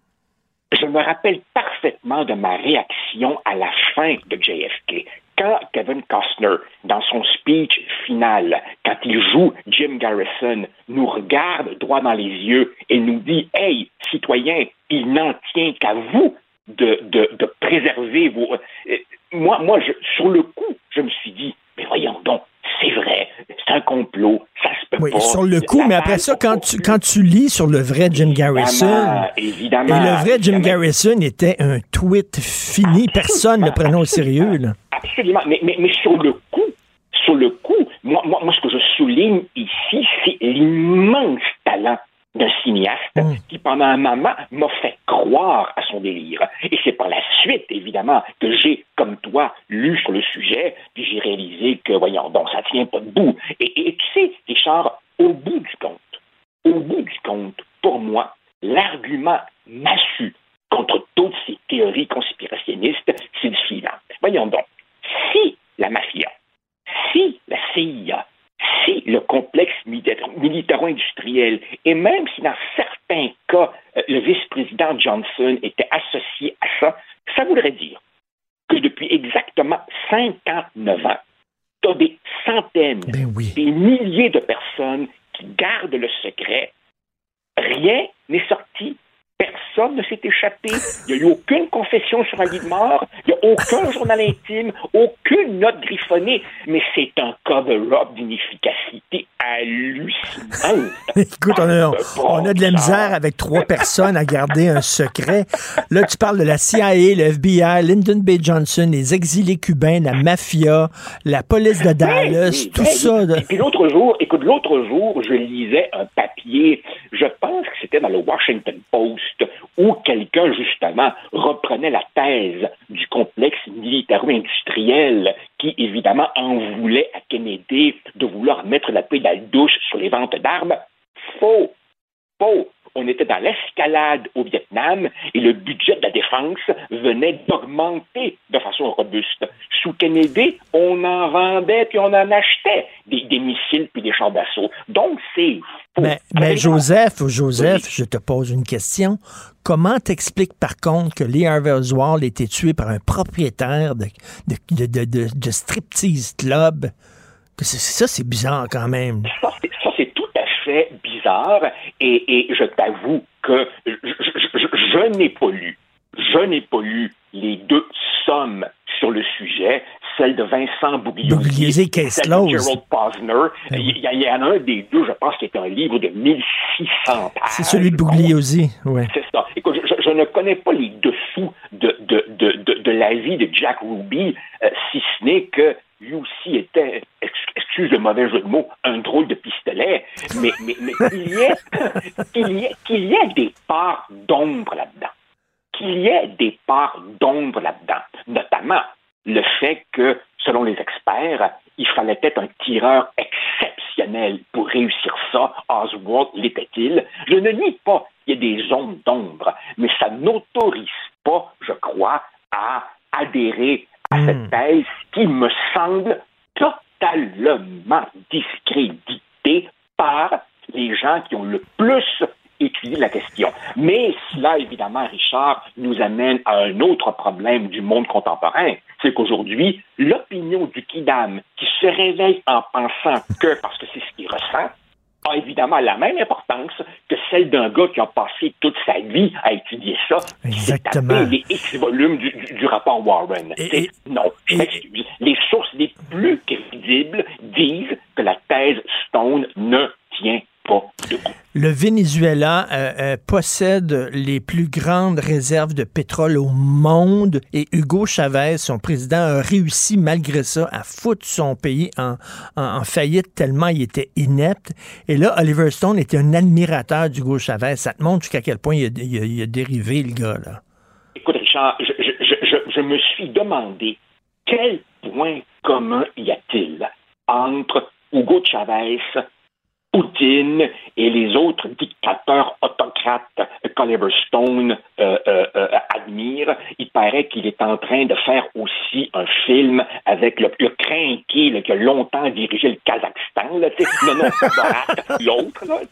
Je me rappelle parfaitement de ma réaction à la fin de J F K. Quand Kevin Costner, dans son speech final, quand il joue Jim Garrison, nous regarde droit dans les yeux et nous dit « Hey, citoyens, il n'en tient qu'à vous de, de, de préserver vos... » Moi, moi je, sur le coup, je me suis dit « Mais voyons donc, c'est vrai, c'est c'est un complot, ça se peut oui, pas. Sur le coup, La mais après ça, quand tu, quand tu lis sur le vrai Jim Garrison, évidemment, et le vrai Jim évidemment. Garrison était un tweet fini, personne ne le prenait au sérieux. Là. Absolument, mais, mais, mais sur le coup, sur le coup, moi, moi, moi, ce que je souligne ici, c'est l'immense talent d'un cinéaste mmh. qui, pendant un moment, m'a fait croire à son délire. Et c'est par la suite, évidemment, que j'ai, comme toi, lu sur le sujet, puis j'ai réalisé que, voyons, donc, ça tient pas debout. Et, et, et tu sais, Richard, au bout du compte, au bout du compte, pour moi, l'argument massu contre toutes ces théories conspirationnistes, c'est le suivant. Voyons donc, si la mafia, si la C I A, si le complexe militaro-industriel, et même si dans certains cas, euh, le vice-président Johnson était associé à ça, ça voudrait dire que depuis exactement cinquante-neuf ans, tu as des centaines, ben oui. des milliers de personnes qui gardent le secret. Rien n'est sorti. Personne ne s'est échappé. Il n'y a eu aucune confession sur un lit de mort. Il n'y a aucun journal intime, aucune note griffonnée. Mais c'est un cover-up d'inefficacité hallucinante. Écoute, on a, on a de la misère avec trois personnes à garder un secret. Là, tu parles de la C I A, le F B I, Lyndon B. Johnson, les exilés cubains, la mafia, la police de Dallas, oui, tout oui, ça. Oui. De... Et puis l'autre jour, écoute, l'autre jour, je lisais un papier, je pense que c'était dans le Washington Post, où quelqu'un, justement, reprenait la thèse du complexe militaro-industriel qui, évidemment, en voulait à Kennedy de vouloir mettre la pédale douce sur les ventes d'armes. Faux! Faux! On était dans l'escalade au Vietnam et le budget de la défense venait d'augmenter de façon robuste. Sous Kennedy, on en vendait puis on en achetait des, des missiles puis des chars d'assaut. Donc, c'est faux. Mais, mais Joseph, Joseph, oui. Je te pose une question. Comment t'expliques, par contre, que Lee Harvey Oswald a été tué par un propriétaire de, de, de, de, de, de striptease club? Que c'est, ça, c'est bizarre quand même. Ça, c'est, ça, c'est tout à fait bizarre. Et, et je t'avoue que je, je, je, je n'ai pas lu, je n'ai pas lu les deux sommes sur le sujet, celle de Vincent Bugliosi et celle de Gerald Posner. Il oui. y, y en a un des deux, je pense, qui est un livre de mille six cents pages. C'est celui de Bugliosi, oui. C'est ça. Écoute, je, je ne connais pas les dessous de, de, de, de, de la vie de Jack Ruby, euh, si ce n'est que lui aussi était, excuse le mauvais jeu de mots, un drôle de pistolet, mais, mais, mais qu'il y ait, qu'il y ait, qu'il y ait des parts d'ombre là-dedans. Qu'il y ait des parts d'ombre là-dedans. Notamment le fait que, selon les experts, il fallait être un tireur exceptionnel pour réussir ça. Oswald l'était-il? Je ne nie pas qu'il y ait des zones d'ombre, mais ça n'autorise pas, je crois, à adhérer à mmh. cette thèse qui me semble totalement discréditée par les gens qui ont le plus étudié la question. Mais cela, évidemment, Richard, nous amène à un autre problème du monde contemporain. C'est qu'aujourd'hui, l'opinion du kidam qui se réveille en pensant que, parce que c'est ce qu'il ressent, a évidemment la même importance que celle d'un gars qui a passé toute sa vie à étudier ça. Exactement. C'est les X volumes du, du, du rapport Warren. Et, non, je m'excuse. Les sources les plus crédibles disent que la thèse Stone ne tient pas debout. Le Venezuela euh, euh, possède les plus grandes réserves de pétrole au monde et Hugo Chavez, son président, a réussi malgré ça à foutre son pays en, en, en faillite tellement il était inepte. Et là, Oliver Stone était un admirateur d'Hugo Chavez. Ça te montre jusqu'à quel point il a, il a, il a dérivé, le gars, là. Écoute, Richard, je, je, je, je me suis demandé quel point commun y a-t-il entre Hugo Chavez, Poutine et les autres dictateurs autocrates qu'Oliver Stone euh, euh, euh, admire. Il paraît qu'il est en train de faire aussi un film avec le, le crinqué là, qui a longtemps dirigé le Kazakhstan. Là, non, non, Borat, l'autre. Là,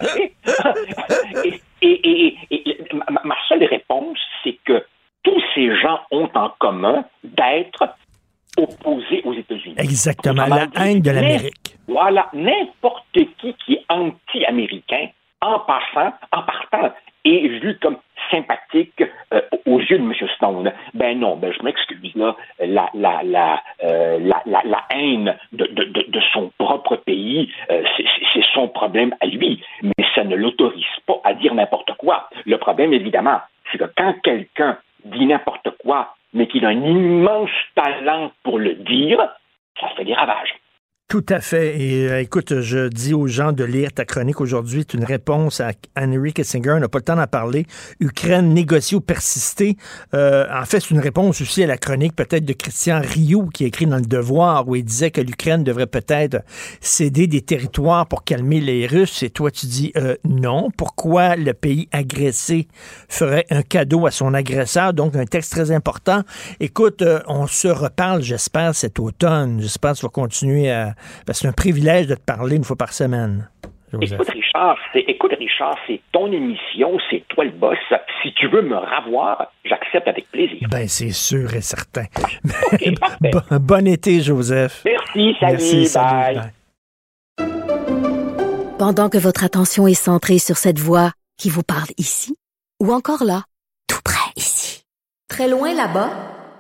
et, et, et, et, et ma, ma seule réponse, c'est que tous ces gens ont en commun d'être opposés aux États-Unis. Exactement, la haine de l'Amérique. Voilà, n'importe qui qui est anti-américain, en passant, en partant, est vu comme sympathique euh, aux aux yeux de M. Stone. Ben non, ben je m'excuse, là, la, la, la, euh, la, la, la haine de, de, de, de son propre pays, euh, c'est, c'est son problème à lui, mais ça ne l'autorise pas à dire n'importe quoi. Le problème, évidemment, c'est que quand quelqu'un dit n'importe quoi, mais qu'il a un immense talent pour le dire, ça fait des ravages. Tout à fait. Et euh, écoute, je dis aux gens de lire ta chronique aujourd'hui. C'est une réponse à Henry Kissinger. On n'a pas le temps d'en parler. Ukraine, négocier ou persister. Euh, en fait, c'est une réponse aussi à la chronique peut-être de Christian Rioux qui a écrit dans Le Devoir où il disait que l'Ukraine devrait peut-être céder des territoires pour calmer les Russes. Et toi, tu dis euh, non. Pourquoi le pays agressé ferait un cadeau à son agresseur? Donc, un texte très important. Écoute, euh, on se reparle, j'espère, cet automne. J'espère que tu vas continuer à... Parce que c'est un privilège de te parler une fois par semaine. Joseph. Écoute, Richard, c'est, écoute, Richard, c'est ton émission, c'est toi le boss. Si tu veux me ravoir, j'accepte avec plaisir. Ben, c'est sûr et certain. Okay, bon, bon été, Joseph. Merci, salut, Merci, bye. salut, bye. Pendant que votre attention est centrée sur cette voix qui vous parle ici, ou encore là, tout près ici, très loin là-bas,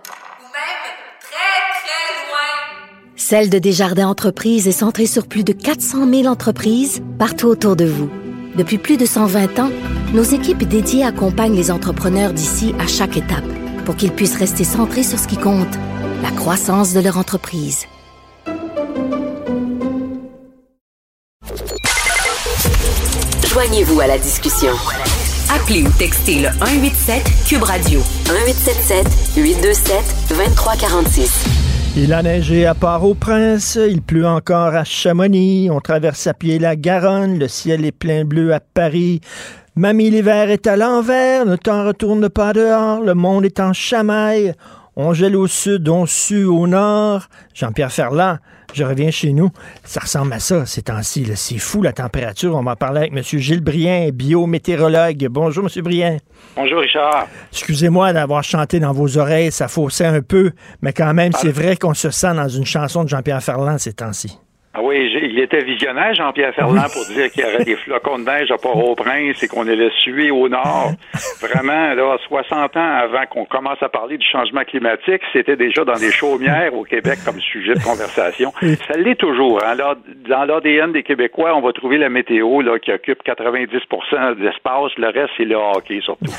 Celle de Desjardins Entreprises est centrée sur plus de quatre cent mille entreprises partout autour de vous. Depuis plus de cent vingt ans, nos équipes dédiées accompagnent les entrepreneurs d'ici à chaque étape pour qu'ils puissent rester centrés sur ce qui compte, la croissance de leur entreprise. Joignez-vous à la discussion. Appelez ou textez le un huit sept Cube Radio un huit sept sept huit deux sept deux trois quatre six. Il a neigé à Port-au-Prince, il pleut encore à Chamonix, on traverse à pied la Garonne, le ciel est plein bleu à Paris. Mamie, l'hiver est à l'envers, ne t'en retourne pas dehors, le monde est en chamaille. On gèle au sud, on sue au nord. Jean-Pierre Ferland, je reviens chez nous. Ça ressemble à ça ces temps-ci. Là. C'est fou la température. On va en parler avec M. Gilles Brien, biométéorologue. Bonjour, M. Brien. Bonjour, Richard. Excusez-moi d'avoir chanté dans vos oreilles. Ça faussait un peu. Mais quand même, c'est vrai qu'on se sent dans une chanson de Jean-Pierre Ferland ces temps-ci. Ah oui, il était visionnaire, Jean-Pierre Ferland, oui. Pour dire qu'il y aurait des flocons de neige à Port-au-Prince et qu'on allait suer au nord. Vraiment, là, soixante ans avant qu'on commence à parler du changement climatique, c'était déjà dans des chaumières au Québec comme sujet de conversation. Ça l'est toujours. Hein. Là, dans l'A D N des Québécois, on va trouver la météo là, qui occupe quatre-vingt-dix pour cent de l'espace. Le reste, c'est le hockey, surtout.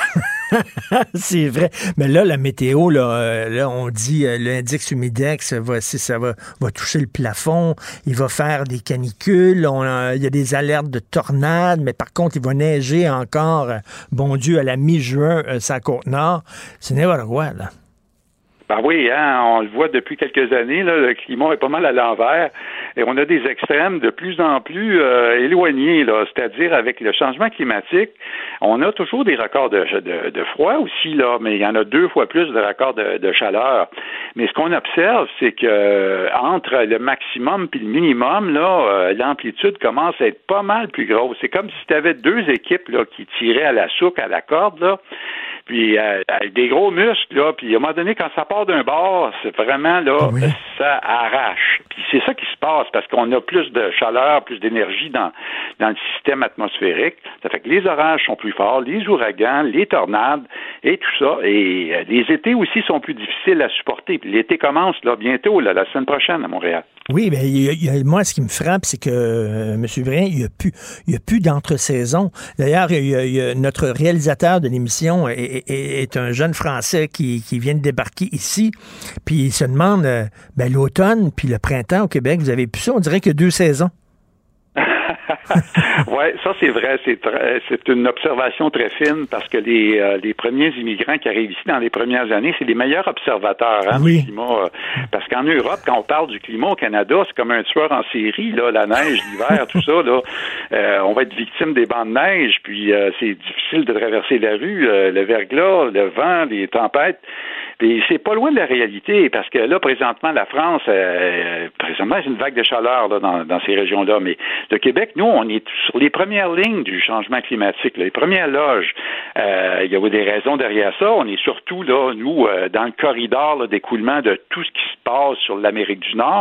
C'est vrai. Mais là, la météo, là, euh, là on dit euh, l'index humidex, va, si ça va, va toucher le plafond, il va faire des canicules, on, euh, il y a des alertes de tornades, mais par contre, il va neiger encore, euh, bon Dieu, à la mi-juin, euh, sur la Côte-Nord. C'est n'importe quoi, là. Ben oui, hein, on le voit depuis quelques années, là, le climat est pas mal à l'envers et on a des extrêmes de plus en plus euh, éloignés, là, c'est-à-dire avec le changement climatique, on a toujours des records de, de, de froid aussi, là, mais il y en a deux fois plus de records de, de chaleur. Mais ce qu'on observe, c'est que euh, entre le maximum puis le minimum, là, euh, l'amplitude commence à être pas mal plus grosse. C'est comme si tu avais deux équipes là, qui tiraient à la souque, à la corde, là. Puis euh, avec des gros muscles, là, puis à un moment donné, quand ça part d'un bord, c'est vraiment, là, oui. Ça arrache. Puis c'est ça qui se passe, parce qu'on a plus de chaleur, plus d'énergie dans, dans le système atmosphérique. Ça fait que les orages sont plus forts, les ouragans, les tornades, et tout ça. Et euh, les étés aussi sont plus difficiles à supporter. Puis l'été commence, là, bientôt, là, la semaine prochaine à Montréal. Oui, bien, il y a, moi, ce qui me frappe, c'est que, euh, M. Brien, il n'y a plus, il y a plus d'entre-saison. D'ailleurs, il y a, il y a notre réalisateur de l'émission est, est, est un jeune Français qui, qui vient de débarquer ici, puis il se demande, euh, ben, l'automne puis le printemps au Québec, vous avez plus ça? On dirait qu'il y a deux saisons. Oui, ça c'est vrai, c'est très, c'est une observation très fine parce que les, euh, les premiers immigrants qui arrivent ici dans les premières années, c'est les meilleurs observateurs hein, oui. du climat. Euh, parce qu'en Europe, quand on parle du climat au Canada, c'est comme un tueur en série, là, la neige, l'hiver, tout ça, là, euh, on va être victime des bancs de neige, puis euh, c'est difficile de traverser la rue, euh, le verglas, le vent, les tempêtes. Puis c'est pas loin de la réalité, parce que là, présentement, la France, euh, présentement, c'est une vague de chaleur là, dans, dans ces régions-là. Mais le Québec, nous, on est sur les premières lignes du changement climatique, là, les premières loges. Euh, il y a des raisons derrière ça. On est surtout, là, nous, euh, dans le corridor là, d'écoulement de tout ce qui se passe sur l'Amérique du Nord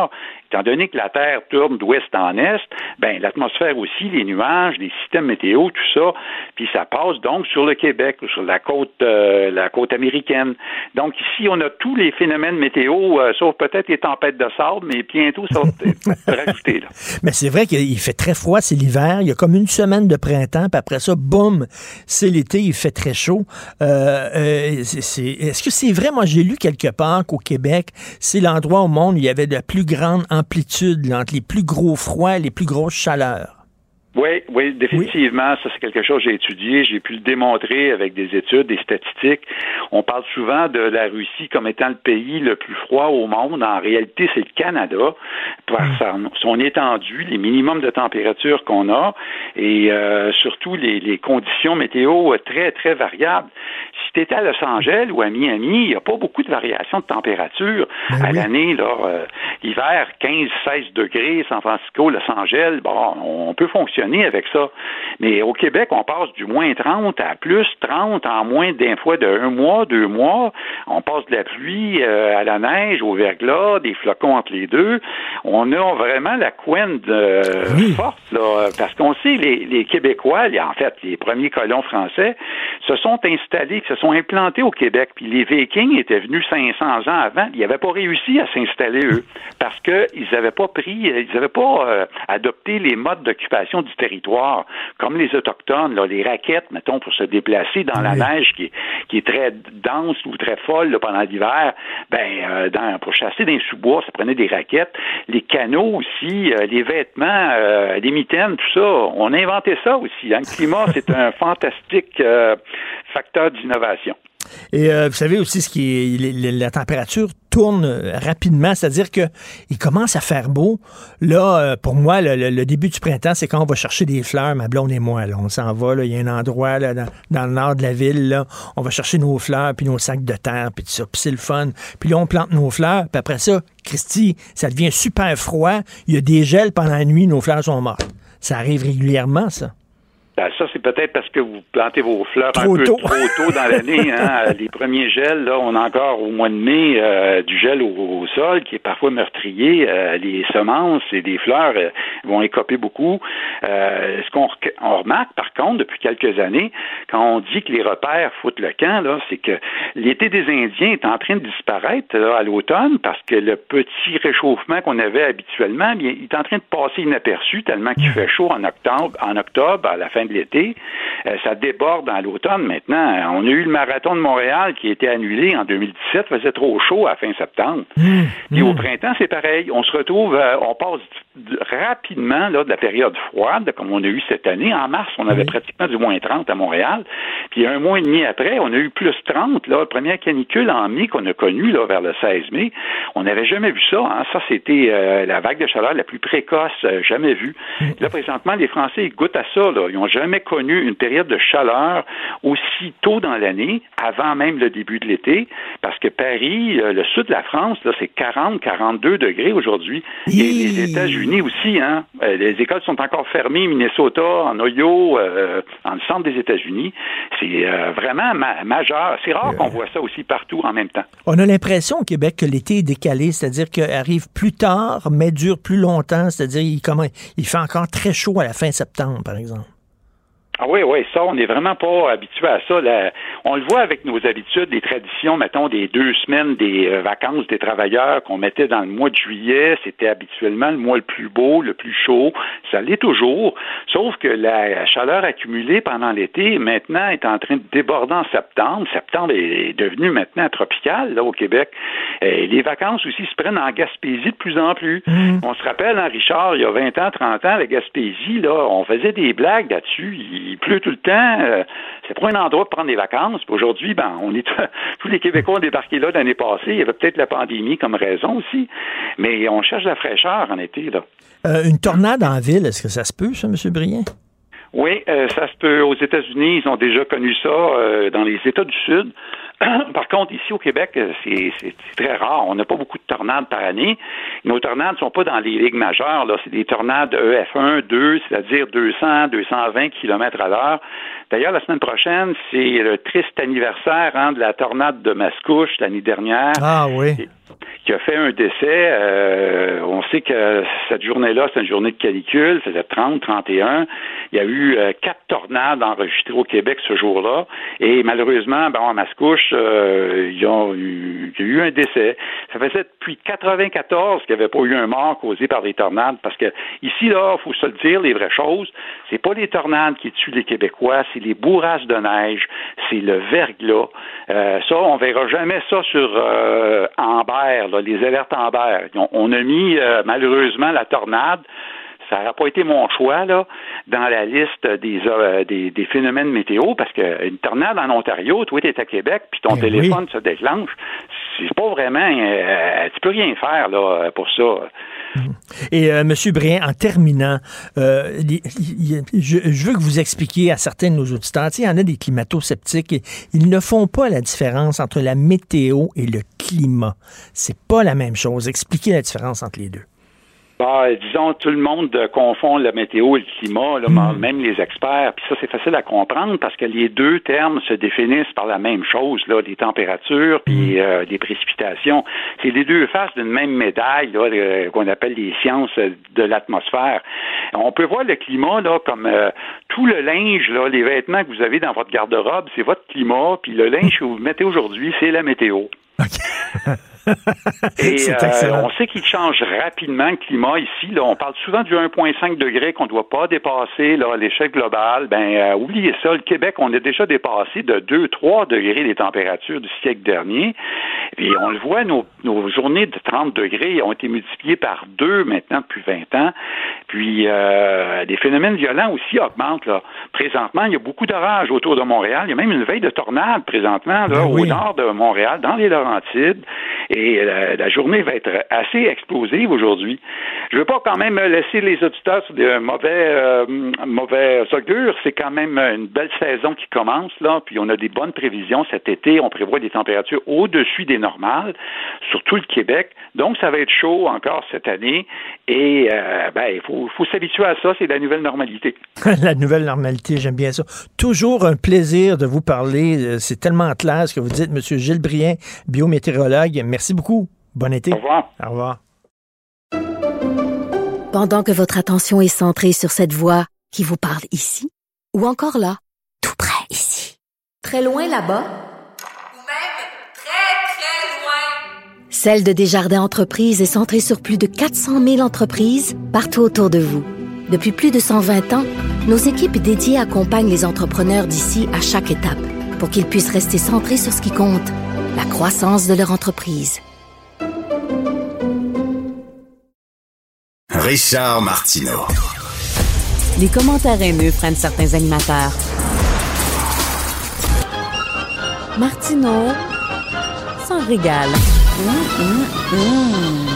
Étant donné que la Terre tourne d'ouest en est, ben l'atmosphère aussi, les nuages, les systèmes météo, tout ça, puis ça passe donc sur le Québec, ou sur la côte euh, la côte américaine. Donc ici, on a tous les phénomènes météo, euh, sauf peut-être les tempêtes de sable, mais bientôt ça va être rajouté. Là. Mais c'est vrai qu'il fait très froid, c'est l'hiver, il y a comme une semaine de printemps, puis après ça, boum, c'est l'été, il fait très chaud. Euh, euh, c'est, c'est, est-ce que c'est vrai? Moi, j'ai lu quelque part qu'au Québec, c'est l'endroit au monde où il y avait la plus grande amplitude là, entre les plus gros froids et les plus grosses chaleurs. Oui, oui, définitivement. Oui. Ça, c'est quelque chose que j'ai étudié. J'ai pu le démontrer avec des études, des statistiques. On parle souvent de la Russie comme étant le pays le plus froid au monde. En réalité, c'est le Canada, par son étendue, les minimums de température qu'on a et euh, surtout les, les conditions météo très, très variables. Si tu étais à Los Angeles ou à Miami, il n'y a pas beaucoup de variations de température ben à oui. l'année. Là, euh, hiver, quinze seize degrés, San Francisco, Los Angeles, bon, on peut fonctionner avec ça. Mais au Québec, on passe du moins trente à plus trente en moins d'un fois de un mois, deux mois. On passe de la pluie euh, à la neige, au verglas, des flocons entre les deux. On a vraiment la couenne de oui. forte, là, parce qu'on sait, les, les Québécois, les, en fait, les premiers colons français, se sont installés, se sont implantés au Québec. Puis les Vikings étaient venus cinq cents ans avant. Ils n'avaient pas réussi à s'installer, eux, parce qu'ils n'avaient pas pris, ils n'avaient pas euh, adopté les modes d'occupation du territoire, comme les Autochtones, là, les raquettes, mettons, pour se déplacer dans la neige qui est, qui est très dense ou très folle là, pendant l'hiver, ben, euh, dans, pour chasser dans les sous-bois, ça prenait des raquettes. Les canaux aussi, euh, les vêtements, euh, les mitaines, tout ça, on a inventé ça aussi. Hein. Le climat, c'est un fantastique euh, facteur d'innovation. Et euh, vous savez aussi ce qui est la température tourne rapidement, c'est-à-dire que il commence à faire beau. Là, euh, pour moi, le, le, le début du printemps, c'est quand on va chercher des fleurs, ma blonde et moi. Là, on s'en va, là, il y a un endroit là, dans, dans le nord de la ville, là, on va chercher nos fleurs, puis nos sacs de terre, puis tout ça, puis c'est le fun. Puis là, on plante nos fleurs, puis après ça, Christy, ça devient super froid, il y a des gels pendant la nuit, nos fleurs sont mortes. Ça arrive régulièrement, ça. Ben, ça, c'est peut-être parce que vous plantez vos fleurs trop un peu tôt. trop tôt dans l'année. Hein? Les premiers gels, là, on a encore au mois de mai euh, du gel au, au sol qui est parfois meurtrier. Euh, les semences et les fleurs euh, vont écoper beaucoup. Euh, ce qu'on on remarque, par contre, depuis quelques années, quand on dit que les repères foutent le camp, là, c'est que l'été des Indiens est en train de disparaître là, à l'automne parce que le petit réchauffement qu'on avait habituellement, bien, il est en train de passer inaperçu tellement qu'il fait chaud en octobre, en octobre à la fin de l'été. Euh, ça déborde dans l'automne maintenant. On a eu le marathon de Montréal qui a été annulé en deux mille dix-sept, faisait trop chaud à fin septembre. Mmh, Puis mmh. au printemps, c'est pareil. On se retrouve, euh, on passe rapidement là, de la période froide, comme on a eu cette année. En mars, on avait mmh. pratiquement du moins trente à Montréal. Puis un mois et demi après, on a eu plus trente. Là, la première canicule en mai qu'on a connue là, vers le seize mai. On n'avait jamais vu ça. Hein. Ça, c'était euh, la vague de chaleur la plus précoce euh, jamais vue. Mmh. Là, présentement, les Français ils goûtent à ça. Là. Ils n'ont jamais connu une période de chaleur aussi tôt dans l'année, avant même le début de l'été, parce que Paris, le sud de la France, là, c'est quarante à quarante-deux degrés aujourd'hui. Et les États-Unis aussi, hein. Les écoles sont encore fermées, Minnesota, en Ohio, euh, dans le centre des États-Unis. C'est euh, vraiment ma- majeur. C'est rare euh... qu'on voit ça aussi partout en même temps. On a l'impression au Québec que l'été est décalé, c'est-à-dire qu'il arrive plus tard, mais dure plus longtemps, c'est-à-dire il, comment, il fait encore très chaud à la fin septembre, par exemple. Ah oui, oui, ça, on n'est vraiment pas habitué à ça. Là, on le voit avec nos habitudes, les traditions, mettons, des deux semaines des euh, vacances des travailleurs qu'on mettait dans le mois de juillet. C'était habituellement le mois le plus beau, le plus chaud. Ça l'est toujours. Sauf que la chaleur accumulée pendant l'été, maintenant, est en train de déborder en septembre. Septembre est devenu maintenant tropical, là, au Québec. Et les vacances aussi se prennent en Gaspésie de plus en plus. Mmh. On se rappelle, hein, Richard, il y a vingt ans, trente ans, la Gaspésie, là, on faisait des blagues là-dessus. Il pleut tout le temps. Euh, c'est pas un endroit pour prendre des vacances. Puis aujourd'hui, ben, on est tous les Québécois ont débarqué là l'année passée. Il y avait peut-être la pandémie comme raison aussi. Mais on cherche la fraîcheur en été, là. Euh, une tornade en ville, est-ce que ça se peut, ça, M. Brien? Oui, euh, ça se peut. Aux États-Unis, ils ont déjà connu ça euh, dans les États du Sud. Par contre, ici au Québec, c'est, c'est, c'est très rare. On n'a pas beaucoup de tornades par année. Nos tornades ne sont pas dans les ligues majeures. Là. C'est des tornades E F un, deux, c'est-à-dire deux cents, deux cent vingt kilomètres à l'heure. D'ailleurs, la semaine prochaine, c'est le triste anniversaire hein, de la tornade de Mascouche l'année dernière. Ah oui. qui a fait un décès. Euh, on sait que cette journée-là, c'est une journée de canicule, c'était trente, trente et un. Il y a eu euh, quatre tornades enregistrées au Québec ce jour-là. Et malheureusement, ben, à Mascouche, euh, ils ont eu, il y a eu un décès. Ça faisait depuis quatre-vingt-quatorze qu'il n'y avait pas eu un mort causé par des tornades. Parce que ici, là, il faut se le dire, les vraies choses, c'est pas les tornades qui tuent les Québécois, c'est les bourrasques de neige, c'est le verglas. Euh, ça, on verra jamais ça sur euh, Amber, là, les alertes Amber. On, on a mis euh, malheureusement la tornade. Ça n'aurait pas été mon choix là dans la liste des euh, des, des phénomènes météo parce qu'une tornade en Ontario, toi t'es à Québec, puis ton Mais téléphone oui. se déclenche. C'est pas vraiment, euh, tu peux rien faire là pour ça. Et euh, M. Brillant, en terminant, euh, les, je, je veux que vous expliquiez à certains de nos auditeurs, il y en a des climato-sceptiques, et ils ne font pas la différence entre la météo et le climat. C'est pas la même chose. Expliquez la différence entre les deux. Bah, disons, tout le monde confond la météo et le climat, là, mmh. même les experts. Puis ça, c'est facile à comprendre parce que les deux termes se définissent par la même chose, là, les températures puis euh, les précipitations. C'est les deux faces d'une même médaille, là, euh, qu'on appelle les sciences de l'atmosphère. On peut voir le climat là comme euh, tout le linge, là, les vêtements que vous avez dans votre garde-robe, c'est votre climat. Puis le linge que vous mettez aujourd'hui, c'est la météo. Okay. Et euh, on sait qu'il change rapidement le climat ici. Là, on parle souvent du un virgule cinq degré qu'on ne doit pas dépasser là, à l'échelle globale. Ben, euh, oubliez ça. Le Québec, on a déjà dépassé de deux à trois degrés les températures du siècle dernier. Et on le voit, nos, nos journées de trente degrés ont été multipliées par deux maintenant depuis vingt ans. Puis euh, les phénomènes violents aussi augmentent. Là. Présentement, il y a beaucoup d'orages autour de Montréal. Il y a même une veille de tornade présentement là, oui. au nord de Montréal, dans les Laurentides. Et la, la journée va être assez explosive aujourd'hui. Je ne veux pas quand même laisser les auditeurs sur des mauvais, euh, mauvais augures. C'est quand même une belle saison qui commence, là. Puis on a des bonnes prévisions cet été. On prévoit des températures au-dessus des normales, surtout le Québec. Donc, ça va être chaud encore cette année. Et, euh, ben, il faut, faut s'habituer à ça. C'est la nouvelle normalité. La nouvelle normalité, j'aime bien ça. Toujours un plaisir de vous parler. C'est tellement clair ce que vous dites, M. Gilles Brillant, biométéorologue. Merci beaucoup. Bon été. Au revoir. Au revoir. Pendant que votre attention est centrée sur cette voix qui vous parle ici, ou encore là, tout près ici, très loin là-bas, ou même très, très loin, Celle de Desjardins Entreprises est centrée sur plus de quatre cent mille entreprises partout autour de vous. Depuis plus de cent vingt ans, nos équipes dédiées accompagnent les entrepreneurs d'ici à chaque étape pour qu'ils puissent rester centrés sur ce qui compte, la croissance de leur entreprise. Richard Martineau. Les commentaires haineux prennent certains animateurs. Martineau s'en régale. Mmh, mmh, mmh.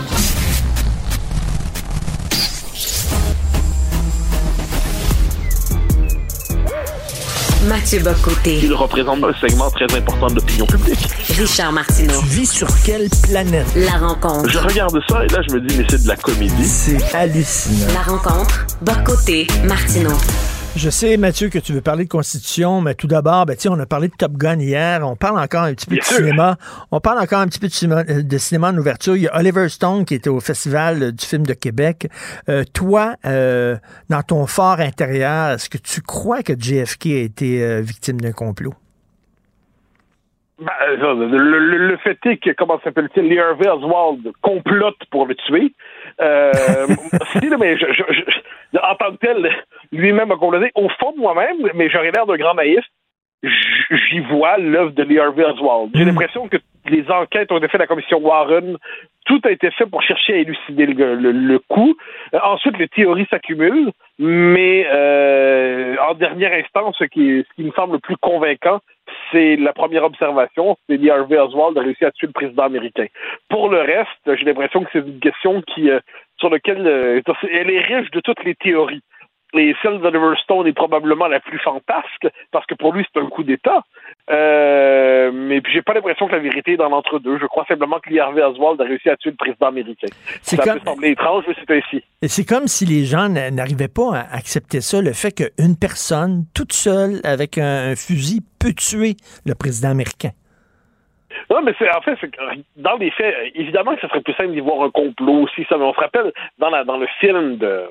Mathieu Bock-Côté. Il représente un segment très important de l'opinion publique. Richard Martineau. Tu vis sur quelle planète? La rencontre. Je regarde ça et là, je me dis, mais c'est de la comédie. C'est hallucinant. La rencontre. Bock-Côté. Martineau. Je sais, Mathieu, que tu veux parler de Constitution, mais tout d'abord, ben, on a parlé de Top Gun hier. On parle encore un petit peu Bien de sûr. cinéma. On parle encore un petit peu de cinéma, de cinéma en ouverture. Il y a Oliver Stone qui était au Festival du film de Québec. Euh, toi, euh, dans ton fort intérieur, est-ce que tu crois que J F K a été euh, victime d'un complot? Ben, le, le, le fait est que, comment s'appelle-t-il, Lee Harvey Oswald complote pour le tuer. Euh, si, mais je, je, je, en tant que tel, lui-même a comploté. Au fond de moi-même, mais j'aurais l'air d'un grand naïf, j'y vois l'œuvre de Lee Harvey Oswald. J'ai l'impression que les enquêtes ont été faites à la commission Warren. Tout a été fait pour chercher à élucider le, le, le coup. Euh, ensuite, les théories s'accumulent, mais euh, en dernière instance, ce qui, ce qui me semble le plus convaincant, c'est la première observation, c'est Lee Harvey Oswald a réussi à tuer le président américain. Pour le reste, j'ai l'impression que c'est une question qui, euh, sur laquelle euh, elle est riche de toutes les théories. Et celle d'Oliver Stone est probablement la plus fantasque, parce que pour lui, c'est un coup d'État. Euh, mais puis j'ai pas l'impression que la vérité est dans l'entre-deux. Je crois simplement que Lee Harvey Oswald a réussi à tuer le président américain. C'est ça comme... peut sembler étrange, mais c'est ainsi. Et c'est comme si les gens n'arrivaient pas à accepter ça, le fait qu'une personne, toute seule, avec un, un fusil, peut tuer le président américain. Non, mais c'est en fait, c'est que dans les faits, évidemment que ce serait plus simple d'y voir un complot aussi, ça, mais on se rappelle dans la dans le film de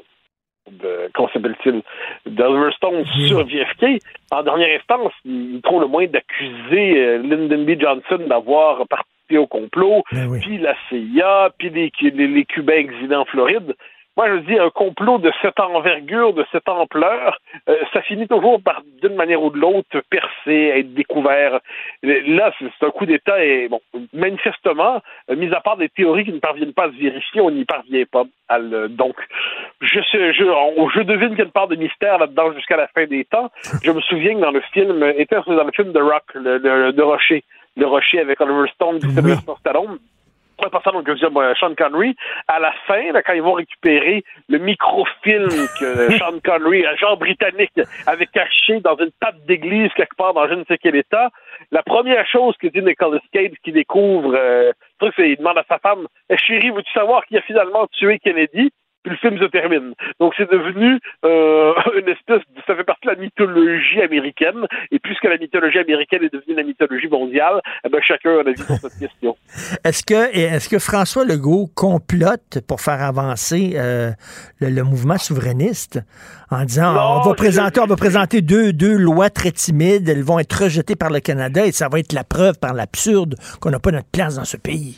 de comment s'appelle-t-il d'Oliver Stone sur J F K, en dernière instance, il trouve le moyen d'accuser euh, Lyndon B. Johnson d'avoir participé au complot, oui. Puis la C I A, puis les, les, les Cubains exilés en Floride. Moi, je dis, un complot de cette envergure, de cette ampleur, euh, ça finit toujours par, d'une manière ou de l'autre, percer, être découvert. Là, c'est, c'est un coup d'État et, bon, manifestement, euh, mis à part des théories qui ne parviennent pas à se vérifier, on n'y parvient pas. À le, donc, je, sais, je, on, je devine qu'il y a une part de mystère là-dedans jusqu'à la fin des temps. Je me souviens que dans le film, était dans le film The Rock, le, le, de Rocher, le Rocher avec Oliver Stone et Sylvester Stallone. Passant donc Sean Connery, à la fin, là, quand ils vont récupérer le microfilm que Sean Connery, agent britannique, avait caché dans une table d'église quelque part dans je ne sais quel état, la première chose que dit Nicolas Cage, qui découvre, euh, c'est il demande à sa femme, hey, chérie, veux-tu savoir qui a finalement tué Kennedy? Puis le film se termine. Donc c'est devenu euh, une espèce de, ça fait partie de la mythologie américaine. Et puisque la mythologie américaine est devenue la mythologie mondiale, eh ben chacun a un avis sur cette question. Est-ce que est-ce que François Legault complote pour faire avancer euh, le, le mouvement souverainiste en disant non, on va présenter on va présenter deux deux lois très timides, elles vont être rejetées par le Canada et ça va être la preuve par l'absurde qu'on n'a pas notre place dans ce pays?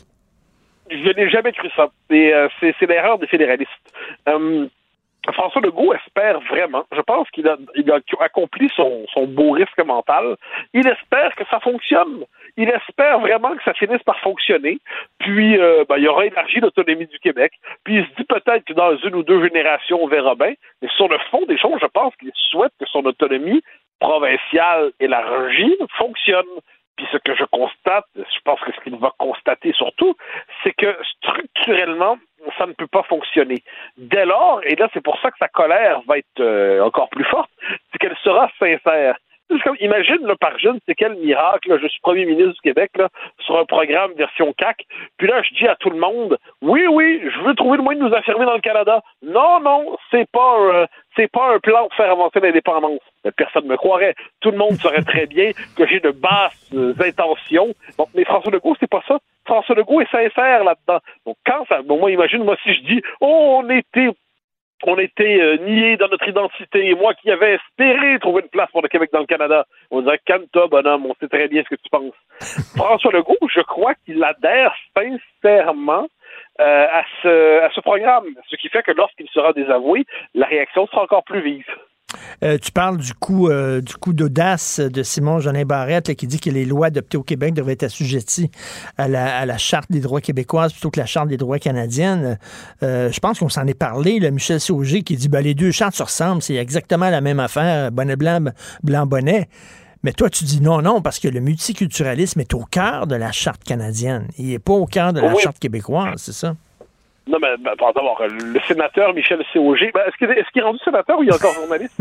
Je n'ai jamais cru ça. Et, euh, c'est, c'est l'erreur des fédéralistes. Euh, François Legault espère vraiment, je pense qu'il a, il a accompli son, son beau risque mental, il espère que ça fonctionne. Il espère vraiment que ça finisse par fonctionner. Puis, euh, ben, il y aura élargi l'autonomie du Québec. Puis, il se dit peut-être que dans une ou deux générations, on verra bien. Mais sur le fond des choses, je pense qu'il souhaite que son autonomie provinciale élargie fonctionne. Puis ce que je constate, je pense que ce qu'il va constater surtout, c'est que structurellement, ça ne peut pas fonctionner. Dès lors, et là c'est pour ça que sa colère va être euh, encore plus forte, c'est qu'elle sera sincère. Comme, imagine, là, par jeune, c'est quel miracle, là, je suis premier ministre du Québec, là, sur un programme version C A C, puis là, je dis à tout le monde, oui, oui, je veux trouver le moyen de nous affirmer dans le Canada. Non, non, c'est pas un, c'est pas un plan pour faire avancer l'indépendance. Mais personne ne me croirait. Tout le monde saurait très bien que j'ai de basses euh, intentions. Bon, mais François Legault, c'est pas ça. François Legault est sincère là-dedans. Donc, quand ça, bon, moi, imagine, moi, si je dis, oh, on était On était euh, niés dans notre identité. Et moi qui avais espéré trouver une place pour le Québec dans le Canada, on dirait calme-toi, bonhomme, on sait très bien ce que tu penses. François Legault, je crois qu'il adhère sincèrement euh, à ce à ce programme, ce qui fait que lorsqu'il sera désavoué, la réaction sera encore plus vive. Euh, tu parles du coup, euh, du coup d'audace de Simon-Jolin Barrette là, qui dit que les lois adoptées au Québec devraient être assujetties à la, à la Charte des droits québécoises plutôt que la Charte des droits canadiennes. Euh, je pense qu'on s'en est parlé. Là, Michel Sauger qui dit ben, les deux chartes se ressemblent, c'est exactement la même affaire, bonnet blanc, blanc bonnet. Mais toi, tu dis non, non, parce que le multiculturalisme est au cœur de la Charte canadienne. Il n'est pas au cœur de la oui. Charte québécoise, c'est ça? Non, mais ben, d'abord, le sénateur Michel Sauger, ben, est-ce, qu'il est, est-ce qu'il est rendu sénateur ou il est encore journaliste?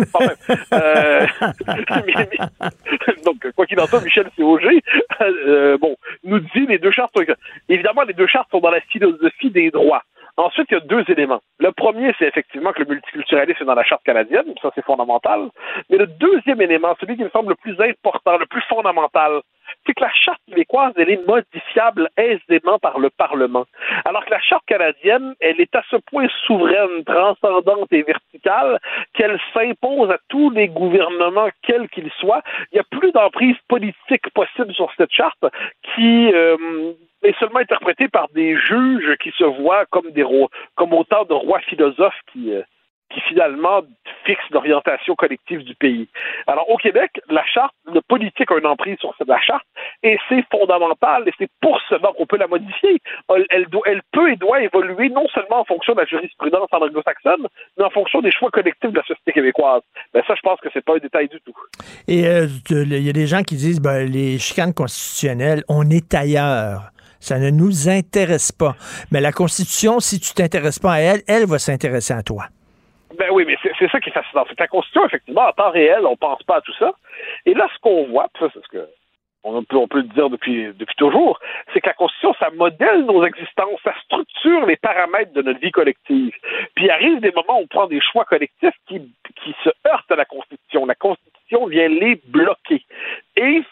euh, mais, mais, donc, quoi qu'il en soit, Michel Sauger, euh, bon, nous dit les deux chartes. Évidemment, les deux chartes sont dans la philosophie des droits. Ensuite, il y a deux éléments. Le premier, c'est effectivement que le multiculturalisme est dans la Charte canadienne, ça c'est fondamental. Mais le deuxième élément, celui qui me semble le plus important, le plus fondamental, c'est que la Charte québécoise, elle est modifiable aisément par le Parlement. Alors que la Charte canadienne, elle est à ce point souveraine, transcendante et verticale qu'elle s'impose à tous les gouvernements, quels qu'ils soient. Il n'y a plus d'emprise politique possible sur cette Charte qui... Euh, est seulement interprété par des juges qui se voient comme des rois, comme autant de rois philosophes qui, euh, qui finalement fixent l'orientation collective du pays. Alors au Québec, la charte, le politique a une emprise sur la charte et c'est fondamental et c'est pour cela qu'on peut la modifier. Elle, elle, doit, elle peut et doit évoluer non seulement en fonction de la jurisprudence anglo-saxonne, mais en fonction des choix collectifs de la société québécoise. Ben ça, je pense que c'est pas un détail du tout. Et il euh, y a des gens qui disent ben, les chicanes constitutionnelles, on est ailleurs. Ça ne nous intéresse pas. Mais la Constitution, si tu t'intéresses pas à elle, elle va s'intéresser à toi. Ben oui, mais c'est, c'est ça qui est fascinant. C'est que la Constitution, effectivement, en temps réel, on pense pas à tout ça. Et là, ce qu'on voit, ça, c'est ce que on peut, on peut le dire depuis, depuis toujours, c'est que la Constitution, ça modèle nos existences, ça structure les paramètres de notre vie collective. Puis il arrive des moments où on prend des choix collectifs qui, qui se heurtent à la Constitution. La Constitution vient les bloquer. Et toutes les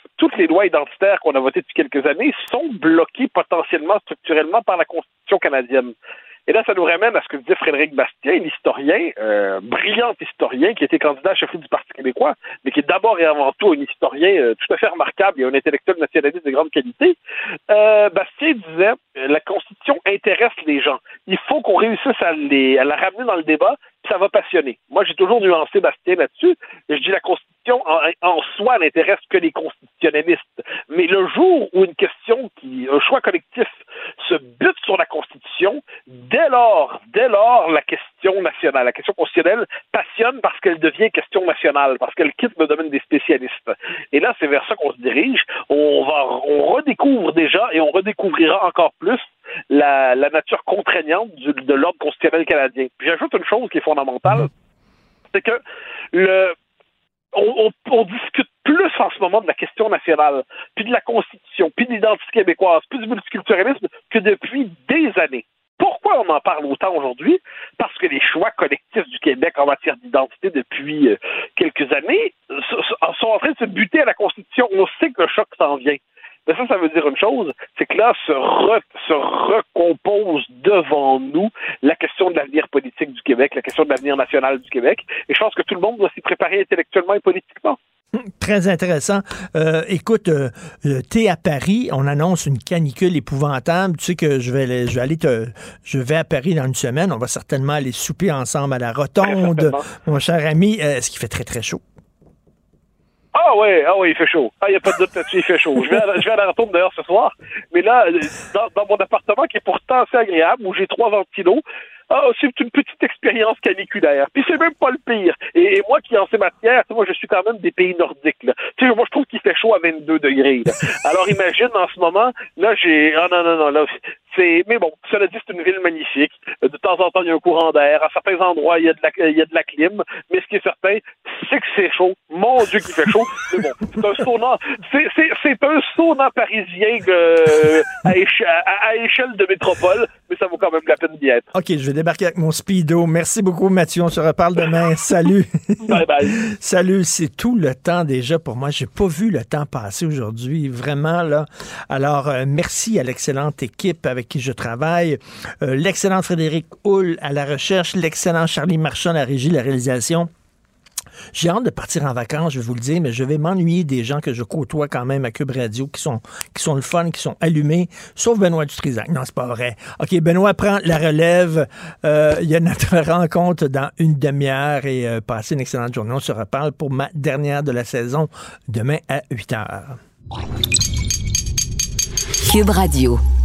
les lois identitaires qu'on a votées depuis quelques années sont bloquées potentiellement, structurellement par la Constitution canadienne. Et là, ça nous ramène à ce que disait Frédéric Bastien, l'historien, euh, brillant historien, qui était candidat à chefferie du Parti québécois, mais qui est d'abord et avant tout un historien euh, tout à fait remarquable et un intellectuel nationaliste de grande qualité. Euh, Bastien disait euh, la Constitution intéresse les gens. Il faut qu'on réussisse à, les, à la ramener dans le débat, puis ça va passionner. Moi, j'ai toujours nuancé Bastien là-dessus. Je dis la Constitution, en, en soi, n'intéresse que les constitutionnalistes. Mais le jour où une question, qui, un choix collectif, se bute sur la Constitution, dès lors, dès lors, la question nationale, la question constitutionnelle passionne parce qu'elle devient question nationale, parce qu'elle quitte le domaine des spécialistes. Et là, c'est vers ça qu'on se dirige. On va, on redécouvre déjà et on redécouvrira encore plus la, la nature contraignante du, de l'ordre constitutionnel canadien. Puis j'ajoute une chose qui est fondamentale, c'est que le On, on, on discute plus en ce moment de la question nationale, puis de la Constitution, puis de l'identité québécoise, puis du multiculturalisme que depuis des années. Pourquoi on en parle autant aujourd'hui? Parce que les choix collectifs du Québec en matière d'identité depuis euh, quelques années sont en train de se buter à la Constitution. On sait que le choc s'en vient. Mais ça, ça veut dire une chose, c'est que là se, re, se recompose devant nous la question de l'avenir politique du Québec, la question de l'avenir national du Québec. Et je pense que tout le monde doit s'y préparer intellectuellement et politiquement. Très intéressant. Euh, écoute, euh, t'es à Paris, on annonce une canicule épouvantable. Tu sais que je vais, je vais aller te, je vais à Paris dans une semaine. On va certainement aller souper ensemble à la Rotonde, mon cher ami. Euh, est-ce qu'il fait très, très chaud? Ah ouais, ah ouais, il fait chaud. Ah, il n'y a pas de doute là-dessus, il fait chaud. Je vais à, je vais à la Rotonde d'ailleurs ce soir. Mais là, dans, dans mon appartement qui est pourtant assez agréable, où j'ai trois ventilos, ah, c'est une petite expérience caniculaire. Puis c'est même pas le pire. Et, et moi qui en ces matières, moi je suis quand même des pays nordiques. Là. Tu sais, moi je trouve qu'il fait chaud à vingt-deux degrés. Là. Alors imagine en ce moment, là j'ai, ah non non non là. C'est, mais bon, cela dit, c'est une ville magnifique. De temps en temps, il y a un courant d'air. À certains endroits, il y a de la, il y a de la clim. Mais ce qui est certain, c'est que c'est chaud. Mon Dieu, qu'il fait chaud. Mais bon, c'est un sauna, c'est, c'est, c'est un sauna parisien euh, à, éche- à, à échelle de métropole. Mais ça vaut quand même la peine d'y être. OK, je vais débarquer avec mon speedo. Merci beaucoup, Mathieu. On se reparle demain. Salut. Bye bye. Salut. C'est tout le temps déjà pour moi. J'ai pas vu le temps passer aujourd'hui. Vraiment, là. Alors, euh, merci à l'excellente équipe avec qui je travaille. Euh, l'excellent Frédéric Hull à la recherche, l'excellent Charlie Marchand à la régie, la réalisation. J'ai hâte de partir en vacances, je vais vous le dire, mais je vais m'ennuyer des gens que je côtoie quand même à Cube Radio, qui sont, qui sont le fun, qui sont allumés, sauf Benoît Dutrisac. Non, c'est pas vrai. OK, Benoît prend la relève. Euh, il y a notre rencontre dans une demi-heure et euh, passez une excellente journée. On se reparle pour ma dernière de la saison demain à huit heures. Cube Radio.